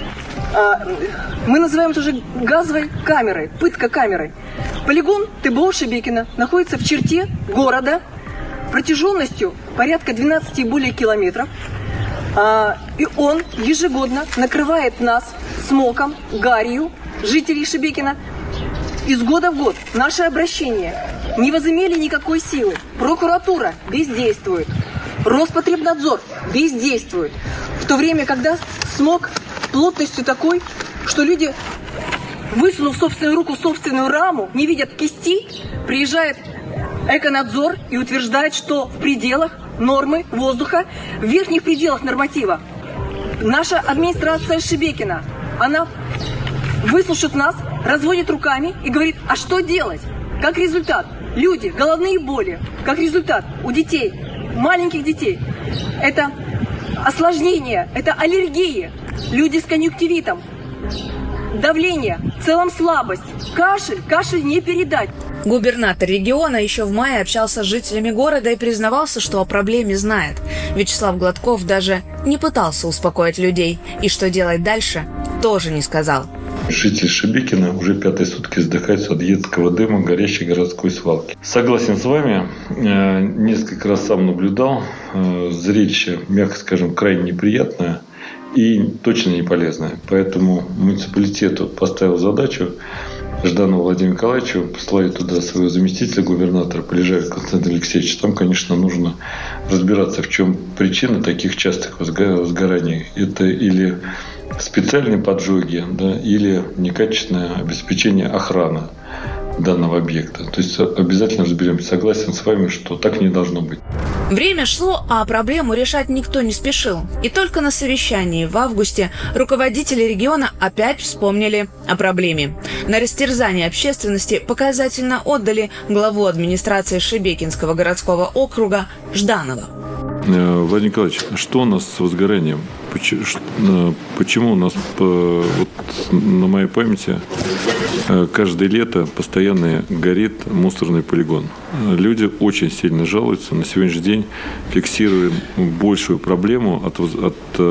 мы называем это уже газовой камерой, пытка камерой. Полигон ТБО Шебекино находится в черте города протяженностью порядка двенадцати и более километров. И он ежегодно накрывает нас смогом, гарью, жителей Шебекино. Из года в год наши обращения не возымели никакой силы. Прокуратура бездействует. Роспотребнадзор бездействует. В то время, когда смог плотностью такой, что люди, высунув собственную руку в собственную раму, не видят кисти, приезжает Эконадзор и утверждает, что в пределах нормы воздуха, в верхних пределах норматива. Наша администрация Шебекино, она выслушает нас, разводит руками и говорит, а что делать? Как результат, люди, головные боли, как результат у детей, маленьких детей, это осложнения, это аллергии, люди с конъюнктивитом, давление, в целом слабость, кашель, кашель не передать.
Губернатор региона еще в мае общался с жителями города и признавался, что о проблеме знает. Вячеслав Гладков даже не пытался успокоить людей. И что делать дальше, тоже не сказал.
Жители Шебекино уже пятые сутки задыхаются от едкого дыма горящей городской свалки. Согласен с вами, несколько раз сам наблюдал. Зрелище, мягко скажем, крайне неприятное и точно не полезное. Поэтому муниципалитету поставил задачу Жданову Владимиру Николаевичу послали туда своего заместителя губернатора Полежаева Константина Алексеевича. Там, конечно, нужно разбираться, в чем причина таких частых возгораний. Это или специальные поджоги, да, или некачественное обеспечение охраны данного объекта. То есть обязательно разберемся. Согласен с вами, что так не должно быть.
Время шло, а проблему решать никто не спешил. И только на совещании в августе руководители региона опять вспомнили о проблеме. На растерзание общественности показательно отдали главу администрации Шебекинского городского округа Жданова.
Владимир Николаевич, что у нас с возгоранием? Почему у нас, вот, на моей памяти, каждое лето постоянно горит мусорный полигон? Люди очень сильно жалуются. На сегодняшний день фиксируем большую проблему от, от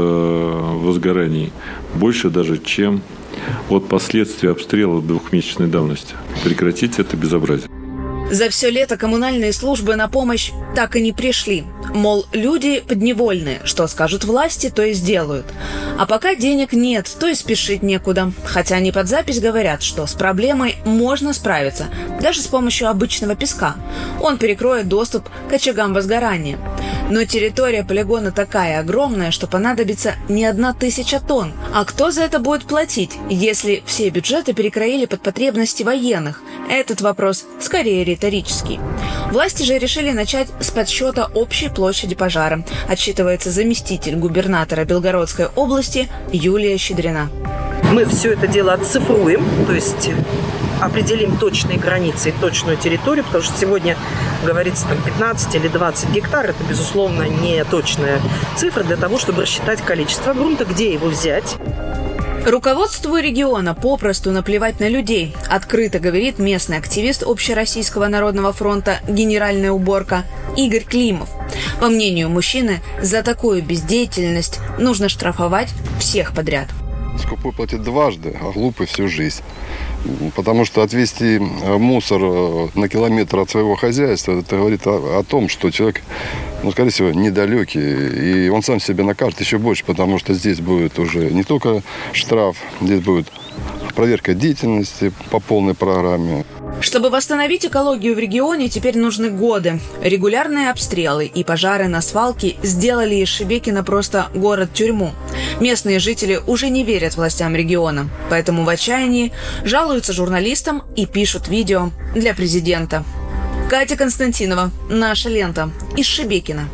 возгораний. Больше даже, чем от последствий обстрела двухмесячной давности. Прекратить это безобразие.
За все лето коммунальные службы на помощь так и не пришли. Мол, люди подневольные, что скажут власти, то и сделают. А пока денег нет, то и спешить некуда. Хотя они под запись говорят, что с проблемой можно справиться, даже с помощью обычного песка. Он перекроет доступ к очагам возгорания. Но территория полигона такая огромная, что понадобится не одна тысяча тонн. А кто за это будет платить, если все бюджеты перекроили под потребности военных? Этот вопрос скорее риторический. Власти же решили начать с подсчета общей площади пожара, отчитывается заместитель губернатора Белгородской области Юлия Щедрина.
Мы все это дело отцифруем, то есть определим точные границы и точную территорию, потому что сегодня говорится там пятнадцать или двадцать гектар, это, безусловно, не точная цифра для того, чтобы рассчитать количество грунта, где его взять.
Руководству региона попросту наплевать на людей, открыто говорит местный активист Общероссийского народного фронта «Генеральная уборка» Игорь Климов. По мнению мужчины, за такую бездеятельность нужно штрафовать всех подряд.
Скупой платит дважды, а глупый всю жизнь. Потому что отвезти мусор на километр от своего хозяйства, это говорит о, о том, что человек, ну, скорее всего, недалекий. И он сам себя накажет еще больше, потому что здесь будет уже не только штраф, здесь будет проверка деятельности по полной программе.
Чтобы восстановить экологию в регионе, теперь нужны годы. Регулярные обстрелы и пожары на свалке сделали из Шебекино просто город-тюрьму. Местные жители уже не верят властям региона, поэтому в отчаянии жалуются журналистам и пишут видео для президента. Катя Константинова, «Наша лента», из Шебекино.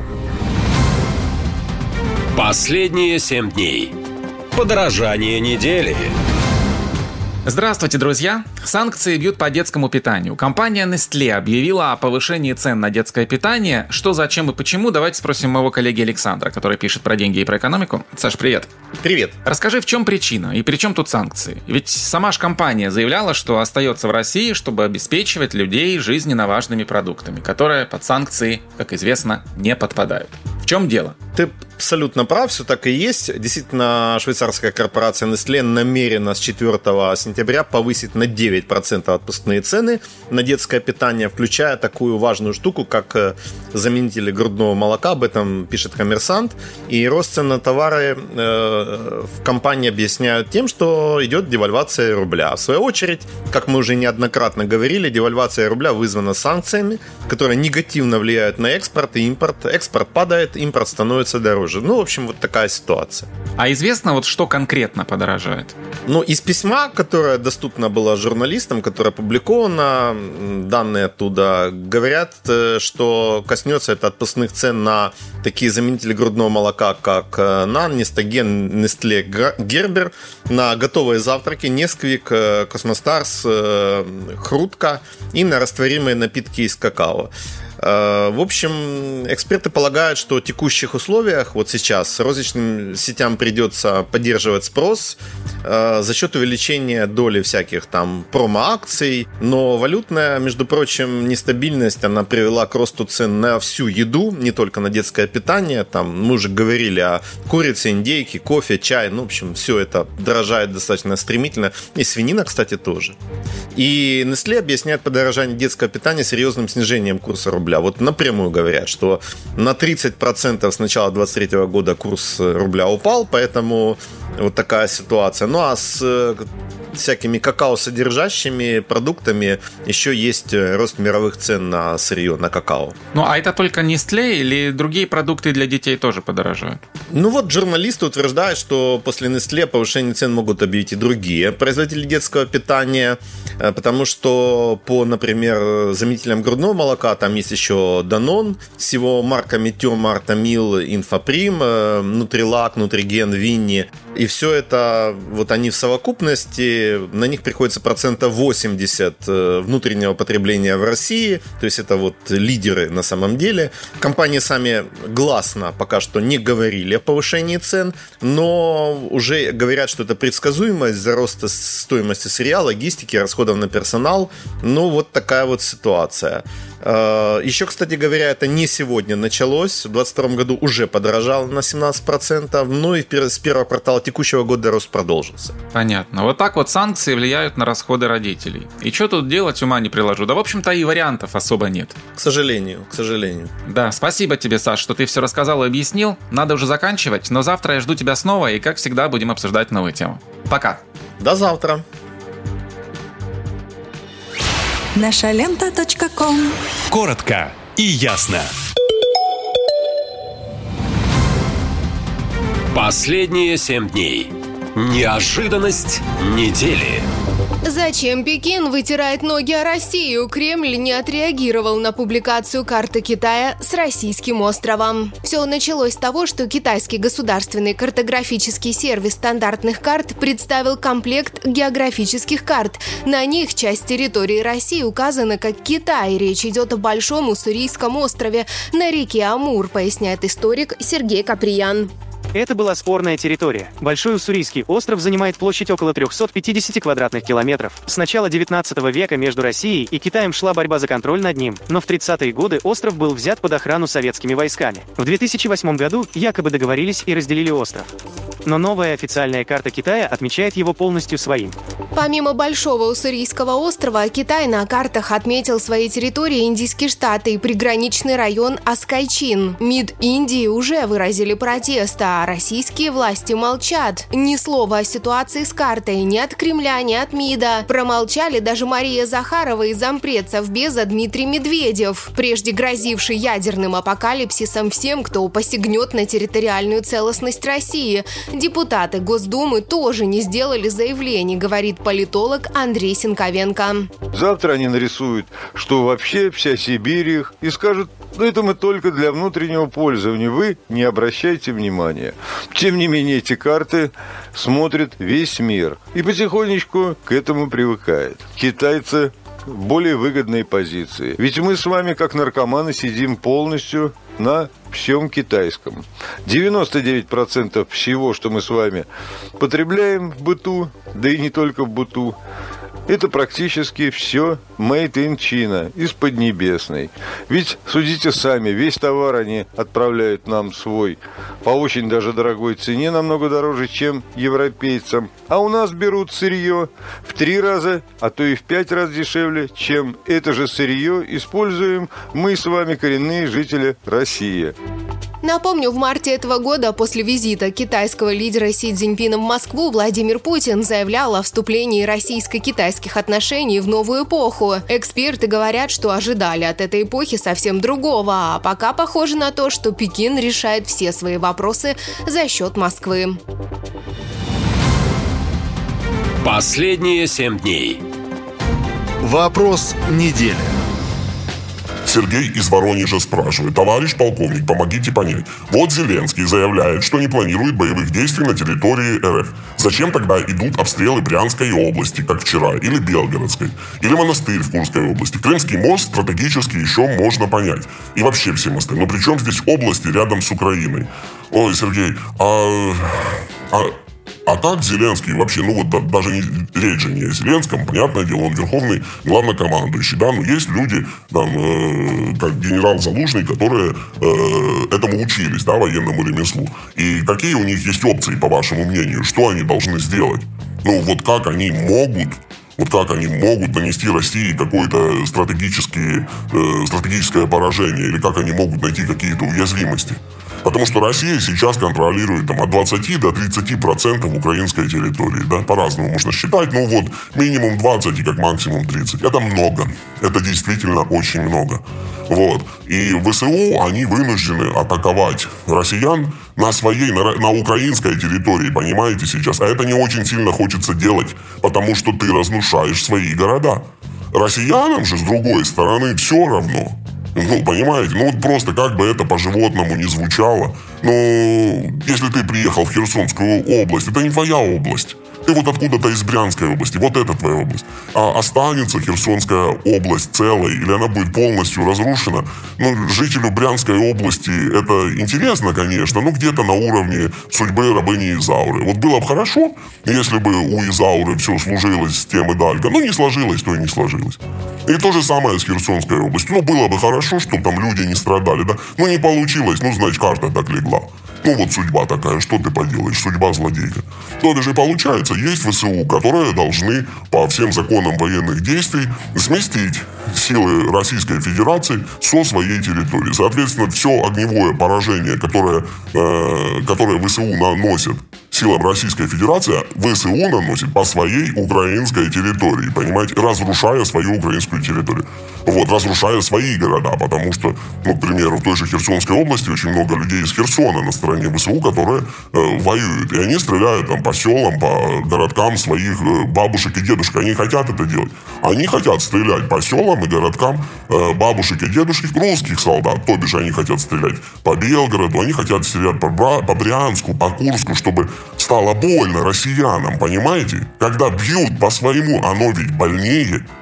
Последние семь дней. Подорожание недели.
Здравствуйте, друзья! Санкции бьют по детскому питанию. Компания Nestlé объявила о повышении цен на детское питание. Что, зачем и почему, давайте спросим моего коллеги Александра, который пишет про деньги и про экономику. Саш, привет!
Привет!
Расскажи, в чем причина и при чем тут санкции? Ведь сама же компания заявляла, что остается в России, чтобы обеспечивать людей жизненно важными продуктами, которые под санкции, как известно, не подпадают. В чем дело?
Ты абсолютно прав, все так и есть. Действительно, швейцарская корпорация Nestlé намерена с четвёртого сентября повысить на девять процентов отпускные цены на детское питание, включая такую важную штуку, как заменители грудного молока. Об этом пишет «Коммерсант». И рост цен на товары э, в компании объясняют тем, что идет девальвация рубля. В свою очередь, как мы уже неоднократно говорили, девальвация рубля вызвана санкциями, которые негативно влияют на экспорт и импорт. Экспорт падает, импорт становится дороже. Ну, в общем, вот такая ситуация.
А известно, вот что конкретно подорожает?
Ну, из письма, которое доступно было журналистам, которое опубликовано, данные оттуда говорят, что коснется это отпускных цен на такие заменители грудного молока, как Нан, Нестаген, Нестле, Гербер, на готовые завтраки, Несквик, Космостарс, Хрутка и на растворимые напитки из какао. В общем, эксперты полагают, что в текущих условиях, вот сейчас, розничным сетям придется поддерживать спрос э, за счет увеличения доли всяких там промо-акций, но валютная, между прочим, нестабильность, она привела к росту цен на всю еду, не только на детское питание, там, мы уже говорили о курице, индейке, кофе, чай, ну, в общем, все это дорожает достаточно стремительно, и свинина, кстати, тоже. И Nestlé объясняет подорожание детского питания серьезным снижением курса рубля. Вот напрямую говорят, что на тридцать процентов с начала двадцать третьего года курс рубля упал, поэтому вот такая ситуация. Ну а с всякими какао-содержащими продуктами еще есть рост мировых цен на сырье, на какао.
Ну а это только Nestlé или другие продукты для детей тоже подорожают?
Ну вот журналисты утверждают, что после Nestlé повышение цен могут объявить и другие производители детского питания, потому что по, например, заменителям грудного молока там есть еще Danone с его марками Тема, Артамил, Инфоприм, Нутрилак, Нутриген, Винни. И все это, вот они в совокупности, на них приходится процентов восемьдесят внутреннего потребления в России, то есть это вот лидеры на самом деле. Компании сами гласно пока что не говорили о повышении цен, но уже говорят, что это предсказуемость из-за роста стоимости сырья, логистики, расходов на персонал. Ну вот такая вот ситуация. Еще, кстати говоря, это не сегодня началось. В двадцать втором году уже подорожало на семнадцать процентов. Ну и с первого квартала текущего года рост продолжился.
Понятно. Вот так вот санкции влияют на расходы родителей. И что тут делать, ума не приложу. Да, в общем-то, и вариантов особо нет.
К сожалению, к сожалению.
Да, спасибо тебе, Саш, что ты все рассказал и объяснил. Надо уже заканчивать, но завтра я жду тебя снова, и, как всегда, будем обсуждать новую тему. Пока.
До завтра.
наша лента точка ком.
Коротко и ясно. Последние семь дней. Неожиданность недели.
Зачем Пекин вытирает ноги о Россию? Кремль не отреагировал на публикацию карты Китая с российским островом. Все началось с того, что китайский государственный картографический сервис стандартных карт представил комплект географических карт. На них часть территории России указана как Китай. Речь идет о Большом Уссурийском острове на реке Амур, поясняет историк Сергей Каприян.
Это была спорная территория. Большой Уссурийский остров занимает площадь около триста пятьдесят квадратных километров. С начала девятнадцатого века между Россией и Китаем шла борьба за контроль над ним, но в тридцатые годы остров был взят под охрану советскими войсками. В две тысячи восьмом году якобы договорились и разделили остров. Но новая официальная карта Китая отмечает его полностью своим.
Помимо Большого Уссурийского острова, Китай на картах отметил свои территории Индийские штаты и приграничный район Аскайчин. МИД Индии уже выразили протест, а российские власти молчат. Ни слова о ситуации с картой ни от Кремля, ни от МИДа. Промолчали даже Мария Захарова и зампред Совбеза Дмитрий Медведев, прежде грозивший ядерным апокалипсисом всем, кто посягнет на территориальную целостность России. Депутаты Госдумы тоже не сделали заявлений, говорит политолог Андрей Сенковенко.
Завтра они нарисуют, что вообще вся Сибирь их, и скажут: ну это мы только для внутреннего пользования, вы не обращайте внимания. Тем не менее, эти карты смотрит весь мир и потихонечку к этому привыкает. Китайцы в более выгодной позиции. Ведь мы с вами, как наркоманы, сидим полностью на всем китайском. девяносто девять процентов всего, что мы с вами потребляем в быту, да и не только в быту, это практически все made in China, из Поднебесной. Ведь, судите сами, весь товар они отправляют нам свой по очень даже дорогой цене, намного дороже, чем европейцам. А у нас берут сырье в три раза, а то и в пять раз дешевле, чем это же сырье используем мы с вами, коренные жители России.
Напомню, в марте этого года после визита китайского лидера Си Цзиньпина в Москву Владимир Путин заявлял о вступлении российско-китайских отношений в новую эпоху. Эксперты говорят, что ожидали от этой эпохи совсем другого, а пока похоже на то, что Пекин решает все свои вопросы за счет Москвы.
Последние семь дней.
Вопрос недели.
Сергей из Воронежа спрашивает: товарищ полковник, помогите понять. Вот Зеленский заявляет, что не планирует боевых действий на территории эр эф. Зачем тогда идут обстрелы Брянской области, как вчера, или Белгородской, или монастырь в Курской области? Крымский мост стратегически еще можно понять. И вообще все мосты. Но при чем здесь области рядом с Украиной? Ой, Сергей, а... а... А как Зеленский вообще, ну вот да, даже не, речь же не о Зеленском, понятное дело, он верховный главнокомандующий, да, но есть люди, там, э, как генерал Залужный, которые э, этому учились, да, военному ремеслу. И какие у них есть опции, по вашему мнению, что они должны сделать? Ну вот как они могут... Вот как они могут нанести России какое-то стратегическое, э, стратегическое поражение, или как они могут найти какие-то уязвимости. Потому что Россия сейчас контролирует там, от двадцати до тридцати процентов украинской территории. Да? По-разному можно считать. Ну вот, минимум двадцать и как максимум тридцать. Это много. Это действительно очень много. Вот. И ВСУ, они вынуждены атаковать россиян на своей, на, на украинской территории, понимаете, сейчас. А это не очень сильно хочется делать, потому что ты разрушаешь свои города. Россиянам же, с другой стороны, все равно. Ну, понимаете, ну вот просто как бы это по-животному не звучало. Но если ты приехал в Херсонскую область, это не твоя область. Ты вот откуда-то из Брянской области, вот это твоя область. А останется Херсонская область целой, или она будет полностью разрушена? Ну, жителю Брянской области это интересно, конечно, но где-то на уровне судьбы рабыни Изауры. Вот было бы хорошо, если бы у Изауры все сложилось с тем и дальше. Ну, не сложилось, то и не сложилось. И то же самое с Херсонской областью. Ну, было бы хорошо, чтобы там люди не страдали, да? Ну, не получилось, ну, значит, карта так легла. Ну, вот судьба такая, что ты поделаешь, судьба злодейка. То же получается, есть ВСУ, которые должны по всем законам военных действий сместить силы Российской Федерации со своей территории. Соответственно, все огневое поражение, которое, э, которое ВСУ наносит силам Российской Федерации, ВСУ наносит по своей украинской территории, понимаете, разрушая свою украинскую территорию. Вот, разрушая свои города, потому что, ну, к примеру, в той же Херсонской области очень много людей из Херсона на стороне ВСУ, которые э, воюют, и они стреляют там по селам, по городкам своих э, бабушек и дедушек. Они хотят это делать. Они хотят стрелять по селам и городкам э, бабушек и дедушек русских солдат, то бишь они хотят стрелять по Белгороду, они хотят стрелять по, по Брянску, по Курску, чтобы стало больно россиянам, понимаете? Когда бьют по своему, оно ведь больнее.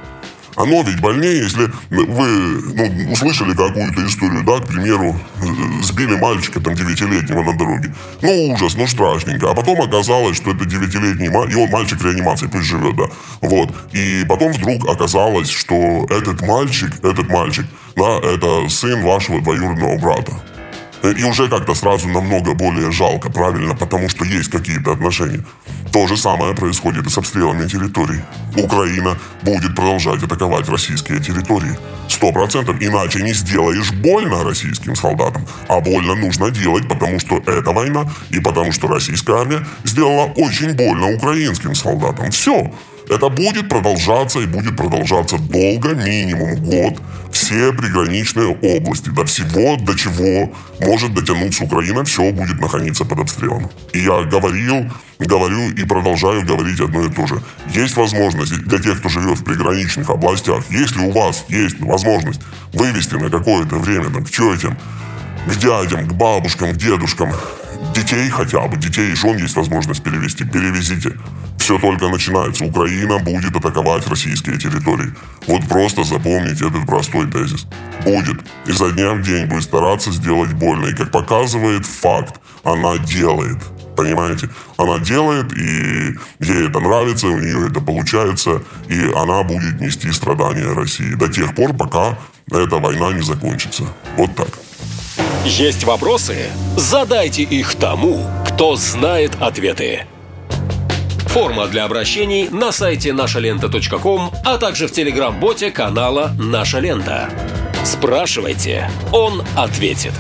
Оно ведь больнее, если вы ну, услышали какую-то историю, да, к примеру, сбили мальчика там девятилетнего на дороге. Ну, ужас, ну, страшненько. А потом оказалось, что это девятилетний мальчик, и он мальчик в реанимации, пусть живет, да. Вот. И потом вдруг оказалось, что этот мальчик, этот мальчик, да, это сын вашего двоюродного брата. И уже как-то сразу намного более жалко, правильно, потому что есть какие-то отношения. То же самое происходит и с обстрелами территорий. Украина будет продолжать атаковать российские территории. Сто процентов. Иначе не сделаешь больно российским солдатам. А больно нужно делать, потому что это война, и потому что российская армия сделала очень больно украинским солдатам. Все. Это будет продолжаться и будет продолжаться долго, минимум год. Все приграничные области, до всего, до чего может дотянуться Украина, все будет находиться под обстрелом. И я говорил, говорю и продолжаю говорить одно и то же. Есть возможность для тех, кто живет в приграничных областях, если у вас есть возможность вывести на какое-то время там, к тетям, к дядям, к бабушкам, к дедушкам, детей хотя бы, детей и жен есть возможность перевести, перевезите. Все только начинается. Украина будет атаковать российские территории. Вот просто запомните этот простой тезис. Будет. Изо дня в день будет стараться сделать больно. И как показывает факт, она делает. Понимаете? Она делает, и ей это нравится, у нее это получается, и она будет нести страдания России до тех пор, пока эта война не закончится. Вот так.
Есть вопросы? Задайте их тому, кто знает ответы. Форма для обращений на сайте наша лента точка ком, а также в телеграм-боте канала «Наша лента». Спрашивайте, он ответит.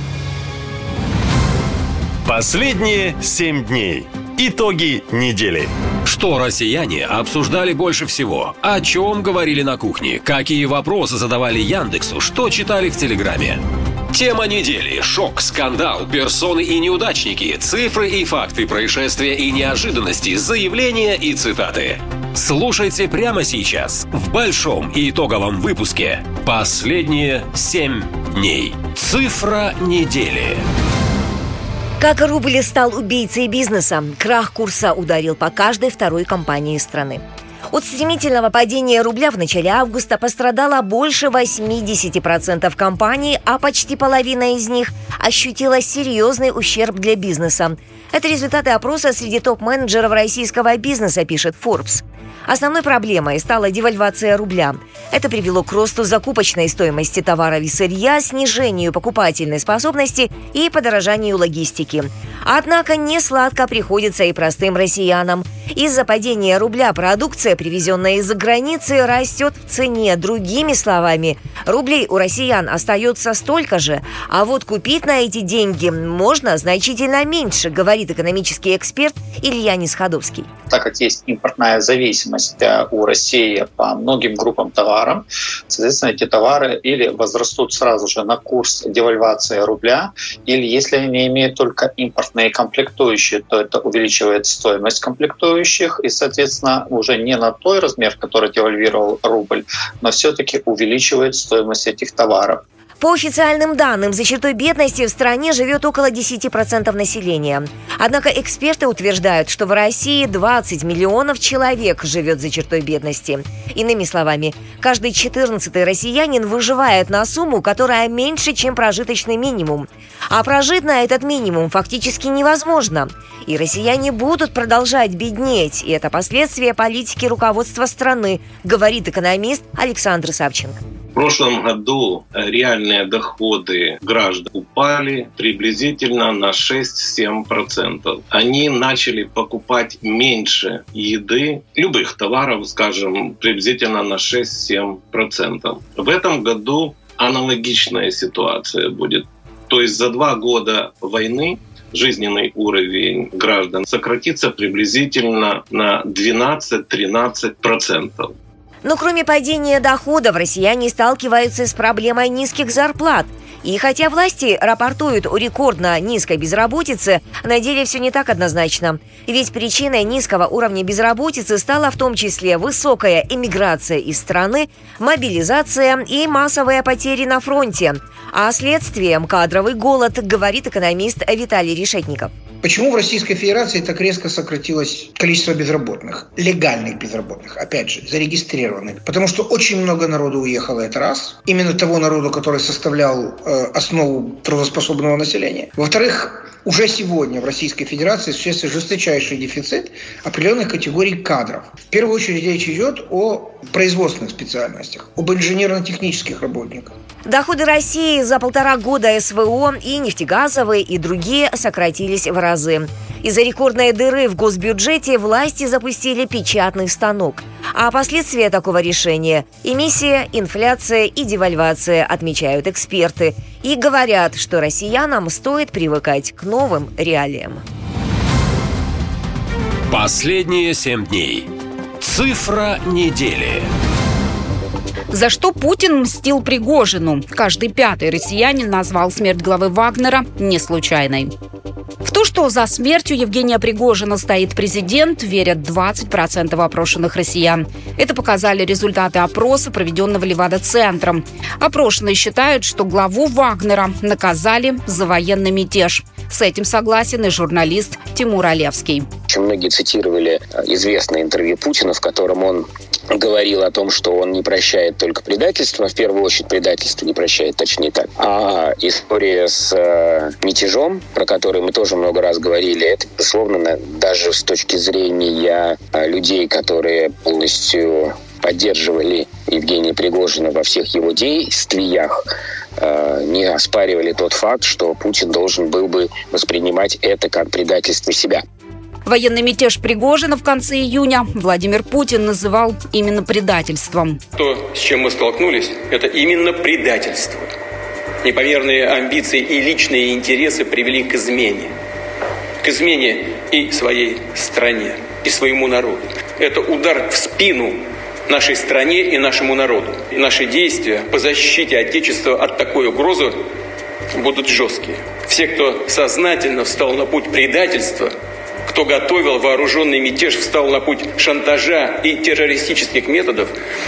Последние семь дней. Итоги недели.
Что россияне обсуждали больше всего? О чем говорили на кухне? Какие вопросы задавали Яндексу? Что читали в Телеграме? Тема недели. Шок, скандал, персоны и неудачники, цифры и факты, происшествия и неожиданности, заявления и цитаты. Слушайте прямо сейчас в большом и итоговом выпуске «Последние семь дней». Цифра недели.
Как рубль стал убийцей бизнеса, крах курса ударил по каждой второй компании страны. От стремительного падения рубля в начале августа пострадало больше восемьдесят процентов компаний, а почти половина из них ощутила серьезный ущерб для бизнеса. Это результаты опроса среди топ-менеджеров российского бизнеса, пишет Forbes. Основной проблемой стала девальвация рубля. Это привело к росту закупочной стоимости товаров и сырья, снижению покупательной способности и подорожанию логистики. Однако не сладко приходится и простым россиянам. Из-за падения рубля продукция, привезенная из-за границы, растет в цене. Другими словами, рублей у россиян остается столько же, а вот купить на эти деньги можно значительно меньше, говорит экономический эксперт Илья Несходовский.
Так как есть импортная зависимость у России по многим группам товаров, соответственно, эти товары или возрастут сразу же на курс девальвации рубля, или если они имеют только импортные комплектующие, то это увеличивает стоимость комплектующих и, соответственно, уже не на той размер, который девальвировал рубль, но все-таки увеличивает стоимость этих товаров.
По официальным данным, за чертой бедности в стране живет около десять процентов населения. Однако эксперты утверждают, что в России двадцать миллионов человек живет за чертой бедности. Иными словами, каждый четырнадцатый россиянин выживает на сумму, которая меньше, чем прожиточный минимум. А прожить на этот минимум фактически невозможно. И россияне будут продолжать беднеть, и это последствия политики руководства страны, говорит экономист Александр Савченко.
В прошлом году реальные доходы граждан упали приблизительно на шесть-семь процентов. Они начали покупать меньше еды, любых товаров, скажем, приблизительно на шесть-семь процентов. В этом году аналогичная ситуация будет. То есть за два года войны жизненный уровень граждан сократится приблизительно на двенадцать-тринадцать процентов.
Но кроме падения доходов, россияне сталкиваются с проблемой низких зарплат. И хотя власти рапортуют о рекордно низкой безработице, на деле все не так однозначно. Ведь причиной низкого уровня безработицы стала в том числе высокая эмиграция из страны, мобилизация и массовые потери на фронте. А следствием кадровый голод, говорит экономист Виталий Решетников.
Почему в Российской Федерации так резко сократилось количество безработных? Легальных безработных, опять же, зарегистрированных. Потому что очень много народу уехало, это раз. Именно того народу, который составлял э, основу трудоспособного населения. Во-вторых, уже сегодня в Российской Федерации существует жесточайший дефицит определенных категорий кадров. В первую очередь речь идет о производственных специальностях, об инженерно-технических работниках.
Доходы России за полтора года СВО и нефтегазовые, и другие сократились в разы. Из-за рекордной дыры в госбюджете власти запустили печатный станок. А последствия такого решения – эмиссия, инфляция и девальвация, отмечают эксперты. И говорят, что россиянам стоит привыкать к новым реалиям.
Последние семь дней. Цифра недели.
За что Путин мстил Пригожину? Каждый пятый россиянин назвал смерть главы Вагнера не случайной. В то, что за смертью Евгения Пригожина стоит президент, верят двадцать процентов опрошенных россиян. Это показали результаты опроса, проведенного Левада-центром. Опрошенные считают, что главу Вагнера наказали за военный мятеж. С этим согласен и журналист Тимур Олевский.
Очень многие цитировали известное интервью Путина, в котором он говорил о том, что он не прощает только предательство, в первую очередь предательство не прощает, точнее так. А история с э, мятежом, про который мы тоже много раз говорили, это, безусловно, даже с точки зрения э, людей, которые полностью поддерживали Евгения Пригожина во всех его действиях, э, не оспаривали тот факт, что Путин должен был бы воспринимать это как предательство себя.
Военный мятеж Пригожина в конце июня Владимир Путин называл именно предательством.
То, с чем мы столкнулись, это именно предательство. Непомерные амбиции и личные интересы привели к измене. К измене и своей стране, и своему народу. Это удар в спину нашей стране и нашему народу. И наши действия по защите Отечества от такой угрозы будут жесткие. Все, кто сознательно встал на путь предательства, кто готовил вооруженный мятеж, встал на путь шантажа и террористических методов,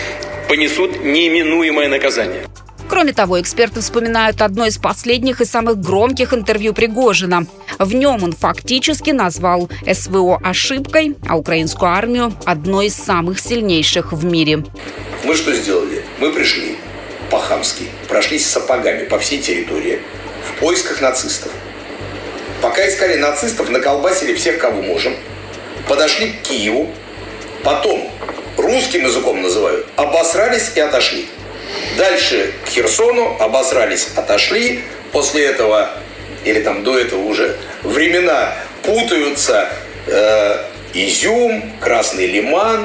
понесут неминуемое наказание.
Кроме того, эксперты вспоминают одно из последних и самых громких интервью Пригожина. В нем он фактически назвал СВО ошибкой, а украинскую армию одной из самых сильнейших в мире.
Мы что сделали? Мы пришли по-хамски, прошлись сапогами по всей территории в поисках нацистов. Пока искали нацистов, наколбасили всех, кого можем. Подошли к Киеву. Потом, русским языком называют, обосрались и отошли. Дальше к Херсону, обосрались, отошли. После этого, или там до этого уже, времена путаются. Э, Изюм, Красный Лиман.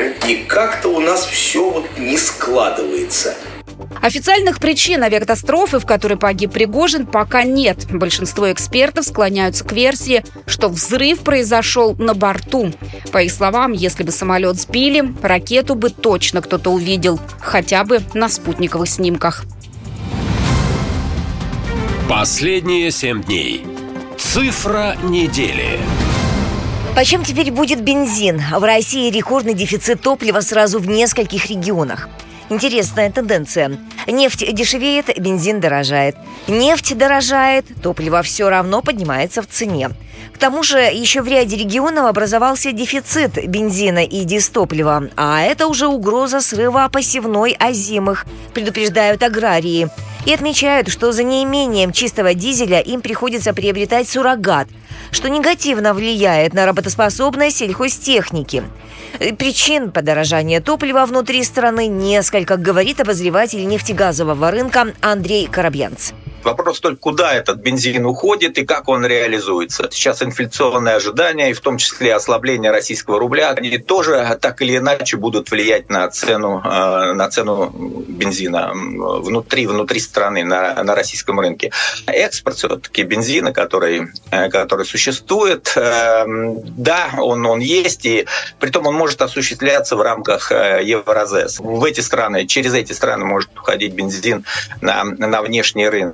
И как-то у нас все вот не складывается.
Официальных причин авиакатастрофы, в которой погиб Пригожин, пока нет. Большинство экспертов склоняются к версии, что взрыв произошел на борту. По их словам, если бы самолет сбили, ракету бы точно кто-то увидел, хотя бы на спутниковых снимках.
Последние семь дней. Цифра недели.
Почем теперь будет бензин? В России рекордный дефицит топлива сразу в нескольких регионах. Интересная тенденция. Нефть дешевеет, бензин дорожает. Нефть дорожает, топливо все равно поднимается в цене. К тому же еще в ряде регионов образовался дефицит бензина и дистоплива, а это уже угроза срыва посевной озимых, предупреждают аграрии. И отмечают, что за неимением чистого дизеля им приходится приобретать суррогат, что негативно влияет на работоспособность сельхозтехники. Причин подорожания топлива внутри страны несколько, говорит обозреватель нефтегазового рынка Андрей Коробьянц.
Вопрос только, куда этот бензин уходит и как он реализуется. Сейчас инфляционные ожидания, и в том числе ослабление российского рубля, они тоже так или иначе будут влиять на цену, на цену бензина внутри, внутри страны, на, на российском рынке. Экспорт все-таки бензина, который, который существует, да, он, он есть, и притом он может осуществляться в рамках Евразес. В эти страны, через эти страны может уходить бензин на, на внешний рынок.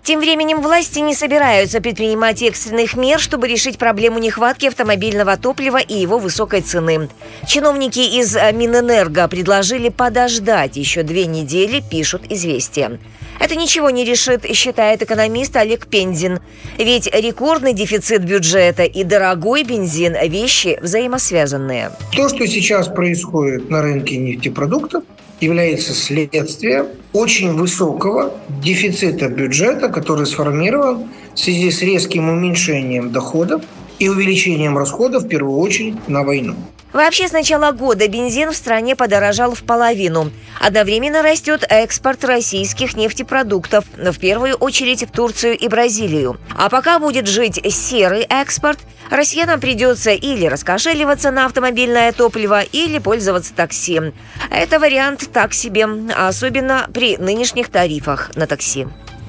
Тем временем власти не собираются предпринимать экстренных мер, чтобы решить проблему нехватки автомобильного топлива и его высокой цены. Чиновники из Минэнерго предложили подождать еще две недели, пишут «Известия». Это ничего не решит, считает экономист Олег Пензин. Ведь рекордный дефицит бюджета и дорогой бензин – вещи взаимосвязанные.
То, что сейчас происходит на рынке нефтепродуктов, является следствием очень высокого дефицита бюджета, который сформирован в связи с резким уменьшением доходов и увеличением расходов, в первую очередь, на войну.
Вообще, с начала года бензин в стране подорожал в половину. Одновременно растет экспорт российских нефтепродуктов, в первую очередь в Турцию и Бразилию. А пока будет жить серый экспорт, россиянам придется или раскошеливаться на автомобильное топливо, или пользоваться такси. Это вариант так себе, особенно при нынешних тарифах на такси.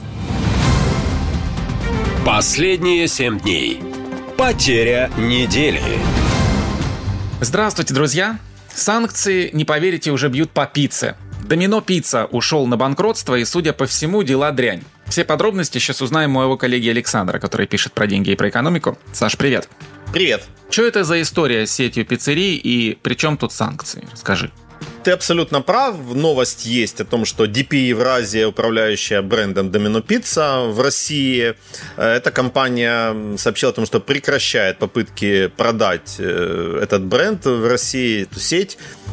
Последние семь дней. Потеря недели.
Здравствуйте, друзья! Санкции, не поверите, уже бьют по пицце. Домино Пицца ушел на банкротство, и, судя по всему, дела дрянь. Все подробности сейчас узнаем у моего коллеги Александра, который пишет про деньги и про экономику. Саш, привет!
Привет!
Что это за история с сетью пиццерий и при чем тут санкции? Расскажи.
Ты абсолютно прав. Новость есть о том, что ди пи Евразия, управляющая брендом Domino Pizza в России, эта компания сообщила о том, что прекращает попытки продать этот бренд в России, эту сеть,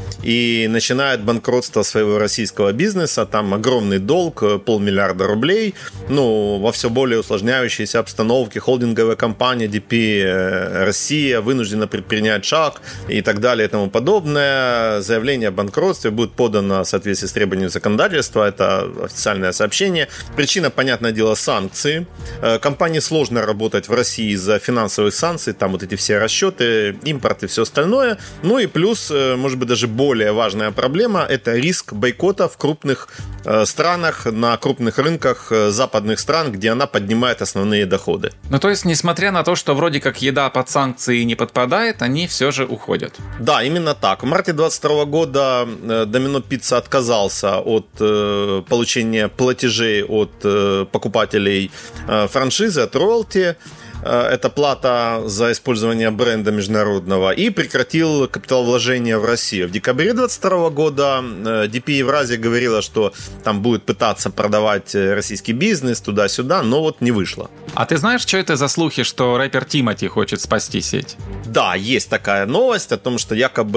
и начинает банкротство своего российского бизнеса. Там огромный долг, полмиллиарда рублей. Ну, во все более усложняющейся обстановке холдинговая компания ди пи Россия вынуждена предпринять шаг и так далее и тому подобное. Заявление о банкротстве будет подано в соответствии с требованиями законодательства. Это официальное сообщение. Причина, понятное дело, санкции. Компании сложно работать в России из-за финансовых санкций. Там вот эти все расчеты, импорт и все остальное. Ну и плюс, может быть, даже более Более важная проблема – это риск бойкота в крупных э, странах, на крупных рынках э, западных стран, где она поднимает основные доходы.
Ну, то есть, несмотря на то, что вроде как еда под санкции не подпадает, они все же уходят.
Да, именно так. В марте двадцать второго года Domino Pizza отказался от э, получения платежей от э, покупателей э, франшизы, от роялти. Это плата за использование бренда международного, и прекратил капиталовложения в Россию. В декабре двадцать второго года ди пи Евразия говорила, что там будет пытаться продавать российский бизнес туда-сюда, но вот не вышло.
А ты знаешь, что это за слухи, что рэпер Тимати хочет спасти сеть?
Да, есть такая новость о том, что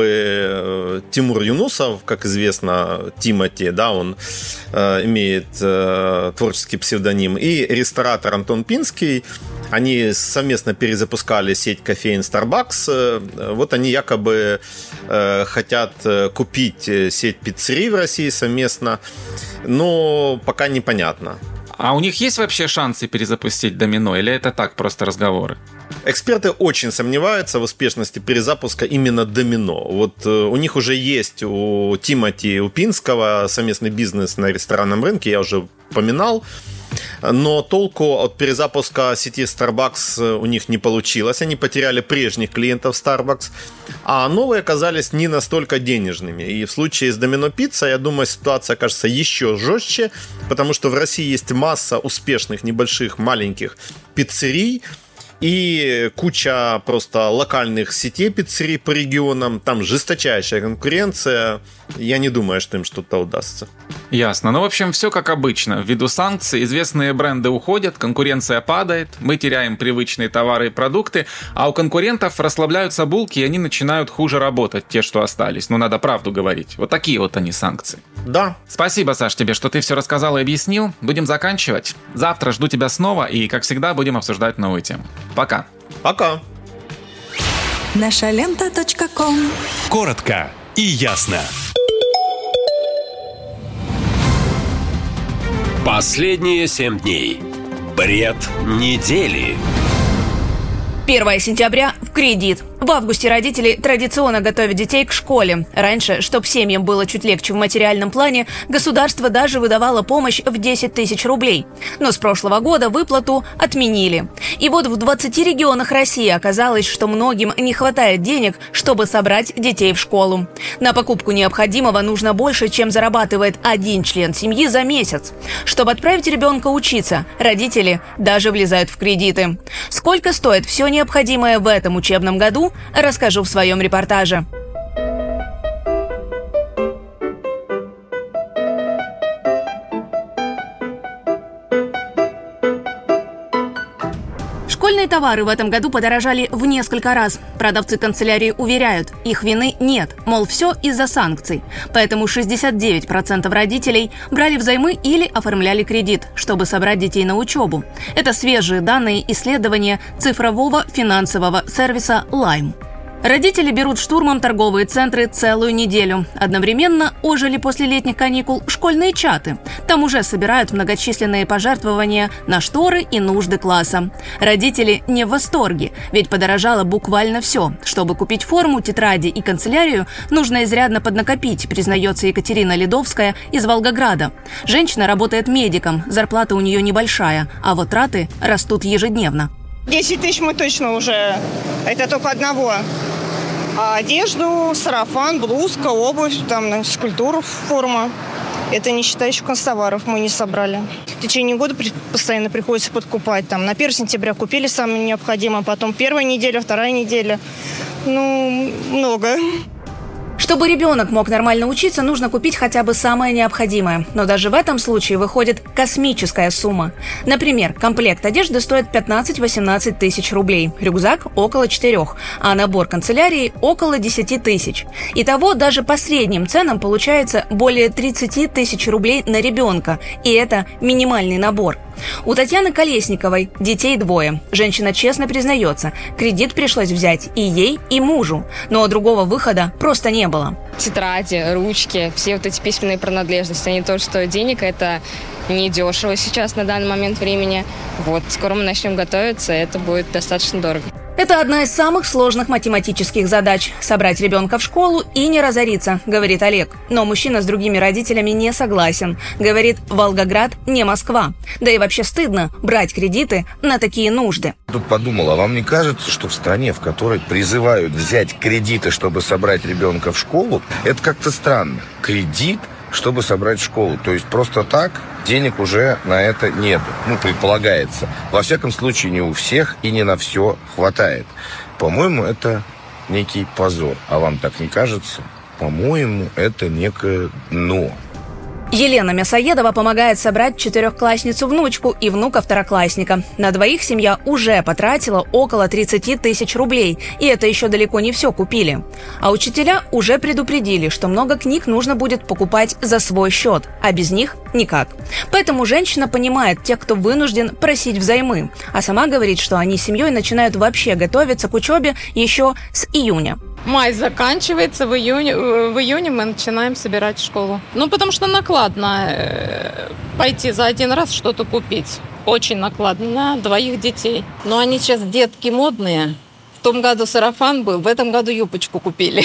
якобы Тимур Юнусов, как известно, Тимати, да, он э, имеет э, творческий псевдоним, и ресторатор Антон Пинский, они совместно перезапускали сеть кофеин Starbucks. Вот они якобы э, хотят купить сеть пиццерий в России совместно, но пока непонятно.
А у них есть вообще шансы перезапустить Домино, или это так, просто разговоры?
Эксперты очень сомневаются в успешности перезапуска именно Домино. Вот э, у них уже есть у Тимати Упинского совместный бизнес на ресторанном рынке, я уже упоминал. Но толку от перезапуска сети Starbucks у них не получилось. Они потеряли прежних клиентов Starbucks, а новые оказались не настолько денежными. И в случае с Domino Pizza, я думаю, ситуация окажется еще жестче, потому что в России есть масса успешных небольших маленьких пиццерий и куча просто локальных сетей пиццерий по регионам. Там жесточайшая конкуренция. Я не думаю, что им что-то удастся.
Ясно. Ну, в общем, все как обычно. Ввиду санкций известные бренды уходят, конкуренция падает, мы теряем привычные товары и продукты, а у конкурентов расслабляются булки, и они начинают хуже работать, те, что остались. Ну, надо правду говорить. Вот такие вот они санкции.
Да.
Спасибо, Саш, тебе, что ты все рассказал и объяснил. Будем заканчивать. Завтра жду тебя снова, и, как всегда, будем обсуждать новые темы. Пока.
Пока.
наша лента точка ком.
Коротко и ясно. Последние семь дней. Бред недели.
первое сентября в кредит.
В августе родители традиционно готовят детей к школе. Раньше, чтобы семьям было чуть легче в материальном плане, государство даже выдавало помощь в десять тысяч рублей. Но с прошлого года выплату отменили. И вот в двадцати регионах России оказалось, что многим не хватает денег, чтобы собрать детей в школу. На покупку необходимого нужно больше, чем зарабатывает один член семьи за месяц. Чтобы отправить ребенка учиться, родители даже влезают в кредиты. Сколько стоит все необходимое в этом учебном году, расскажу в своем репортаже. Школьные товары в этом году подорожали в несколько раз. Продавцы канцелярии уверяют, их вины нет, мол, все из-за санкций. Поэтому шестьдесят девять процентов родителей брали взаймы или оформляли кредит, чтобы собрать детей на учебу. Это свежие данные исследования цифрового финансового сервиса Lime. Родители берут штурмом торговые центры целую неделю. Одновременно ожили после летних каникул школьные чаты. Там уже собирают многочисленные пожертвования на шторы и нужды класса. Родители не в восторге, ведь подорожало буквально все. Чтобы купить форму, тетради и канцелярию, нужно изрядно поднакопить, признается Екатерина Ледовская из Волгограда. Женщина работает медиком, зарплата у нее небольшая, а вот траты растут ежедневно.
десять тысяч мы точно уже, это только одного. А одежду, сарафан, блузка, обувь, там, физкультура, форма. Это не считая еще констоваров, мы не собрали. В течение года постоянно приходится подкупать. Там, на первое сентября купили самое необходимое, потом первая неделя, вторая неделя. Ну, много.
Чтобы ребенок мог нормально учиться, нужно купить хотя бы самое необходимое. Но даже в этом случае выходит космическая сумма. Например, комплект одежды стоит пятнадцать-восемнадцать тысяч рублей, рюкзак – около четырех, а набор канцелярии – около десяти тысяч. Итого даже по средним ценам получается более тридцати тысяч рублей на ребенка. И это минимальный набор. У Татьяны Колесниковой детей двое. Женщина честно признается, кредит пришлось взять и ей, и мужу. Но другого выхода просто не было.
Тетради, ручки, все вот эти письменные принадлежности, они тоже стоят денег, это недешево сейчас на данный момент времени. Вот, скоро мы начнем готовиться, это будет достаточно дорого.
Это одна из самых сложных математических задач – собрать ребенка в школу и не разориться, говорит Олег. Но мужчина с другими родителями не согласен. Говорит, Волгоград не Москва. Да и вообще стыдно брать кредиты на такие нужды.
Тут подумал, а вам не кажется, что в стране, в которой призывают взять кредиты, чтобы собрать ребенка в школу, это как-то странно? Кредит, чтобы собрать школу. То есть просто так денег уже на это нет. Ну, предполагается. Во всяком случае, не у всех и не на все хватает. По-моему, это некий позор. А вам так не кажется? По-моему, это некое дно.
Елена Мясоедова помогает собрать четырехклассницу-внучку и внука-второклассника. На двоих семья уже потратила около тридцати тысяч рублей, и это еще далеко не все купили. А учителя уже предупредили, что много книг нужно будет покупать за свой счет, а без них никак. Поэтому женщина понимает тех, кто вынужден просить взаймы, а сама говорит, что они с семьей начинают вообще готовиться к учебе еще с июня.
Май заканчивается, в июне, в июне мы начинаем собирать школу. Ну, потому что накладно пойти за один раз что-то купить. Очень накладно на двоих детей. Но они сейчас детки модные. В том году сарафан был, в этом году юбочку купили.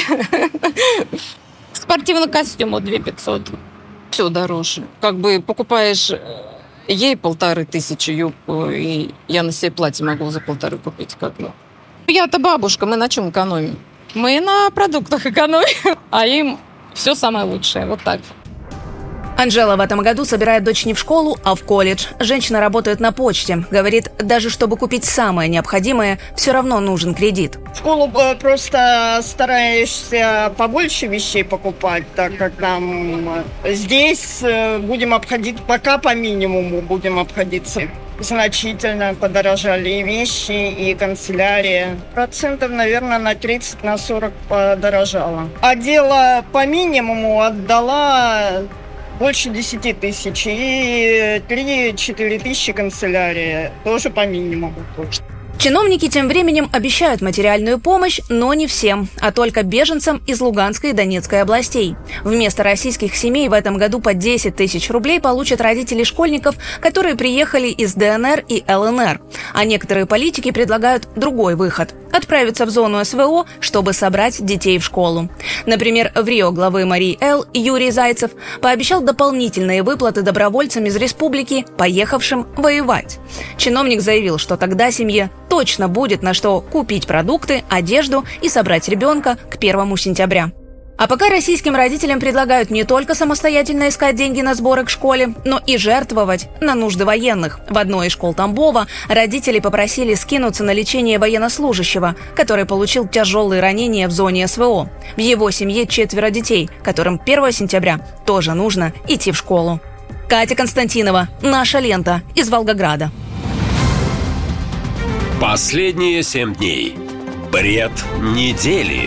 Спортивный костюм две тысячи пятьсот. Все дороже. Как бы покупаешь ей полторы тысячи юбку, и я на себе платье могу за полторы купить. Как бы. Я-то бабушка, мы на чем экономим? Мы на продуктах экономим, а им все самое лучшее. Вот так.
Анжела в этом году собирает дочь не в школу, а в колледж. Женщина работает на почте. Говорит, даже чтобы купить самое необходимое, все равно нужен кредит.
В школу просто стараешься побольше вещей покупать, так как нам здесь будем обходить, пока по минимуму будем обходиться. Значительно подорожали и вещи, и канцелярия. Процентов, наверное, на тридцать на сорок подорожало. А дело по минимуму отдала больше десяти тысяч. И три-четыре тысячи канцелярия. Тоже по минимуму.
Чиновники тем временем обещают материальную помощь, но не всем, а только беженцам из Луганской и Донецкой областей. Вместо российских семей в этом году по десять тысяч рублей получат родители школьников, которые приехали из ДНР и ЛНР. А некоторые политики предлагают другой выход – отправиться в зону СВО, чтобы собрать детей в школу. Например, в Рио главы Марии Эл Юрий Зайцев пообещал дополнительные выплаты добровольцам из республики, поехавшим воевать. Чиновник заявил, что тогда семье точно будет на что купить продукты, одежду и собрать ребенка к первому сентября. А пока российским родителям предлагают не только самостоятельно искать деньги на сборы к школе, но и жертвовать на нужды военных. В одной из школ Тамбова родители попросили скинуться на лечение военнослужащего, который получил тяжелые ранения в зоне СВО. В его семье четверо детей, которым первого сентября тоже нужно идти в школу. Катя Константинова, «Наша лента», из Волгограда.
Последние семь дней. Бред недели.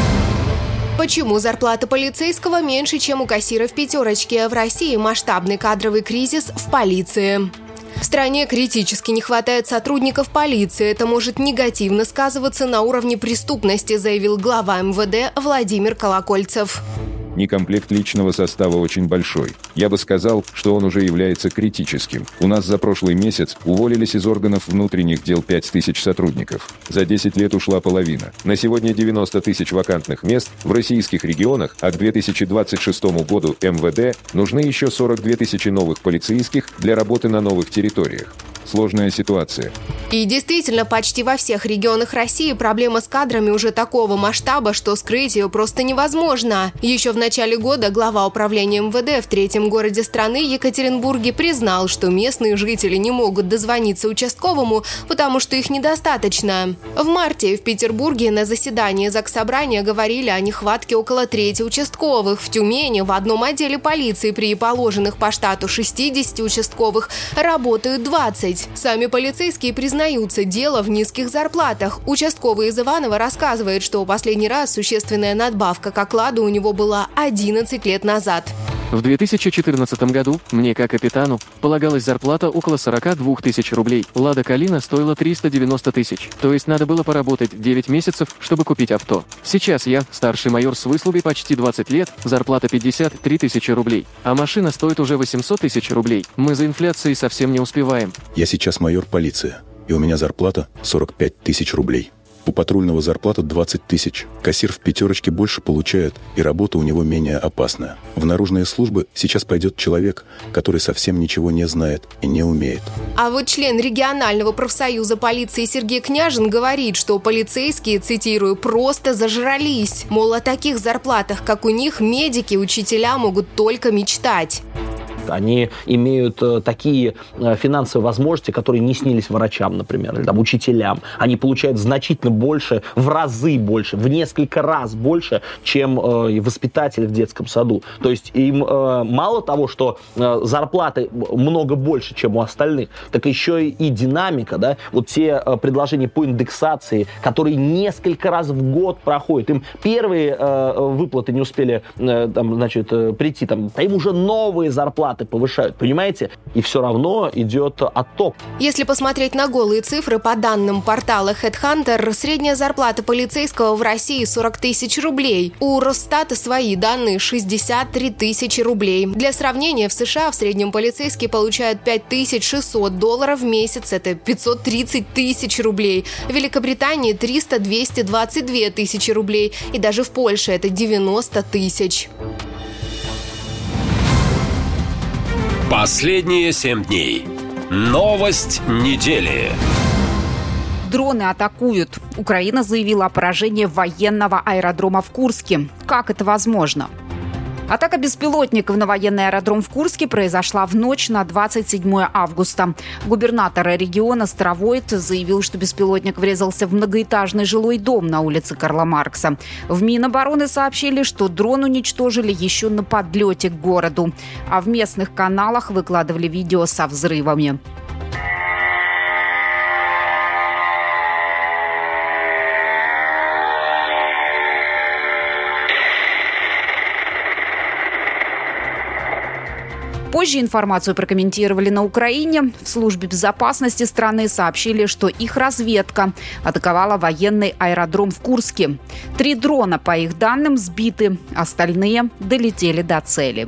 Почему зарплата полицейского меньше, чем у кассира в пятерочке? В России масштабный кадровый кризис в полиции. В стране критически не хватает сотрудников полиции. Это может негативно сказываться на уровне преступности, заявил глава эм вэ дэ Владимир Колокольцев.
Некомплект личного состава очень большой. Я бы сказал, что он уже является критическим. У нас за прошлый месяц уволились из органов внутренних дел пять тысяч сотрудников. За десять лет ушла половина. На сегодня девяносто тысяч вакантных мест в российских регионах, а к две тысячи двадцать шестому году эм вэ дэ нужны еще сорок две тысячи новых полицейских для работы на новых территориях. Сложная ситуация.
И действительно, почти во всех регионах России проблема с кадрами уже такого масштаба, что скрыть ее просто невозможно. Еще в начале года глава управления эм вэ дэ в третьем городе страны, Екатеринбурге, признал, что местные жители не могут дозвониться участковому, потому что их недостаточно. В марте в Петербурге на заседании Заксобрания говорили о нехватке около трети участковых. В Тюмени в одном отделе полиции при положенных по штату шестидесяти участковых работают двадцать. Сами полицейские признаются, дело в низких зарплатах. Участковый из Иваново рассказывает, что последний раз существенная надбавка к окладу у него была одиннадцать лет назад.
В две тысячи четырнадцатом году мне, как капитану, полагалась зарплата около сорок две тысячи рублей. «Лада Калина» стоила триста девяносто тысяч. То есть надо было поработать девять месяцев, чтобы купить авто. Сейчас я, старший майор с выслугой почти двадцать лет, зарплата пятьдесят три тысячи рублей. А машина стоит уже восемьсот тысяч рублей. Мы за инфляцией совсем не успеваем.
Я сейчас майор полиции, и у меня зарплата сорок пять тысяч рублей. У патрульного зарплата двадцать тысяч. Кассир в пятерочке больше получает, и работа у него менее опасная. В наружные службы сейчас пойдет человек, который совсем ничего не знает и не умеет.
А вот член регионального профсоюза полиции Сергей Княжин говорит, что полицейские, цитирую, просто зажрались. Мол, о таких зарплатах, как у них, медики, учителя могут только мечтать.
Они имеют э, такие э, финансовые возможности, которые не снились врачам, например, или там, учителям. Они получают значительно больше, в разы больше, в несколько раз больше, чем э, воспитатели в детском саду. То есть им э, мало того, что э, зарплаты много больше, чем у остальных, так еще и, и динамика, да, вот те э, предложения по индексации, которые несколько раз в год проходят. Им первые э, выплаты не успели э, там, значит, э, прийти, там, а им уже новые зарплаты повышают, понимаете? И все равно идет отток.
Если посмотреть на голые цифры, по данным портала HeadHunter, средняя зарплата полицейского в России сорок тысяч рублей. У Росстата свои данные шестьдесят три тысячи рублей. Для сравнения, в США в среднем полицейский получает пять тысяч шестьсот долларов в месяц, это пятьсот тридцать тысяч рублей. В Великобритании триста - двести двадцать две тысячи рублей. И даже в Польше это девяносто тысяч.
Последние семь дней. Новость недели.
Дроны атакуют. Украина заявила о поражении военного аэродрома в Курске. Как это возможно? Атака беспилотников на военный аэродром в Курске произошла в ночь на двадцать седьмое августа. Губернатор региона Старовойт заявил, что беспилотник врезался в многоэтажный жилой дом на улице Карла Маркса. В Минобороны сообщили, что дрон уничтожили еще на подлете к городу. А в местных каналах выкладывали видео со взрывами. Позже информацию прокомментировали на Украине. В службе безопасности страны сообщили, что их разведка атаковала военный аэродром в Курске. Три дрона, по их данным, сбиты, остальные долетели до цели.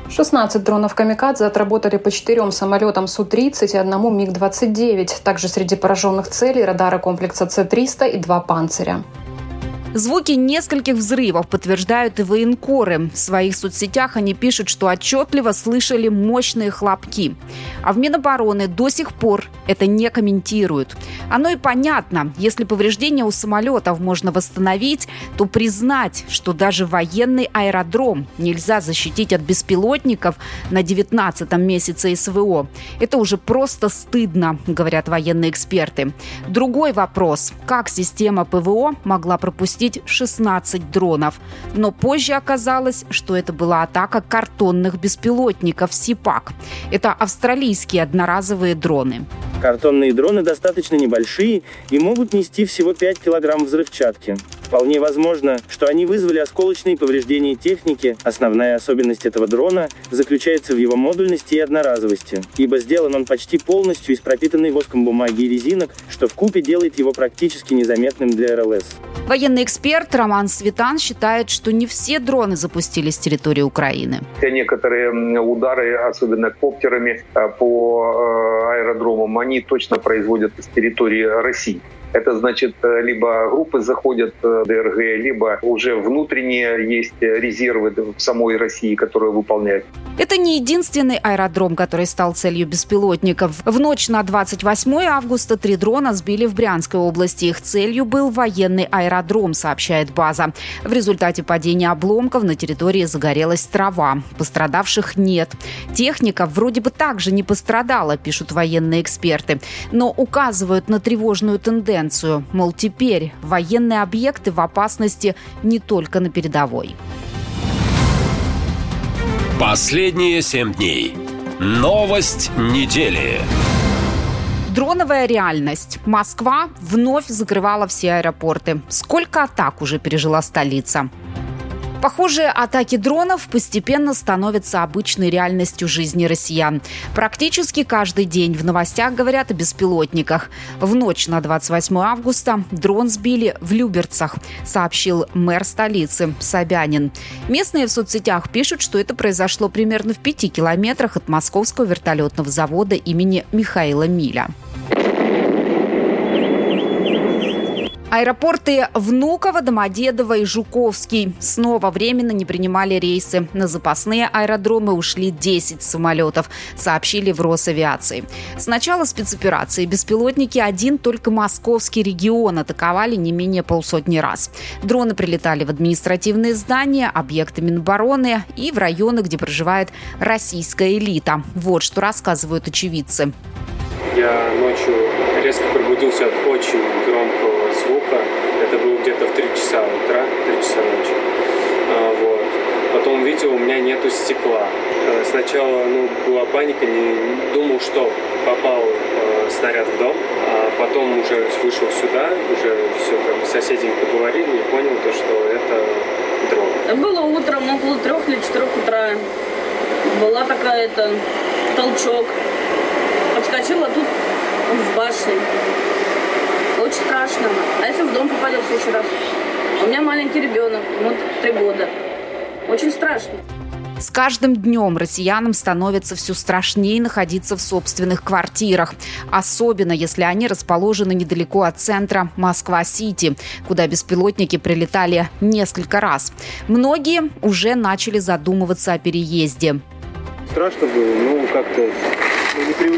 шестнадцать дронов «Камикадзе» отработали по четырем самолетам Су тридцать и одному Миг двадцать девять. Также среди пораженных целей радары комплекса С триста и два «Панциря».
Звуки нескольких взрывов подтверждают и военкоры. В своих соцсетях они пишут, что отчетливо слышали мощные хлопки. А в Минобороны до сих пор это не комментируют. Оно и понятно. Если повреждения у самолетов можно восстановить, то признать, что даже военный аэродром нельзя защитить от беспилотников на девятнадцатом месяце СВО, это уже просто стыдно, говорят военные эксперты. Другой вопрос. Как система ПВО могла пропустить шестнадцать дронов. Но позже оказалось, что это была атака картонных беспилотников СИПАК. Это австралийские одноразовые дроны.
Картонные дроны достаточно небольшие и могут нести всего пять килограмм взрывчатки. Вполне возможно, что они вызвали осколочные повреждения техники. Основная особенность этого дрона заключается в его модульности и одноразовости, ибо сделан он почти полностью из пропитанной воском бумаги и резинок, что вкупе делает его практически незаметным для эр эл эс.
Военный эксперт Роман Светан считает, что не все дроны запустили с территории Украины.
Некоторые удары, особенно коптерами по аэродромам, они точно производят с территории России. Это значит, либо группы заходят в дэ эр гэ, либо уже внутренние есть резервы в самой России, которые выполняют.
Это не единственный аэродром, который стал целью беспилотников. В ночь на двадцать восьмое августа три дрона сбили в Брянской области. Их целью был военный аэродром, сообщает база. В результате падения обломков на территории загорелась трава. Пострадавших нет. Техника вроде бы также не пострадала, пишут военные эксперты. Но указывают на тревожную тенденцию. Мол, теперь военные объекты в опасности не только на передовой.
Последние семь дней. Новость недели.
Дроновая реальность. Москва вновь закрывала все аэропорты. Сколько атак уже пережила столица? Похоже, атаки дронов постепенно становятся обычной реальностью жизни россиян. Практически каждый день в новостях говорят о беспилотниках. В ночь на двадцать восьмое августа дрон сбили в Люберцах, сообщил мэр столицы Собянин. Местные в соцсетях пишут, что это произошло примерно в пяти километрах от московского вертолетного завода имени Михаила Миля. Аэропорты Внуково, Домодедово и Жуковский снова временно не принимали рейсы. На запасные аэродромы ушли десять самолетов, сообщили в Росавиации. С начала спецоперации беспилотники один только московский регион атаковали не менее полсотни раз. Дроны прилетали в административные здания, объекты Минобороны и в районы, где проживает российская элита. Вот что рассказывают очевидцы.
Я ночью резко пробудился от очень громкого звука. Это было где-то в три часа утра, три часа ночи. А, вот. Потом увидел, у меня нету стекла. А, сначала ну, была паника, не думал, что попал а, снаряд в дом. А потом уже вышел сюда, уже все как бы соседи поговорили и понял, то, что это дрон.
Было утром около трех или четырех утра. Была такая-то толчок. Подскочила тут в башне. Очень страшно. А если в дом попадет в следующий раз? У меня маленький ребенок, ему три года. Очень страшно.
С каждым днем россиянам становится все страшнее находиться в собственных квартирах. Особенно, если они расположены недалеко от центра Москва-Сити, куда беспилотники прилетали несколько раз. Многие уже начали задумываться о переезде.
Страшно было, ну как-то ну, непривычно.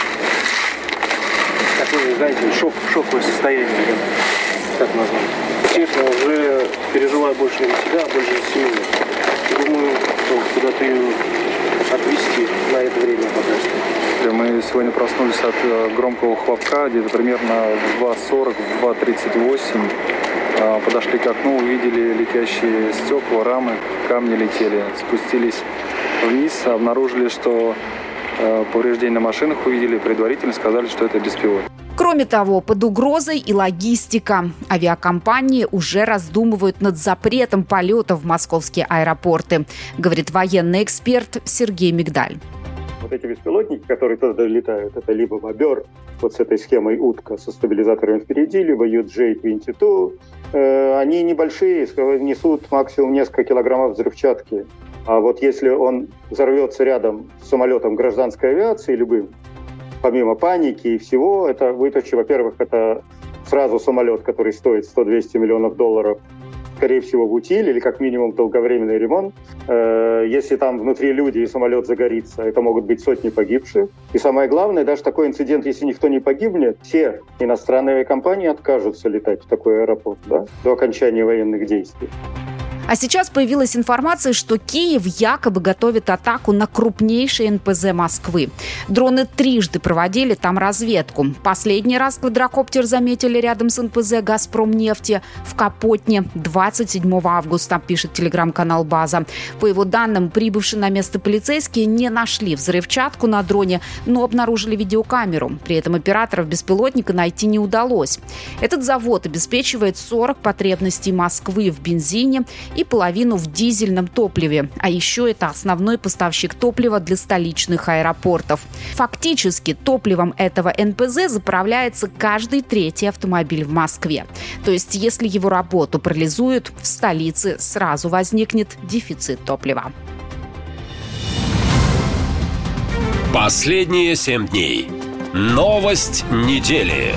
Такое, знаете, шок, шоковое состояние, как назвать. Честно, уже переживаю больше не за себя, а больше за семью. Думаю, что куда-то ее отвезти на это время пока что.
Мы сегодня проснулись от громкого хлопка, где-то примерно в два сорок, в два тридцать восемь. Подошли к окну, увидели летящие стекла, рамы, камни летели. Спустились вниз, обнаружили, что повреждения на машинах увидели, предварительно сказали, что это беспилотник.
Кроме того, под угрозой и логистика. Авиакомпании уже раздумывают над запретом полетов в московские аэропорты, говорит военный эксперт Сергей Мигдаль.
Вот эти беспилотники, которые туда летают, это либо «Бобер», вот с этой схемой «Утка» со стабилизаторами впереди, либо ю джей двадцать два. Э, они небольшие, несут максимум несколько килограммов взрывчатки. А вот если он взорвется рядом с самолетом гражданской авиации любым, помимо паники и всего, это вытащи, во-первых, это сразу самолет, который стоит сто-двести миллионов долларов, скорее всего, в утиль или как минимум долговременный ремонт. Если там внутри люди и самолет загорится, это могут быть сотни погибших. И самое главное, даже такой инцидент, если никто не погибнет, все иностранные авиакомпании откажутся летать в такой аэропорт, да, до окончания военных действий.
А сейчас появилась информация, что Киев якобы готовит атаку на крупнейший эн пэ зэ Москвы. Дроны трижды проводили там разведку. Последний раз квадрокоптер заметили рядом с эн пэ зэ «Газпромнефти» в Капотне двадцать седьмого августа, пишет телеграм-канал «База». По его данным, прибывшие на место полицейские не нашли взрывчатку на дроне, но обнаружили видеокамеру. При этом операторов беспилотника найти не удалось. Этот завод обеспечивает сорок потребностей Москвы в бензине и половину в дизельном топливе. А еще это основной поставщик топлива для столичных аэропортов. Фактически топливом этого эн пэ зэ заправляется каждый третий автомобиль в Москве. То есть, если его работу парализуют, в столице сразу возникнет дефицит топлива.
Последние семь дней. Новость недели.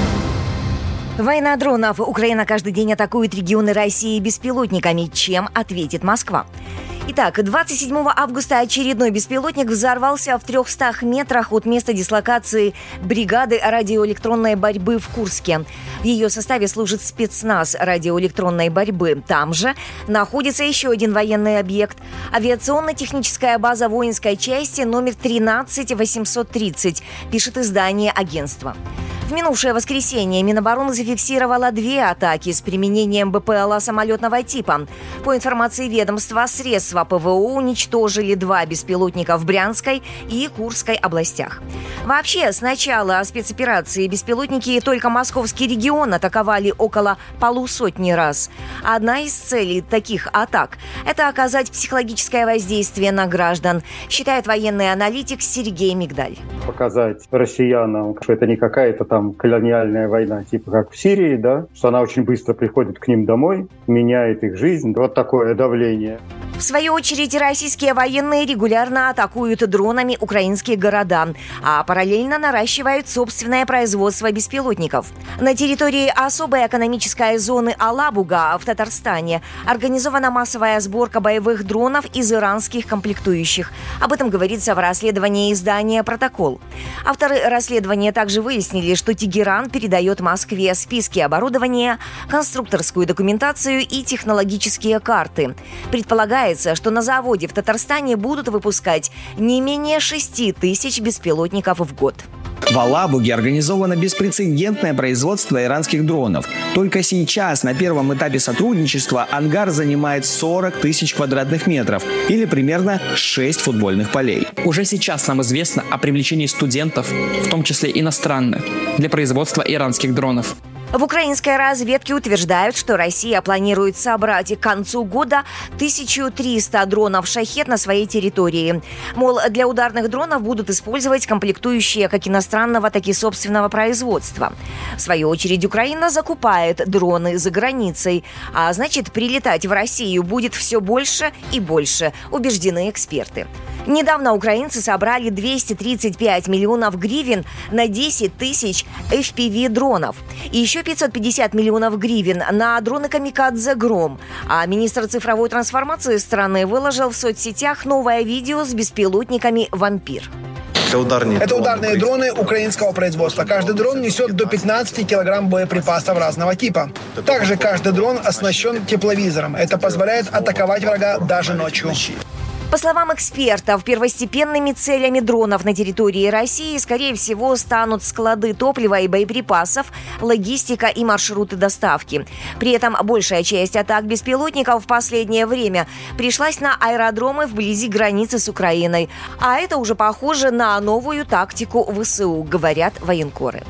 Война дронов. Украина каждый день атакует регионы России беспилотниками. Чем ответит Москва? Итак, двадцать седьмого августа очередной беспилотник взорвался в трехстах метрах от места дислокации бригады радиоэлектронной борьбы в Курске. В ее составе служит спецназ радиоэлектронной борьбы. Там же находится еще один военный объект – авиационно-техническая база воинской части номер тринадцать восемьсот тридцать, пишет издание агентства. В минувшее воскресенье Минобороны зафиксировала две атаки с применением бэ пэ эл а самолетного типа. По информации ведомства, средства пэ вэ о уничтожили два беспилотника в Брянской и Курской областях. Вообще, с начала спецоперации беспилотники только московский регион атаковали около полусотни раз. Одна из целей таких атак – это оказать психологическое воздействие на граждан, считает военный аналитик Сергей Мигдаль.
Показать россиянам, что это не какая-то там колониальная война, типа как в Сирии, да, что она очень быстро приходит к ним домой, меняет их жизнь. Вот такое давление.
В свою очередь, российские военные регулярно атакуют дронами украинские города, а параллельно наращивают собственное производство беспилотников. На территории особой экономической зоны Алабуга в Татарстане организована массовая сборка боевых дронов из иранских комплектующих. Об этом говорится в расследовании издания «Протокол». Авторы расследования также выяснили, что Тегеран передает Москве списки оборудования, конструкторскую документацию и технологические карты. Предполагается, что на заводе в Татарстане будут выпускать не менее шести тысяч беспилотников в год.
В Алабуге организовано беспрецедентное производство иранских дронов. Только сейчас, на первом этапе сотрудничества, ангар занимает сорок тысяч квадратных метров, или примерно шесть футбольных полей.
Уже сейчас нам известно о привлечении студентов, в том числе иностранных, для производства иранских дронов.
В украинской разведке утверждают, что Россия планирует собрать к концу года тысячу триста дронов «Шахед» на своей территории. Мол, для ударных дронов будут использовать комплектующие как иностранного, так и собственного производства. В свою очередь, Украина закупает дроны за границей, а значит, прилетать в Россию будет все больше и больше, убеждены эксперты. Недавно украинцы собрали двести тридцать пять миллионов гривен на десять тысяч эф пи ви-дронов. И еще пятьсот пятьдесят миллионов гривен на дроны «Камикадзе Гром». А министр цифровой трансформации страны выложил в соцсетях новое видео с беспилотниками «Вампир».
Это ударные, Это ударные дроны украинского производства. Каждый дрон несет до пятнадцати килограмм боеприпасов разного типа. Также каждый дрон оснащен тепловизором. Это позволяет атаковать врага даже ночью.
По словам экспертов, первостепенными целями дронов на территории России, скорее всего, станут склады топлива и боеприпасов, логистика и маршруты доставки. При этом большая часть атак беспилотников в последнее время пришлась на аэродромы вблизи границы с Украиной. А это уже похоже на новую тактику вэ эс у, говорят военкоры.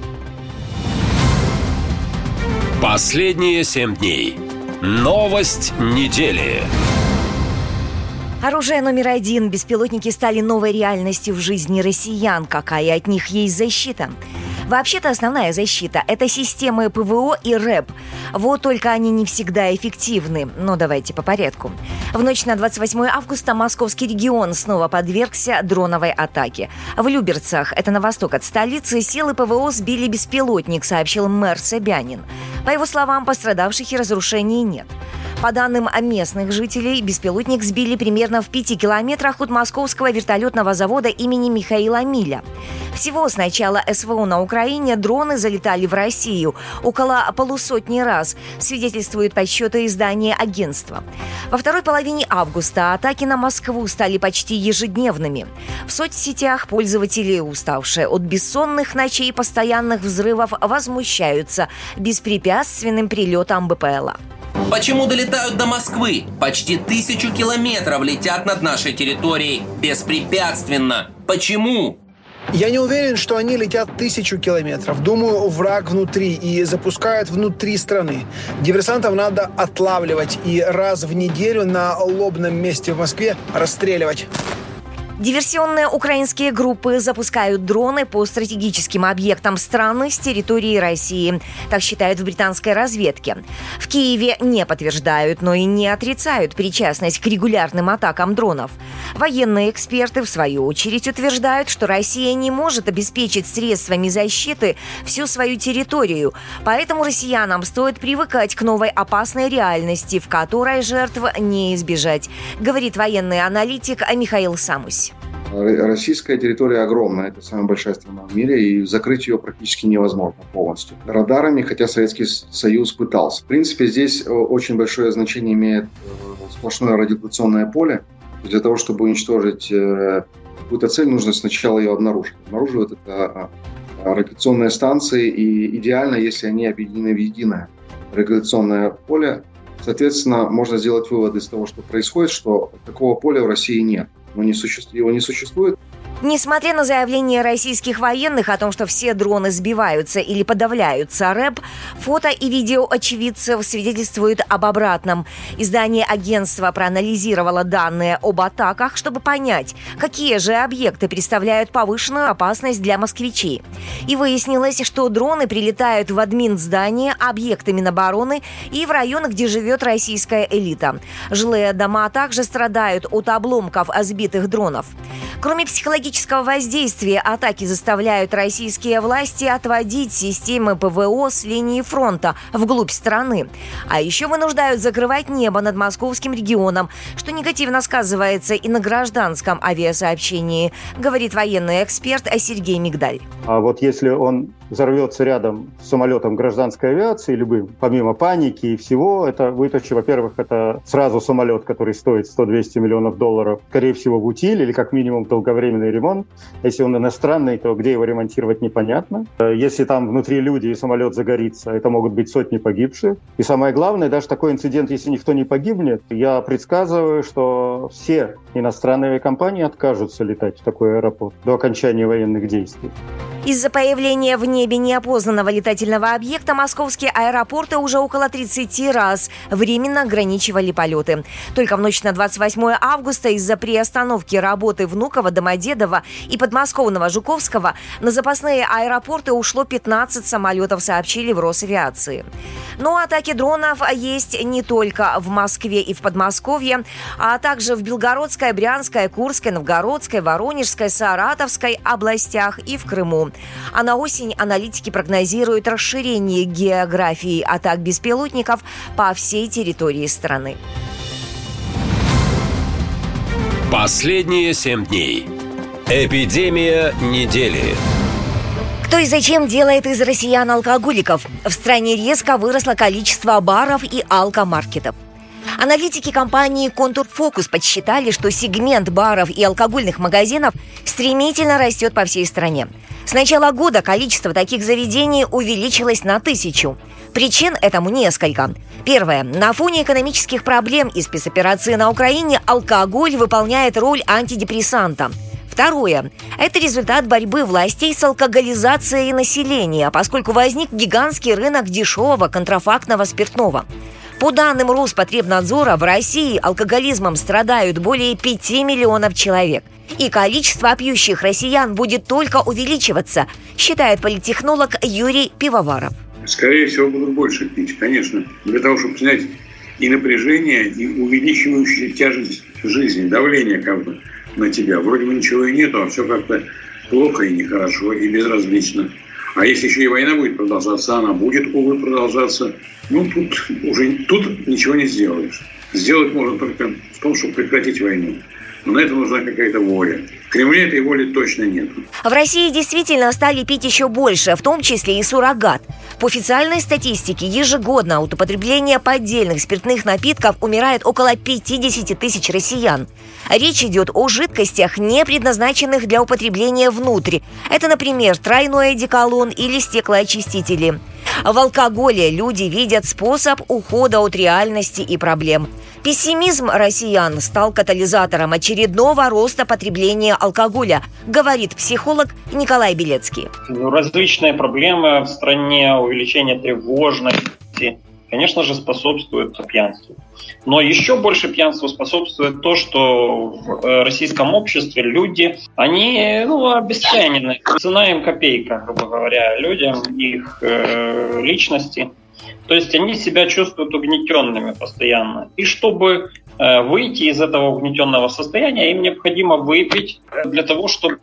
Последние семь дней. Новость недели.
Оружие номер один. Беспилотники стали новой реальностью в жизни россиян. Какая от них есть защита? Вообще-то основная защита – это системы ПВО и РЭП. Вот только они не всегда эффективны. Но давайте по порядку. В ночь на двадцать восьмое августа московский регион снова подвергся дроновой атаке. В Люберцах, это на восток от столицы, силы ПВО сбили беспилотник, сообщил мэр Собянин. По его словам, пострадавших и разрушений нет. По данным местных жителей, беспилотник сбили примерно в пяти километрах от московского вертолетного завода имени Михаила Миля. Всего с начала СВО на Украине дроны залетали в Россию около полусотни раз, свидетельствуют подсчеты издания агентства. Во второй половине августа атаки на Москву стали почти ежедневными. В соцсетях пользователи, уставшие от бессонных ночей и постоянных взрывов, возмущаются беспрепятственным прилетом БПЛА.
Почему долетают до Москвы? Почти тысячу километров летят над нашей территорией беспрепятственно. Почему?
Я не уверен, что они летят тысячу километров. Думаю, враг внутри и запускают внутри страны. Диверсантов надо отлавливать и раз в неделю на лобном месте в Москве расстреливать.
Диверсионные украинские группы запускают дроны по стратегическим объектам страны с территории России. Так считают в британской разведке. В Киеве не подтверждают, но и не отрицают причастность к регулярным атакам дронов. Военные эксперты, в свою очередь, утверждают, что Россия не может обеспечить средствами защиты всю свою территорию. Поэтому россиянам стоит привыкать к новой опасной реальности, в которой жертв не избежать, говорит военный аналитик Михаил Самусь.
Российская территория огромная, это самая большая страна в мире, и закрыть ее практически невозможно полностью. Радарами, хотя Советский Союз пытался. В принципе, здесь очень большое значение имеет сплошное радиолокационное поле. Для того, чтобы уничтожить какую-то цель, нужно сначала ее обнаружить. Обнаруживают это радиолокационные станции, и идеально, если они объединены в единое радиолокационное поле. Соответственно, можно сделать выводы из того, что происходит, что такого поля в России нет. Но не существует, его не существует.
Несмотря на заявления российских военных о том, что все дроны сбиваются или подавляются РЭП, фото и видео очевидцев свидетельствуют об обратном. Издание агентства проанализировало данные об атаках, чтобы понять, какие же объекты представляют повышенную опасность для москвичей. И выяснилось, что дроны прилетают в админздания, объекты Минобороны и в районы, где живет российская элита. Жилые дома также страдают от обломков сбитых дронов. Кроме психологического воздействия, атаки заставляют российские власти отводить системы ПВО с линии фронта вглубь страны. А еще вынуждают закрывать небо над московским регионом, что негативно сказывается и на гражданском авиасообщении, говорит военный эксперт Сергей Мигдаль.
А вот если он взорвется рядом с самолетом гражданской авиации любым, помимо паники и всего, это вытащи, во-первых, это сразу самолет, который стоит сто-двести миллионов долларов, скорее всего, в утиль или как минимум долговременный ремонт. Если он иностранный, то где его ремонтировать непонятно. Если там внутри люди и самолет загорится, это могут быть сотни погибших. И самое главное, даже такой инцидент, если никто не погибнет, я предсказываю, что все иностранные авиакомпании откажутся летать в такой аэропорт до окончания военных действий.
Из-за появления в небе неопознанного летательного объекта московские аэропорты уже около тридцати раз временно ограничивали полеты. Только в ночь на двадцать восьмое августа из-за приостановки работы Внуково, Домодедово и подмосковного Жуковского на запасные аэропорты ушло пятнадцать самолетов, сообщили в Росавиации. Но атаки дронов есть не только в Москве и в Подмосковье, а также в Белгородской, Брянской, Курской, Новгородской, Воронежской, Саратовской областях и в Крыму. А на осень аналитики прогнозируют расширение географии атак беспилотников по всей территории страны.
Последние семь дней. Эпидемия недели.
Кто и зачем делает из россиян алкоголиков? В стране резко выросло количество баров и алкомаркетов. Аналитики компании «Контур-Фокус» подсчитали, что сегмент баров и алкогольных магазинов стремительно растет по всей стране. С начала года количество таких заведений увеличилось на тысячу. Причин этому несколько. Первое. На фоне экономических проблем и спецоперации на Украине алкоголь выполняет роль антидепрессанта. Второе. Это результат борьбы властей с алкоголизацией населения, поскольку возник гигантский рынок дешевого контрафактного спиртного. По данным Роспотребнадзора, в России алкоголизмом страдают более пяти миллионов человек. И количество пьющих россиян будет только увеличиваться, считает политтехнолог Юрий Пивоваров.
Скорее всего, будут больше пить, конечно, для того, чтобы снять и напряжение, и увеличивающую тяжесть жизни, давление как бы на тебя. Вроде бы ничего и нету, а все как-то плохо и нехорошо, и безразлично. А если еще и война будет продолжаться, она будет, увы, продолжаться, ну, тут уже тут ничего не сделаешь. Сделать можно только в том, чтобы прекратить войну. Но на это нужна какая-то воля. В Кремле этой воли точно нет.
В России действительно стали пить еще больше, в том числе и суррогат. По официальной статистике, ежегодно от употребления поддельных спиртных напитков умирает около пятьдесят тысяч россиян. Речь идет о жидкостях, не предназначенных для употребления внутрь. Это, например, тройной одеколон или стеклоочистители. В алкоголе люди видят способ ухода от реальности и проблем. Пессимизм россиян стал катализатором очередного роста потребления алкоголя, говорит психолог Николай Белецкий.
Ну, различные проблемы в стране, увеличение тревожности, конечно же, способствует пьянству. Но еще больше пьянству способствует то, что в российском обществе люди, они ну, обесценены. Цена им копейка, грубо говоря, людям, их э, личности. То есть они себя чувствуют угнетенными постоянно. И чтобы э, выйти из этого угнетенного состояния, им необходимо выпить для того, чтобы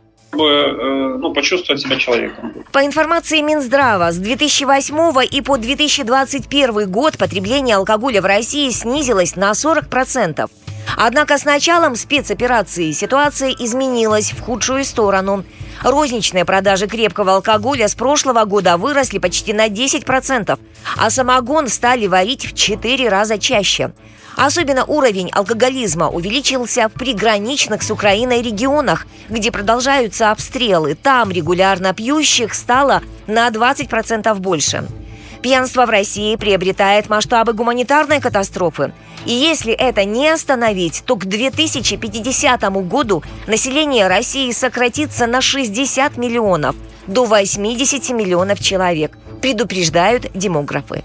ну, почувствовать себя человеком.
По информации Минздрава, с две тысячи восьмого и по две тысячи двадцать первый год потребление алкоголя в России снизилось на сорок процентов. Однако с началом спецоперации ситуация изменилась в худшую сторону. Розничные продажи крепкого алкоголя с прошлого года выросли почти на десять процентов, а самогон стали варить в четыре раза чаще. Особенно уровень алкоголизма увеличился в приграничных с Украиной регионах, где продолжаются обстрелы. Там регулярно пьющих стало на двадцать процентов больше. Пьянство в России приобретает масштабы гуманитарной катастрофы. И если это не остановить, то к две тысячи пятидесятому году население России сократится на шестьдесят миллионов, до восемьдесят миллионов человек, предупреждают демографы.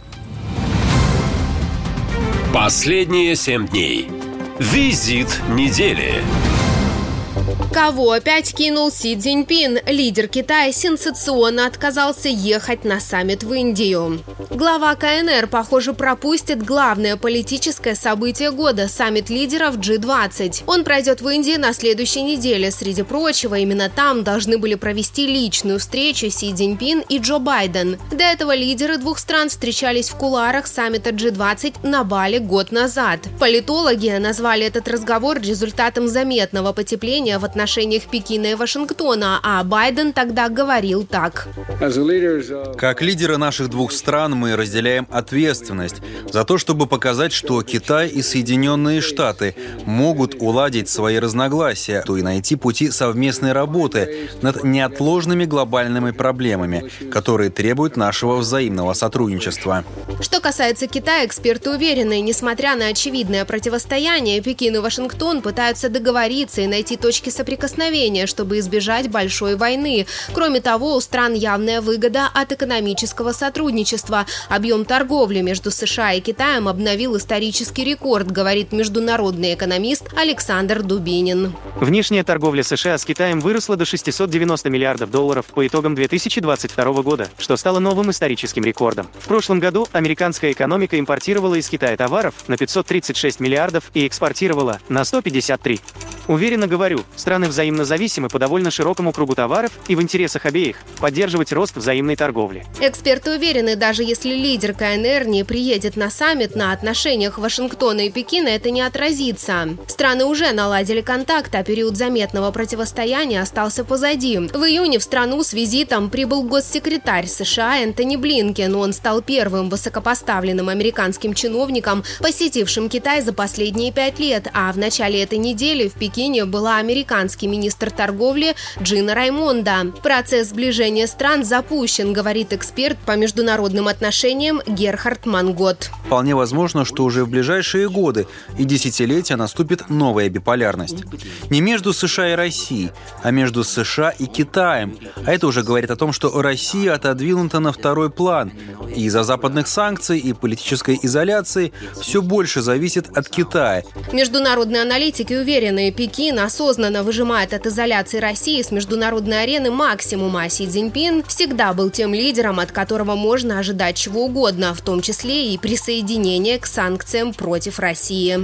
Последние семь дней. Визит недели.
Кого опять кинул Си Цзиньпин? Лидер Китая сенсационно отказался ехать на саммит в Индию. Глава Ка Эн Эр, похоже, пропустит главное политическое событие года – саммит лидеров Джи двадцать. Он пройдет в Индии на следующей неделе. Среди прочего, именно там должны были провести личную встречу Си Цзиньпин и Джо Байден. До этого лидеры двух стран встречались в кулуарах саммита Джи двадцать на Бали год назад. Политологи назвали этот разговор результатом заметного потепления в отношениях Пекина и Вашингтона, а Байден тогда говорил так.
Как лидеры наших двух стран мы разделяем ответственность за то, чтобы показать, что Китай и Соединенные Штаты могут уладить свои разногласия, то и найти пути совместной работы над неотложными глобальными проблемами, которые требуют нашего взаимного сотрудничества.
Что касается Китая, эксперты уверены, несмотря на очевидное противостояние, Пекин и Вашингтон пытаются договориться и найти точки соприкосновения, чтобы избежать большой войны. Кроме того, у стран явная выгода от экономического сотрудничества. Объем торговли между США и Китаем обновил исторический рекорд, говорит международный экономист Александр Дубинин.
Внешняя торговля США с Китаем выросла до шестисот девяноста миллиардов долларов по итогам две тысячи двадцать второго года, что стало новым историческим рекордом. В прошлом году американская экономика импортировала из Китая товаров на пятьсот тридцать шесть миллиардов и экспортировала на сто пятьдесят три. Уверенно говорю, страны взаимно зависимы по довольно широкому кругу товаров, и в интересах обеих поддерживать рост взаимной торговли.
Эксперты уверены, даже если лидер Ка Эн Эр не приедет на саммит, на отношениях Вашингтона и Пекина это не отразится. Страны уже наладили контакт, а период заметного противостояния остался позади. В июне в страну с визитом прибыл госсекретарь США Энтони Блинкен. Он стал первым высокопоставленным американским чиновником, посетившим Китай за последние пять лет, а в начале этой недели в Пекине Пекине была американский министр торговли Джина Раймонда. Процесс сближения стран запущен, говорит эксперт по международным отношениям Герхард Мангот.
Вполне возможно, что уже в ближайшие годы и десятилетия наступит новая биполярность. Не между США и Россией, а между США и Китаем. А это уже говорит о том, что Россия отодвинута на второй план. И из-за западных санкций и политической изоляции все больше зависит от Китая.
Международные аналитики уверены, Пекин осознанно выжимает от изоляции России с международной арены максимум, а Си Цзиньпин всегда был тем лидером, от которого можно ожидать чего угодно, в том числе и присоединение к санкциям против России.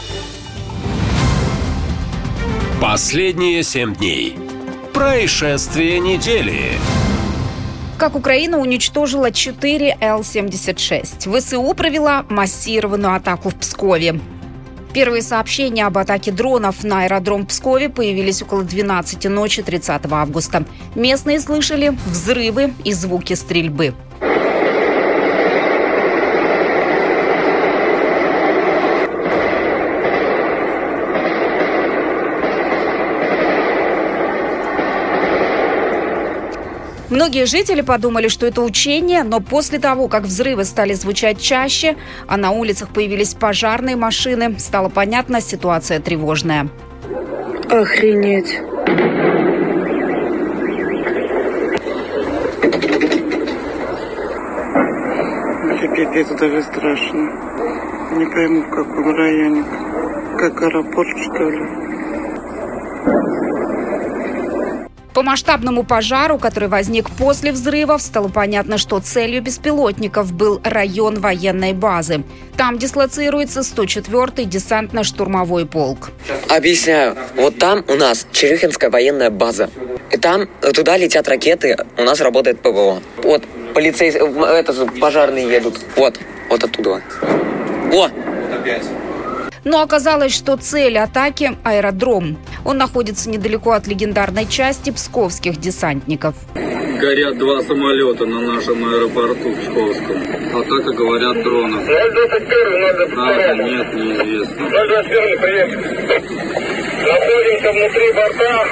Последние семь дней. Происшествие недели.
Как Украина уничтожила четыре Эл семьдесят шесть. ВСУ провела массированную атаку в Пскове. Первые сообщения об атаке дронов на аэродром в Пскове появились около двенадцати ночи тридцатого августа. Местные слышали взрывы и звуки стрельбы. Многие жители подумали, что это учение, но после того, как взрывы стали звучать чаще, а на улицах появились пожарные машины, стало понятно, ситуация тревожная.
Охренеть. Пипец, даже страшно. Не пойму, в каком районе. Как аэропорт, что ли?
По масштабному пожару, который возник после взрывов, стало понятно, что целью беспилотников был район военной базы. Там дислоцируется сто четвёртый десантно-штурмовой полк.
Объясняю. Вот там у нас Черехинская военная база. И там туда летят ракеты, у нас работает ПВО. Вот полицейские, это, пожарные едут. Вот, вот оттуда. О!
Но оказалось, что цель атаки – аэродром. Он находится недалеко от легендарной части псковских десантников.
Горят два самолета на нашем аэропорту Псковском. Атака, говорят, дронов. Правда, нет, неизвестно.
Находимся внутри борта.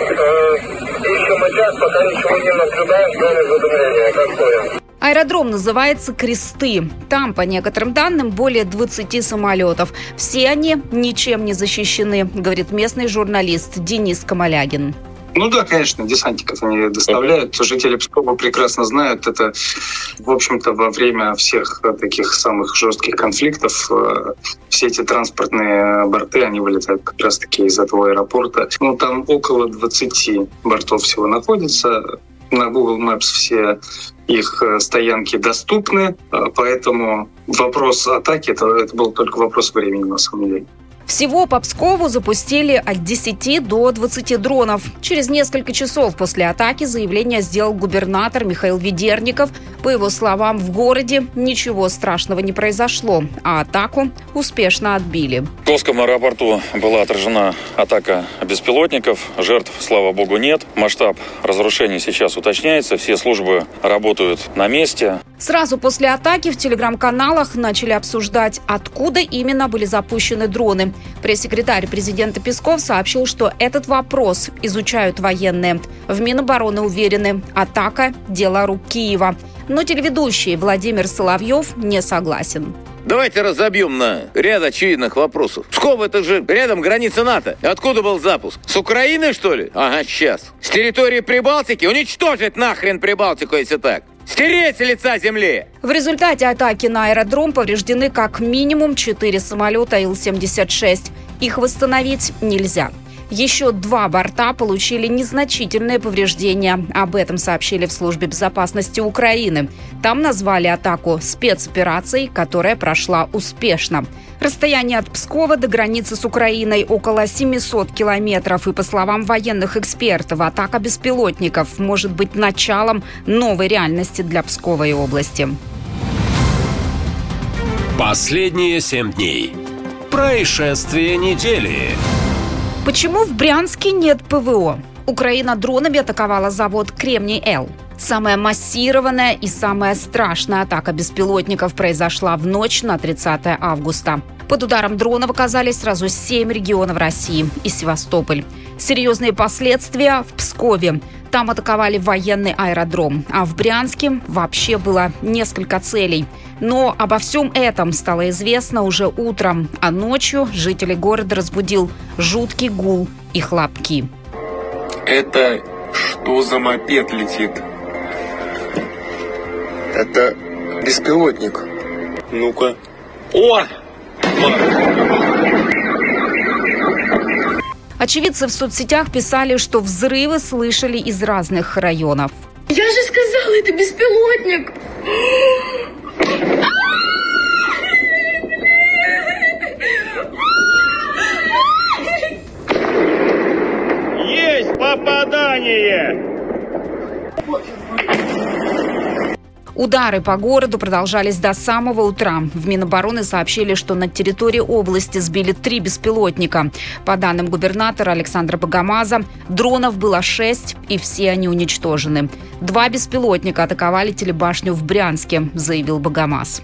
Ищем сейчас, пока ничего не наблюдаем, кроме задымления. Как понял.
Аэродром называется «Кресты». Там, по некоторым данным, более двадцати самолетов. Все они ничем не защищены, говорит местный журналист Денис Камалягин.
Ну да, конечно, десантников они доставляют. Жители Пскова прекрасно знают. Это, в общем-то, во время всех таких самых жестких конфликтов все эти транспортные борты, они вылетают как раз-таки из этого аэропорта. Ну, там около двадцати бортов всего находится. На Google Maps все их стоянки доступны, поэтому вопрос атаки это, это был только вопрос времени на самом деле.
Всего по Пскову запустили от десяти до двадцати дронов. Через несколько часов после атаки заявление сделал губернатор Михаил Ведерников. По его словам, в городе ничего страшного не произошло, а атаку успешно отбили.
В Псковском аэропорту была отражена атака беспилотников. Жертв, слава богу, нет. Масштаб разрушений сейчас уточняется. Все службы работают на месте.
Сразу после атаки в телеграм-каналах начали обсуждать, откуда именно были запущены дроны. Пресс-секретарь президента Песков сообщил, что этот вопрос изучают военные. В Минобороны уверены, атака – дело рук Киева. Но телеведущий Владимир Соловьев не согласен.
Давайте разобьем на ряд очевидных вопросов. Псков – это же рядом граница НАТО. Откуда был запуск? С Украины, что ли? Ага, сейчас. С территории Прибалтики? Уничтожить нахрен Прибалтику, если так. Стереть с лица земли!
В результате атаки на аэродром повреждены как минимум четыре самолета Ил семьдесят шесть. Их восстановить нельзя. Еще два борта получили незначительные повреждения. Об этом сообщили в Службе безопасности Украины. Там назвали атаку спецоперацией, которая прошла успешно. Расстояние от Пскова до границы с Украиной около семисот километров. И, по словам военных экспертов, атака беспилотников может быть началом новой реальности для Псковой области.
Последние семь дней. Происшествие недели.
Почему в Брянске нет ПВО? Украина дронами атаковала завод «Кремний-Эл». Самая массированная и самая страшная атака беспилотников произошла в ночь на тридцатое августа. Под ударом дронов оказались сразу семь регионов России и Севастополь. Серьезные последствия в Пскове. Там атаковали военный аэродром, а в Брянске вообще было несколько целей. Но обо всем этом стало известно уже утром, а ночью жителей города разбудил жуткий гул и хлопки.
Это что за мопед летит?
Это беспилотник.
Ну-ка. О!
Очевидцы в соцсетях писали, что взрывы слышали из разных районов.
Я же сказала, это беспилотник.
Есть попадание!
Удары по городу продолжались до самого утра. В Минобороны сообщили, что на территории области сбили три беспилотника. По данным губернатора Александра Богомаза, дронов было шесть, и все они уничтожены. Два беспилотника атаковали телебашню в Брянске, заявил Богомаз.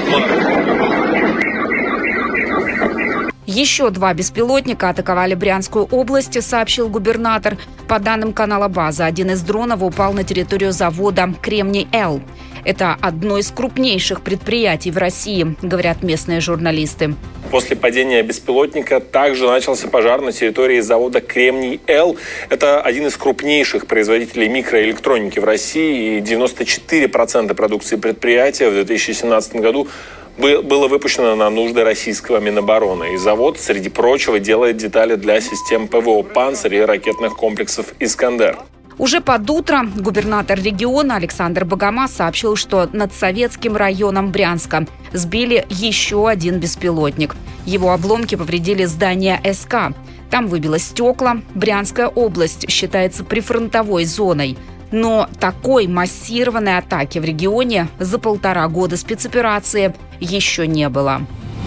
Еще два беспилотника атаковали Брянскую область, сообщил губернатор. По данным канала «База», один из дронов упал на территорию завода «Кремний-Л». Это одно из крупнейших предприятий в России, говорят местные журналисты.
После падения беспилотника также начался пожар на территории завода «Кремний-Л». Это один из крупнейших производителей микроэлектроники в России. И девяносто четыре процента продукции предприятия в две тысячи семнадцатом году было выпущено на нужды российского Минобороны. И завод, среди прочего, делает детали для систем ПВО «Панцирь» и ракетных комплексов «Искандер».
Уже под утро губернатор региона Александр Богомаз сообщил, что над Советским районом Брянска сбили еще один беспилотник. Его обломки повредили здание СК. Там выбило стекла. Брянская область считается прифронтовой зоной. Но такой массированной атаки в регионе за полтора года спецоперации еще не было.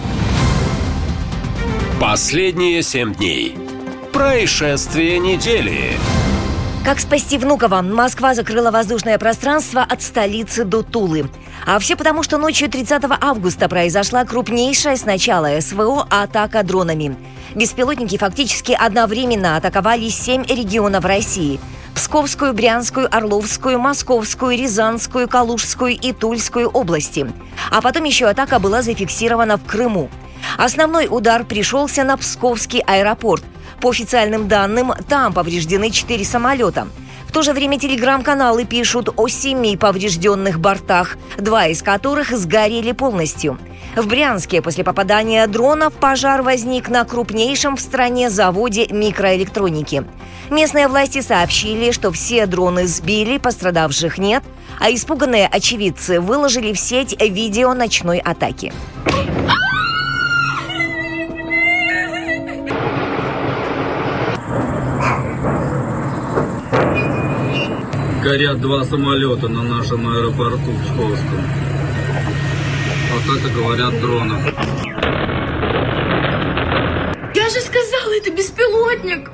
Последние семь дней. Происшествие недели.
Как спасти Внуково? Москва закрыла воздушное пространство от столицы до Тулы. А все потому, что ночью тридцатого августа произошла крупнейшая с начала СВО атака дронами. Беспилотники фактически одновременно атаковали семь регионов России. Псковскую, Брянскую, Орловскую, Московскую, Рязанскую, Калужскую и Тульскую области. А потом еще атака была зафиксирована в Крыму. Основной удар пришелся на Псковский аэропорт. По официальным данным, там повреждены четыре самолета. В то же время телеграм-каналы пишут о семи поврежденных бортах, два из которых сгорели полностью. В Брянске после попадания дронов пожар возник на крупнейшем в стране заводе микроэлектроники. Местные власти сообщили, что все дроны сбили, пострадавших нет, а испуганные очевидцы выложили в сеть видео ночной атаки.
Горят два самолета на нашем аэропорту Псковском. Атака, говорят, дронов.
Я же сказала, это беспилотник.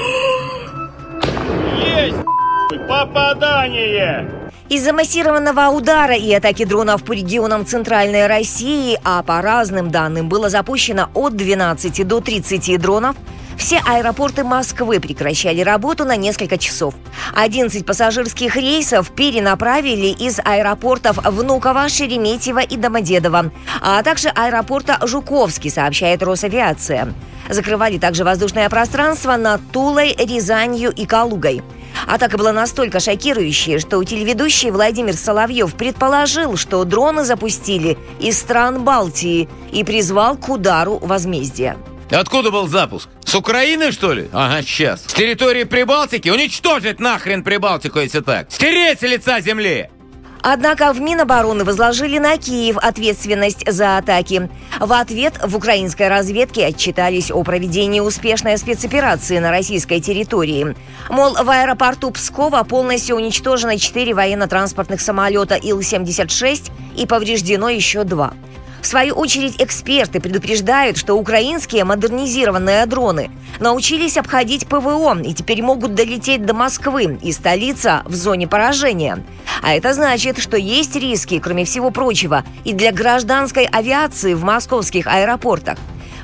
Есть попадание!
Из-за массированного удара и атаки дронов по регионам Центральной России, а по разным данным было запущено от двенадцати до тридцати дронов, все аэропорты Москвы прекращали работу на несколько часов. одиннадцать пассажирских рейсов перенаправили из аэропортов Внуково, Шереметьево и Домодедово, а также аэропорта Жуковский, сообщает Росавиация. Закрывали также воздушное пространство над Тулой, Рязанью и Калугой. Атака была настолько шокирующей, что телеведущий Владимир Соловьев предположил, что дроны запустили из стран Балтии и призвал к удару возмездия.
Откуда был запуск? С Украины, что ли? Ага, сейчас. С территории Прибалтики? Уничтожить нахрен Прибалтику, если так. Стереть с лица земли!
Однако в Минобороны возложили на Киев ответственность за атаки. В ответ в украинской разведке отчитались о проведении успешной спецоперации на российской территории. Мол, в аэропорту Пскова полностью уничтожено четыре военно-транспортных самолета Ил семьдесят шесть и повреждено еще два. В свою очередь, эксперты предупреждают, что украинские модернизированные дроны научились обходить ПВО и теперь могут долететь до Москвы, и столица в зоне поражения. А это значит, что есть риски, кроме всего прочего, и для гражданской авиации в московских аэропортах.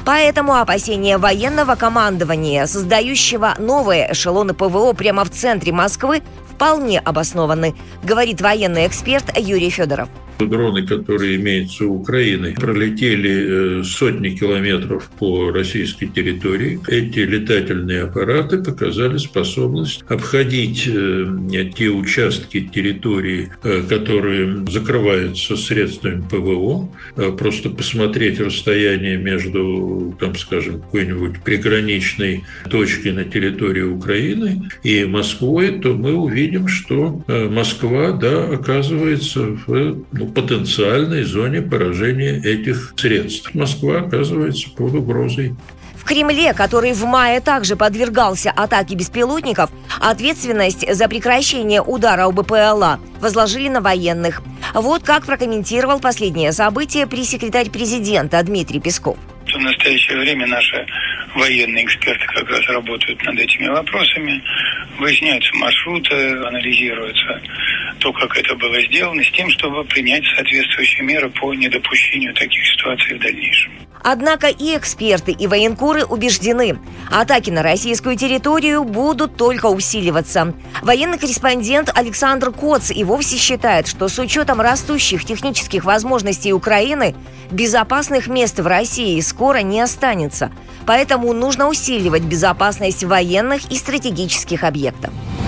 Поэтому опасения военного командования, создающего новые эшелоны ПВО прямо в центре Москвы, вполне обоснованы, говорит военный эксперт Юрий Федоров.
Дроны, которые имеются у Украины, пролетели сотни километров по российской территории. Эти летательные аппараты показали способность обходить те участки территории, которые закрываются средствами ПВО, просто посмотреть расстояние между, там, скажем, какой-нибудь приграничной точкой на территории Украины и Москвой, то мы увидим, что Москва, да, оказывается в ну, потенциальной зоне поражения этих средств. Москва оказывается под угрозой.
В Кремле, который в мае также подвергался атаке беспилотников, ответственность за прекращение удара ОБПЛА возложили на военных. Вот как прокомментировал последнее событие пресс-секретарь президента Дмитрий Песков.
В настоящее время наши военные эксперты как раз работают над этими вопросами, выясняются маршруты, анализируется то, как это было сделано, с тем, чтобы принять соответствующие меры по недопущению таких ситуаций в дальнейшем.
Однако и эксперты, и военкоры убеждены, атаки на российскую территорию будут только усиливаться. Военный корреспондент Александр Коц и вовсе считает, что с учетом растущих технических возможностей Украины безопасных мест в России скоро не останется. Поэтому нужно усиливать безопасность военных и стратегических объектов.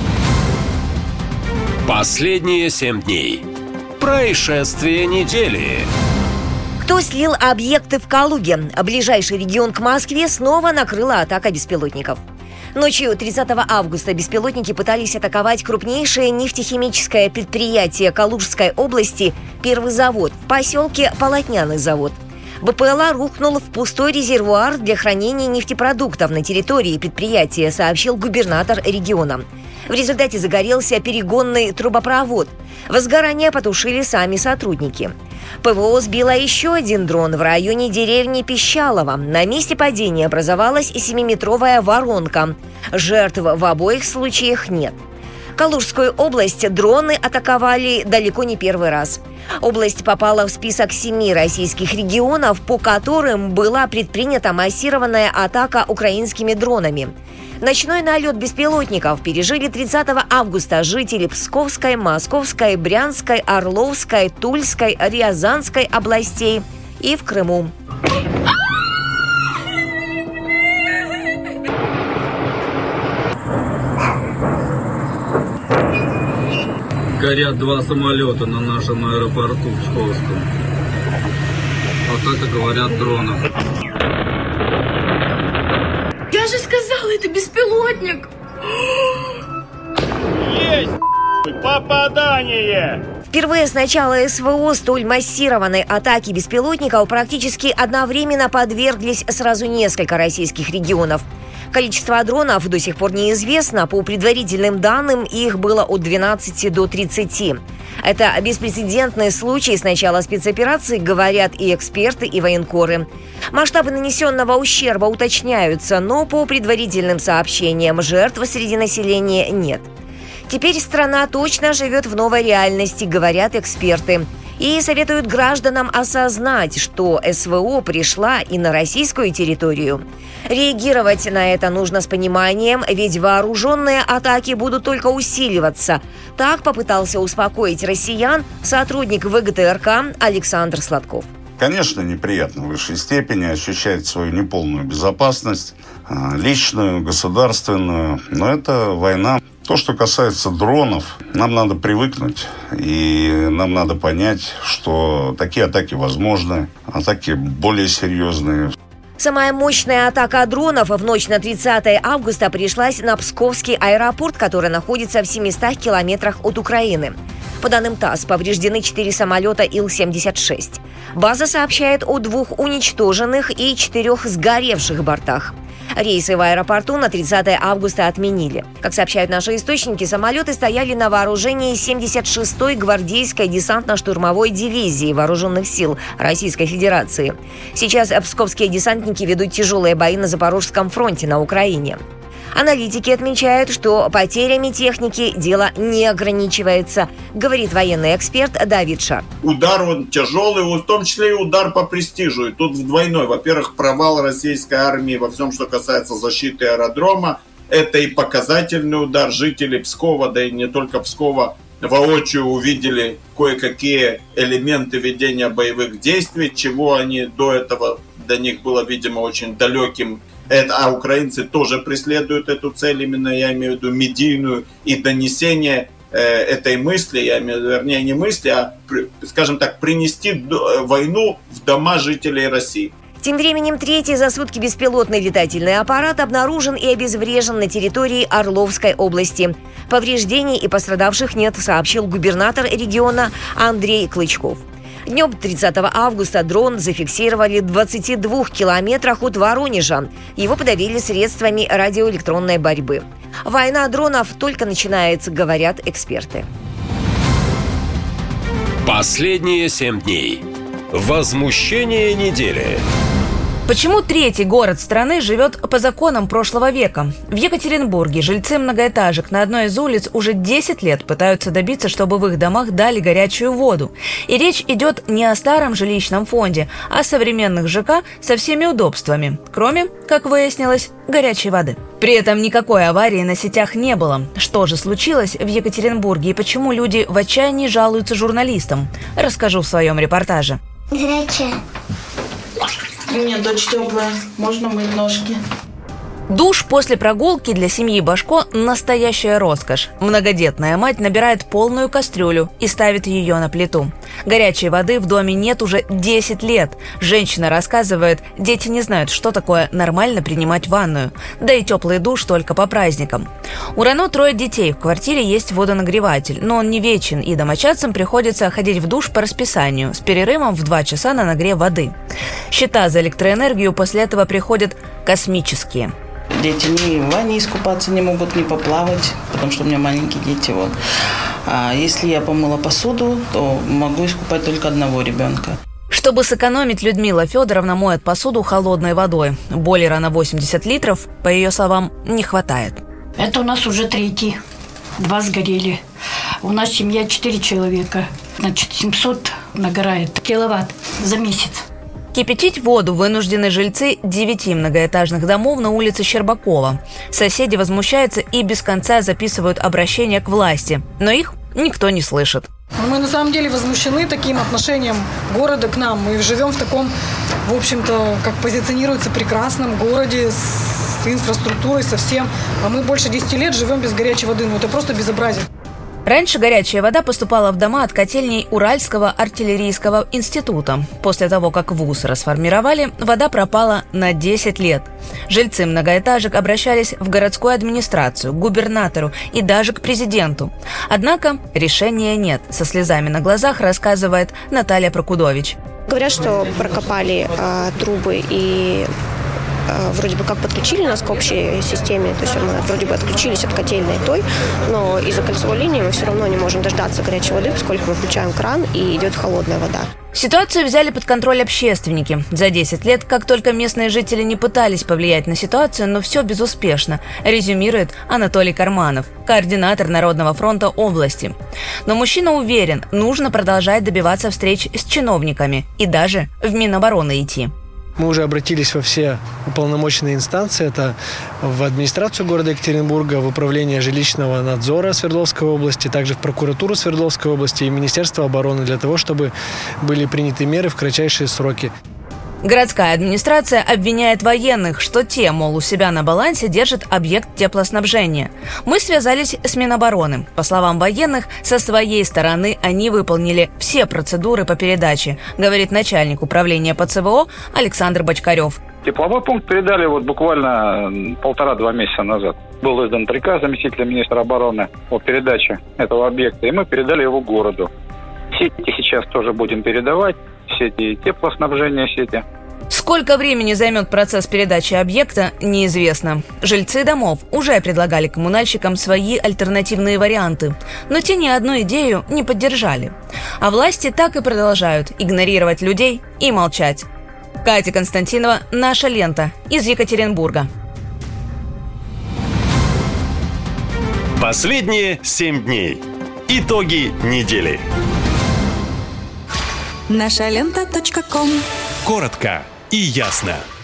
Последние семь дней. Происшествие недели.
Кто слил объекты в Калуге? Ближайший регион к Москве снова накрыла атака беспилотников. Ночью тридцатого августа беспилотники пытались атаковать крупнейшее нефтехимическое предприятие Калужской области «Первый завод» в поселке Полотняный завод. БПЛА рухнул в пустой резервуар для хранения нефтепродуктов на территории предприятия, сообщил губернатор региона. В результате загорелся перегонный трубопровод. Возгорание потушили сами сотрудники. ПВО сбило еще один дрон в районе деревни Пищалово. На месте падения образовалась семиметровая воронка. Жертв в обоих случаях нет. Калужскую область дроны атаковали далеко не первый раз. Область попала в список семи российских регионов, по которым была предпринята массированная атака украинскими дронами. Ночной налет беспилотников пережили тридцатого августа жители Псковской, Московской, Брянской, Орловской, Тульской, Рязанской областей и в Крыму.
Горят два самолета на нашем аэропорту Псковском. Атака, говорят, дронов.
Я же сказала, это беспилотник!
Есть попадание!
Впервые с начала СВО столь массированной атаки беспилотников практически одновременно подверглись сразу несколько российских регионов. Количество дронов до сих пор неизвестно. По предварительным данным, их было от двенадцати до тридцати. Это беспрецедентный случай с начала спецоперации, говорят и эксперты, и военкоры. Масштабы нанесенного ущерба уточняются, но по предварительным сообщениям жертв среди населения нет. Теперь страна точно живет в новой реальности, говорят эксперты. И советуют гражданам осознать, что СВО пришла и на российскую территорию. Реагировать на это нужно с пониманием, ведь вооруженные атаки будут только усиливаться. Так попытался успокоить россиян сотрудник ВГТРК Александр Сладков.
Конечно, неприятно в высшей степени ощущать свою неполную безопасность, личную, государственную, но это война. То, что касается дронов, нам надо привыкнуть, и нам надо понять, что такие атаки возможны, атаки более серьезные.
Самая мощная атака дронов в ночь на тридцатое августа пришлась на Псковский аэропорт, который находится в семистах километрах от Украины. По данным ТАСС, повреждены четыре самолета Ил семьдесят шесть. База сообщает о двух уничтоженных и четырех сгоревших бортах. Рейсы в аэропорту на тридцатое августа отменили. Как сообщают наши источники, самолеты стояли на вооружении семьдесят шестой гвардейской десантно-штурмовой дивизии Вооруженных сил Российской Федерации. Сейчас псковские десантники ведут тяжелые бои на Запорожском фронте на Украине. Аналитики отмечают, что потерями техники дело не ограничивается, говорит военный эксперт Давид Шар.
Удар он тяжелый, в том числе и удар по престижу. И тут двойной. Во-первых, провал российской армии во всем, что касается защиты аэродрома. Это и показательный удар. Жители Пскова, да и не только Пскова, воочию увидели кое-какие элементы ведения боевых действий, чего они до этого, до них было, видимо, очень далеким. Это, а украинцы тоже преследуют эту цель, именно я имею в виду медийную, и донесение э, этой мысли, я имею в виду, вернее, не мысли, а, скажем так, принести войну в дома жителей России.
Тем временем третий за сутки беспилотный летательный аппарат обнаружен и обезврежен на территории Орловской области. Повреждений и пострадавших нет, сообщил губернатор региона Андрей Клычков. Днем тридцатого августа дрон зафиксировали в двадцати двух километрах от Воронежа. Его подавили средствами радиоэлектронной борьбы. Война дронов только начинается, говорят эксперты.
Последние семь дней. Возмущение недели.
Почему третий город страны живет по законам прошлого века? В Екатеринбурге жильцы многоэтажек на одной из улиц уже десять лет пытаются добиться, чтобы в их домах дали горячую воду. И речь идет не о старом жилищном фонде, а о современных ЖК со всеми удобствами, кроме, как выяснилось, горячей воды. При этом никакой аварии на сетях не было. Что же случилось в Екатеринбурге и почему люди в отчаянии жалуются журналистам? Расскажу в своем репортаже.
Горячая.
У меня дочь теплая, можно мыть ножки.
Душ после прогулки для семьи Башко – настоящая роскошь. Многодетная мать набирает полную кастрюлю и ставит ее на плиту. Горячей воды в доме нет уже десять лет. Женщина рассказывает, дети не знают, что такое нормально принимать ванную. Да и теплый душ только по праздникам. У Рано трое детей, в квартире есть водонагреватель, но он не вечен, и домочадцам приходится ходить в душ по расписанию с перерывом в два часа на нагрев воды. Счета за электроэнергию после этого приходят космические.
Дети ни в ванне искупаться не могут, ни поплавать, потому что у меня маленькие дети. Вот. А если я помыла посуду, то могу искупать только одного ребенка.
Чтобы сэкономить, Людмила Федоровна моет посуду холодной водой. Бойлера на восемьдесят литров, по ее словам, не хватает.
Это у нас уже третий. Два сгорели. У нас семья четыре человека. Значит, семьсот нагорает киловатт за месяц.
Кипятить воду вынуждены жильцы девяти многоэтажных домов на улице Щербакова. Соседи возмущаются и без конца записывают обращения к власти, но их никто не слышит.
Мы на самом деле возмущены таким отношением города к нам. Мы живем в таком, в общем-то, как позиционируется, прекрасном городе с инфраструктурой, со всем. А мы больше десяти лет живем без горячей воды. Ну это просто безобразие.
Раньше горячая вода поступала в дома от котельней Уральского артиллерийского института. После того, как вуз расформировали, вода пропала на десять лет. Жильцы многоэтажек обращались в городскую администрацию, к губернатору и даже к президенту. Однако решения нет, со слезами на глазах рассказывает Наталья Прокудович.
Говорят, что прокопали э, трубы и вроде бы как подключили нас к общей системе, то есть мы вроде бы отключились от котельной той, но из-за кольцевой линии мы все равно не можем дождаться горячей воды, поскольку мы включаем кран и идет холодная вода.
Ситуацию взяли под контроль общественники. За десять лет, как только местные жители не пытались повлиять на ситуацию, но все безуспешно, резюмирует Анатолий Карманов, координатор Народного фронта области. Но мужчина уверен, нужно продолжать добиваться встреч с чиновниками и даже в Минобороны идти.
Мы уже обратились во все уполномоченные инстанции. Это в администрацию города Екатеринбурга, в управление жилищного надзора Свердловской области, также в прокуратуру Свердловской области и Министерство обороны для того, чтобы были приняты меры в кратчайшие сроки.
Городская администрация обвиняет военных, что те, мол, у себя на балансе держат объект теплоснабжения. Мы связались с Минобороны. По словам военных, со своей стороны они выполнили все процедуры по передаче, говорит начальник управления ПЦВО Александр Бочкарев.
Тепловой пункт передали вот буквально полтора-два месяца назад. Был издан приказ заместителя министра обороны о передаче этого объекта, и мы передали его городу. Сети сейчас тоже будем передавать, сети теплоснабжения, сети.
Сколько времени займет процесс передачи объекта, неизвестно. Жильцы домов уже предлагали коммунальщикам свои альтернативные варианты, но те ни одну идею не поддержали. А власти так и продолжают игнорировать людей и молчать. Катя Константинова, «Наша лента» из Екатеринбурга.
Последние семь дней. Итоги недели.
наша лента точка ком.
Коротко и ясно.